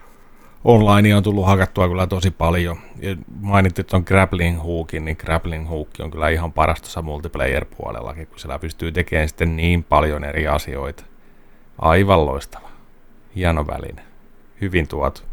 Online on tullut hakattua kyllä tosi paljon. Ja mainittiin tuon grappling hookin, niin grappling hook on kyllä ihan paras tuossa multiplayer-puolellakin, kun siellä pystyy tekemään sitten niin paljon eri asioita. Aivan loistava. Hieno väline. Hyvin tuotu.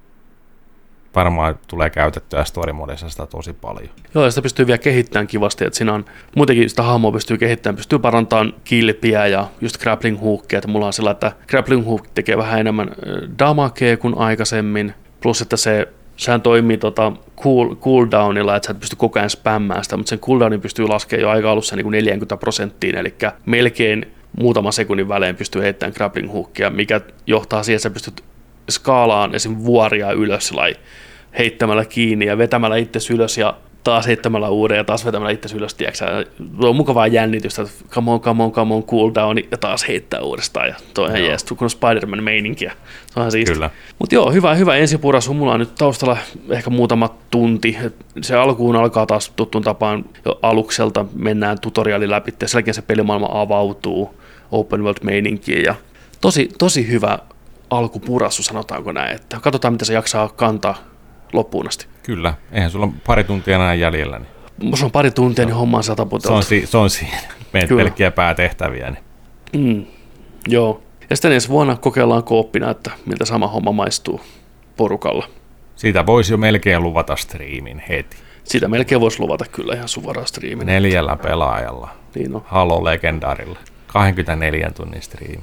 Varmaan tulee käytettyä story-modessa sitä tosi paljon. Joo, ja sitä pystyy vielä kehittämään kivasti, että siinä on muutenkin sitä hahmoa pystyy kehittämään, pystyy parantamaan kilpiä ja just grappling hookia, että mulla on sillä, että grappling hook tekee vähän enemmän damagea kuin aikaisemmin, plus että sehän toimii cooldownilla, että sä et pysty koko ajan spämmään sitä, mutta sen cooldownin pystyy laskemaan jo aika alussa niin kuin 40%, eli melkein muutaman sekunnin välein pystyy heittämään grappling hookia, mikä johtaa siihen, että sä pystyt skaalaan esim. Vuoria ylös heittämällä kiinni ja vetämällä itsesi ylös ja taas heittämällä uuden ja taas vetämällä itsesi ylös, tiedätkö? On mukavaa jännitystä, että come on, cool down ja taas heittää uudestaan ja toi on ihan jees, kun on Spider-Man-meininkiä. Se onhan siistiä. Mutta joo, hyvä ensipurasu, mulla on nyt taustalla ehkä muutama tunti. Se alkuun alkaa taas tuttuun tapaan jo alukselta, mennään tutoriaalin läpi ja sen jälkeen se pelimaailma avautuu open world-meininkiin ja tosi hyvä alkupurassu, sanotaanko näin, että katsotaan, mitä se jaksaa kantaa loppuun asti. Kyllä, eihän sulla pari tuntia enää jäljellä. Niin. Se on pari tuntia, niin homma on 100 puteltu. Se on siinä. Meitä pelkkiä päätehtäviä. Niin. Joo. Ja sitten ensi vuonna kokeillaan kooppina, että miltä sama homma maistuu porukalla. Siitä voisi jo melkein luvata striimin heti. Siitä melkein voisi luvata kyllä ihan suoraan striimin. 4 pelaajalla. Niin on. Halo Legendarilla. 24 tunnin striimi.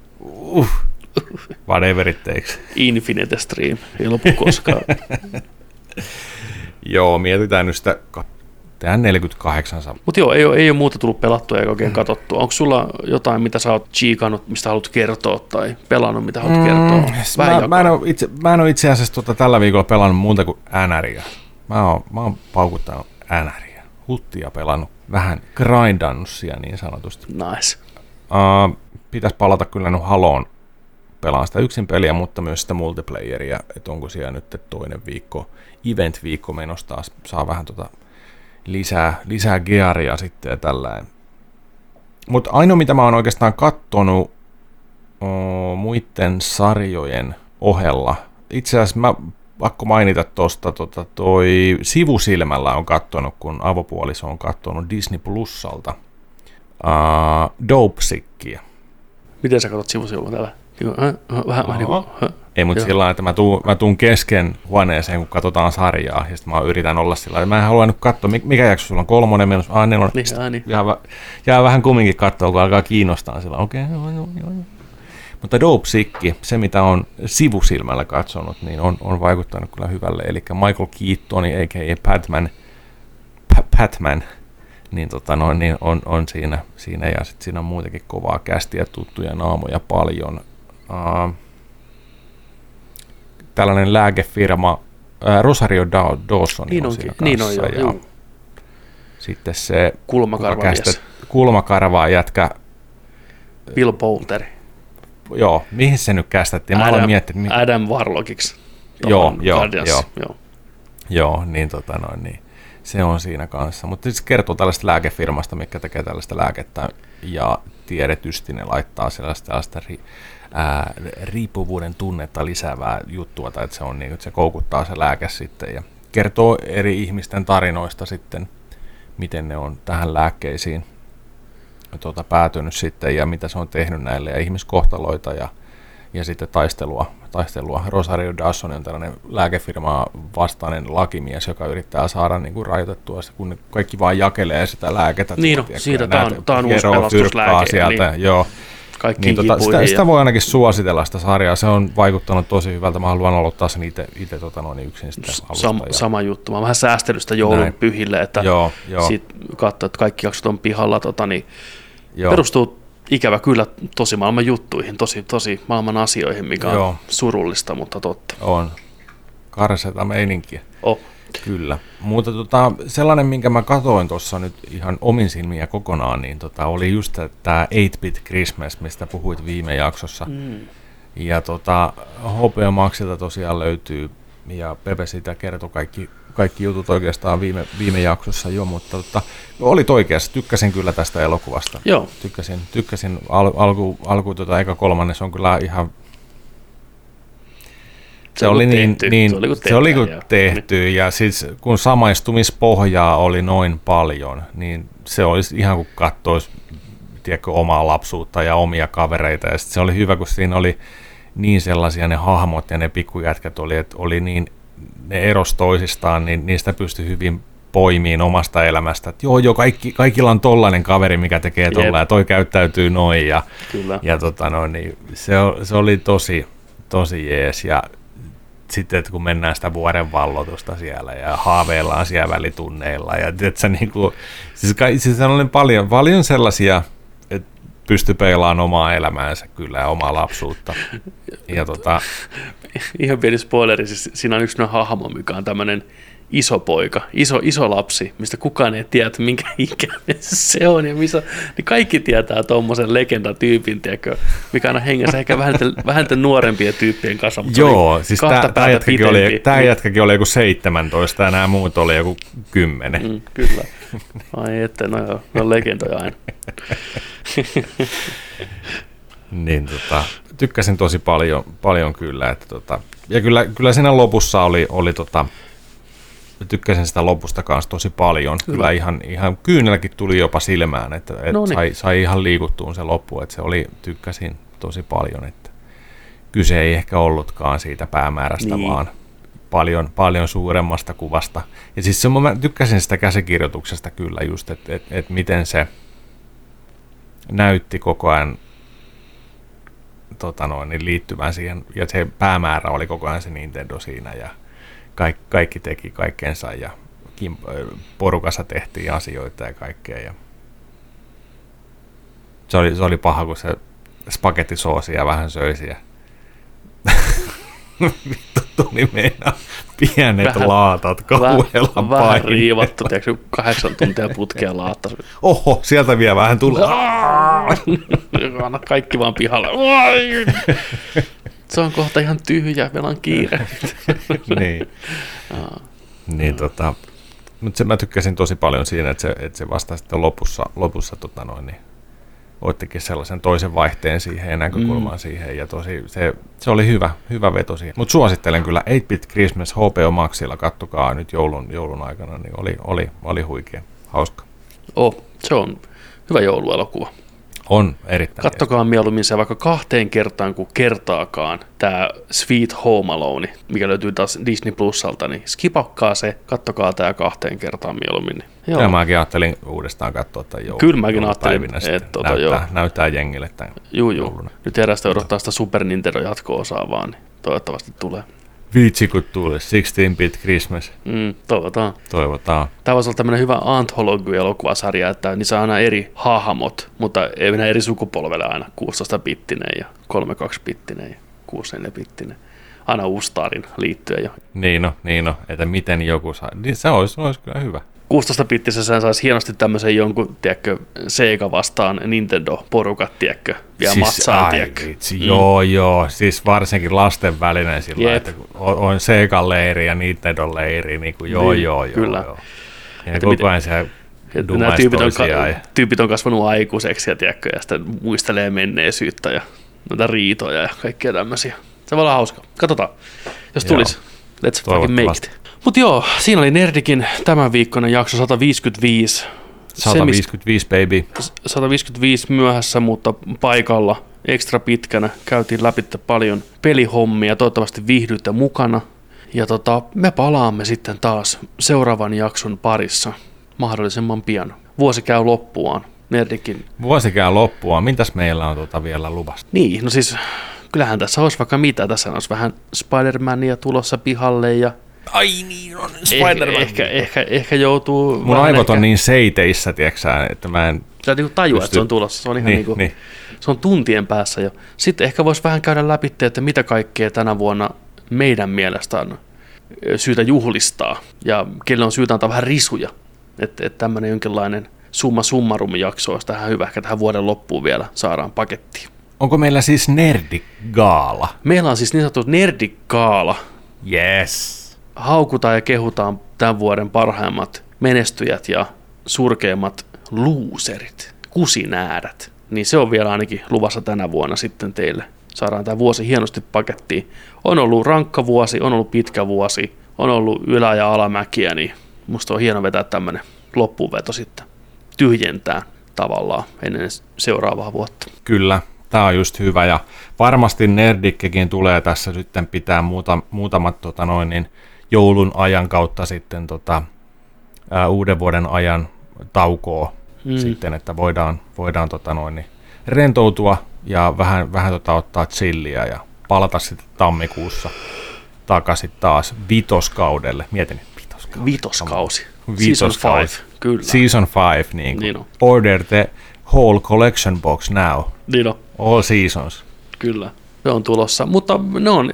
Whatever it takes. Infinite stream, ei lopu koskaan. Joo, mietitään nyt sitä, tehdään 48 saa. Mutta joo, ei ole muuta tullut pelattua eikä oikein katsottua. Onko sulla jotain, mitä sä oot chiikannut, mistä haluat kertoa, tai pelannut, mitä haluat kertoa? Mä en ole itse asiassa tällä viikolla pelannut muuta kuin NRiä. Mä oon paukuttanut NRiä. Huttia pelannut, vähän grindannut siellä niin sanotusti. Nice. Pitäisi palata kyllä nyt Haloon. Pelaan sitä yksin peliä, mutta myös sitä multiplayeria, että onko siellä nyt toinen viikko, event-viikko menossa taas, saa vähän lisää gearia sitten ja tällainen. Mutta ainoa mitä mä oon oikeastaan kattonut muiden sarjojen ohella, itse asiassa mä pakko mainita tuosta, toi sivusilmällä on kattonut, kun avopuoliso on kattonut Disney Plusalta Dopesikia. Miten sä katsot sivusilmällä täällä? Vähän niin kuin... Ei, mutta sillä lailla, että mä tuun kesken huoneeseen, kun katsotaan sarjaa, ja sitten mä yritän olla sillä lailla. Mä en halua nyt katsoa, mikä jakso sulla on, 3, menossa, A4. Niin. Jää vähän kumminkin katsoa, kun alkaa kiinnostaa sillä. Okei. Mutta Dopesikki, se mitä on sivusilmällä katsonut, niin on vaikuttanut kyllä hyvälle. Eli Michael Keaton, a.k.a. Batman, niin, niin on siinä ja sitten siinä on muutenkin kovaa kästiä, tuttuja naamoja paljon. Tällainen lääkefirma Rosario Dawson niin on siinä kanssa. Niin on, ja sitten se kulmakarva jätkä Bill Poulter. Joo, mihin se nyt kästettiin? Adam Warlockiksi. Joo, niin niin. Se on siinä kanssa, mutta se kertoo tällaista lääkefirmasta, mikä tekee tällaista lääkettä ja tiedetysti ne laittaa sellaista riippuvuuden tunnetta lisäävää juttua, tai että se on niin, että se koukuttaa se lääke sitten ja kertoo eri ihmisten tarinoista sitten, miten ne on tähän lääkkeisiin päätynyt sitten ja mitä se on tehnyt näille ja ihmiskohtaloita ja sitten taistelua. Rosario Dawson on tällainen lääkefirmaa vastainen lakimies, joka yrittää saada niin kuin rajoitettua, kun kaikki vaan jakelee sitä lääkettä. Niin, siitä tämä on uusi pelastuslääke. Sieltä, niin. Joo. Niin, sitä voi ainakin suositella sitä sarjaa, se on vaikuttanut tosi hyvältä, mä haluan aloittaa sen itse yksin sitten alusta. Sama juttu, mä oon vähän säästellyt sitä joulun pyhille, että siitä katsoo, että kaikki jaksot on pihalla, niin perustuu ikävä kyllä tosi maailman juttuihin, tosi maailman asioihin, mikä on surullista, mutta totta. On. Karseta meininkiä. Oh. Kyllä. Mutta sellainen, minkä mä katoin tuossa nyt ihan omin silmiä kokonaan, niin oli just tämä 8-Bit Christmas, mistä puhuit viime jaksossa. Ja HBO Maxilta tosiaan löytyy, ja Pepe sitä kertoi kaikki jutut oikeastaan viime jaksossa jo, mutta olit oikeassa, tykkäsin kyllä tästä elokuvasta. Joo. Tykkäsin alku eka kolmannes on kyllä ihan... Se oli tehty ja siis kun samaistumispohjaa oli noin paljon, niin se olisi ihan kuin katsoisi omaa lapsuutta ja omia kavereita. Ja se oli hyvä, kun siinä oli niin sellaisia ne hahmot ja ne pikkujätkät oli, että oli niin, ne eros toisistaan, niin niistä pystyi hyvin poimiin omasta elämästä. Että joo, kaikilla on tollainen kaveri, mikä tekee tolla ja toi käyttäytyy noin. Ja niin se oli tosi jees ja sitten, että kun mennään sitä vuoren vallotusta siellä ja haaveillaan siellä välitunneilla ja siis on paljon sellaisia, että pystyy peilaamaan omaa elämäänsä kyllä ja omaa lapsuutta. Ja ihan pieni spoileri, siis siinä on yksi hahmo, mikä on tämmöinen iso poika, iso lapsi, mistä kukaan ei tiedä, minkä ikäinen se on ja missä, niin kaikki tietää tuommoisen legendatyypin, tiedätkö, mikä on hengessä ehkä vähän nuorempien tyyppien kanssa, mutta joo, siis tämä jätkäkin oli joku 17 ja nämä muut oli joku 10. Kyllä. Ai että, no joo, ne on legendoja aina. Niin tykkäsin tosi paljon kyllä, että ja kyllä siinä lopussa oli tykkäsin sitä lopusta kanssa tosi paljon. Kyllä ihan kyynelläkin tuli jopa silmään, että sai ihan liikuttuun se loppu, että tykkäsin tosi paljon, että kyse ei ehkä ollutkaan siitä päämäärästä, vaan paljon suuremmasta kuvasta. Ja siis mä tykkäsin sitä käsikirjoituksesta kyllä just, että miten se näytti koko ajan niin liittyvän siihen, ja se päämäärä oli koko ajan se Nintendo siinä, ja kaikki teki kaikkensa, ja porukassa tehtiin asioita ja kaikkea, ja se oli paha, kun se spagettisoosia vähän söisi, ja vittu tuli meinaa pienet vähän, laatat kauhealla vähän riivattu, tiedätkö, 8 tuntia putkea laatta. Oho, sieltä vielä vähän tulee. Anna kaikki vaan pihalle. Se on kohta ihan tyhjä, meillä on kiire. Niin. Mutta mä tykkäsin tosi paljon siinä, että se vasta sitten lopussa niin ottikin sellaisen toisen vaihteen siihen ja näkökulmaan siihen, ja se oli hyvä veto siihen. Mutta suosittelen kyllä 8-Bit Christmas HBO Maxilla, kattokaa nyt joulun aikana, niin oli huikea, hauska. Se on hyvä jouluelokuva. On erittäin. Kattokaa mieluummin se vaikka 2 kertaan kuin kertaakaan, tämä Sweet Home Alone, mikä löytyy taas Disney Plusalta, niin skipakkaa se, kattokaa tämä 2 kertaan mieluummin. Joo. Ja mäkin ajattelin uudestaan katsoa tämän joulun. Kyllä mäkin ajattelin, että näyttää jengille tämän jouluna. Nyt erästä odottaa sitä Super Nintendo jatko-osaa vaan, niin toivottavasti tulee. Viitsi kun tulee, 16-bit Christmas. Toivotaan. Tämä voisi olla tämmöinen hyvä anthology-elokuvasarja, että niissä on aina eri hahmot, mutta ei mennä eri sukupolvelle aina, 16-bittinen ja 32-bittinen ja 64-bittinen. Aina uusi tarina liittyen jo. Niin no, että miten joku saa, niin se olisi kyllä hyvä. 16-bittisessä saisi hienosti tämmöisen jonkun, tiedätkö, Sega vastaan Nintendo-porukat, tiedätkö, vielä siis, matsaan, tiedätkö. Joo, siis varsinkin lasten välinen sillä, että on Sega-leiri ja Nintendo-leiri, niin kuin joo. Kyllä. Ja koko ajan se dumaisi toisiaan. Tyypit on kasvanut aikuiseksi ja, tiedätkö, ja sitten muistelee menneisyyttä ja noita riitoja ja kaikkea tämmöisiä. Se voi olla hauska. Katsotaan, jos tulisi. Let's fucking make it. Mutta joo, siinä oli Nerdikin tämän viikkoinen jakso 155. 155, baby. 155 myöhässä, mutta paikalla ekstra pitkänä. Käytiin läpi paljon pelihommia, toivottavasti viihdyitte mukana. Ja me palaamme sitten taas seuraavan jakson parissa mahdollisimman pian. Vuosi käy loppuaan. Nerdikin. Vuosi käy loppuaan. Mitäs meillä on vielä luvasta? Niin, no siis kyllähän tässä olisi vaikka mitä. Tässä olisi vähän Spider-Mania tulossa pihalle ja ai niin, on Spider-Man. Ehkä joutuu. Mun aivot on niin seiteissä, tiiäksä, että mä en sä niinku tajua, että se on tulossa. Se on ihan niin. Se on tuntien päässä jo. Sitten ehkä voisi vähän käydä läpi, että mitä kaikkea tänä vuonna meidän mielestä on syytä juhlistaa. Ja kelle on syytä antaa vähän risuja. Että tämmöinen jonkinlainen summa summarum jakso olisi tähän hyvä. Ehkä tähän vuoden loppuun vielä saadaan pakettiin. Onko meillä siis Nerdigaala? Meillä on siis niin sanottu Nerdigaala. Yes. Haukutaan ja kehutaan tämän vuoden parhaimmat menestyjät ja surkeimmat loserit, kusinäädät. Niin se on vielä ainakin luvassa tänä vuonna sitten teille. Saadaan tämä vuosi hienosti pakettiin. On ollut rankka vuosi, on ollut pitkä vuosi, on ollut ylä- ja alamäkiä, niin musta on hieno vetää tämmöinen loppuveto sitten. Tyhjentää tavallaan ennen seuraavaa vuotta. Kyllä, tämä on just hyvä ja varmasti Nerdikkekin tulee tässä sitten pitää muutamat joulun ajan kautta sitten uuden vuoden ajan taukoa sitten, että voidaan rentoutua ja vähän ottaa chilliä ja palata sitten tammikuussa takaisin taas vitoskaudelle. Mietin, vitoskausi. Season 5, kyllä. Season 5, niin on. Order the whole collection box now. Niin on. All seasons. Kyllä. Se on tulossa, mutta ne on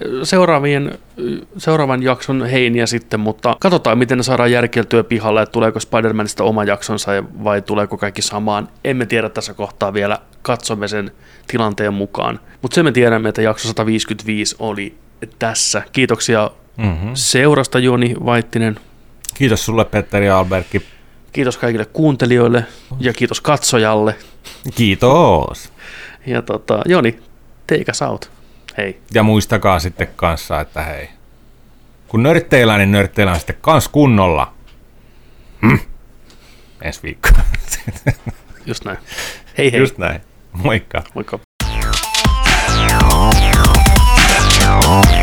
seuraavan jakson heiniä sitten, mutta katsotaan, miten ne saadaan järkeltyä pihalle, että tuleeko Spider-Manista oma jaksonsa vai tuleeko kaikki samaan. Emme tiedä tässä kohtaa vielä, katsomme sen tilanteen mukaan, mutta sen me tiedämme, että jakso 155 oli tässä. Kiitoksia seurasta, Joni Vaittinen. Kiitos sulle, Petteri Alberkki. Kiitos kaikille kuuntelijoille ja kiitos katsojalle. Kiitos. Ja Joni, take us out. Hei. Ja muistakaa sitten kanssa, että hei, kun nörtteillään, niin nörtteillään sitten kans kunnolla. Ensi viikko. Just näin. Hei hei. Just näin. Moikka. Moikka.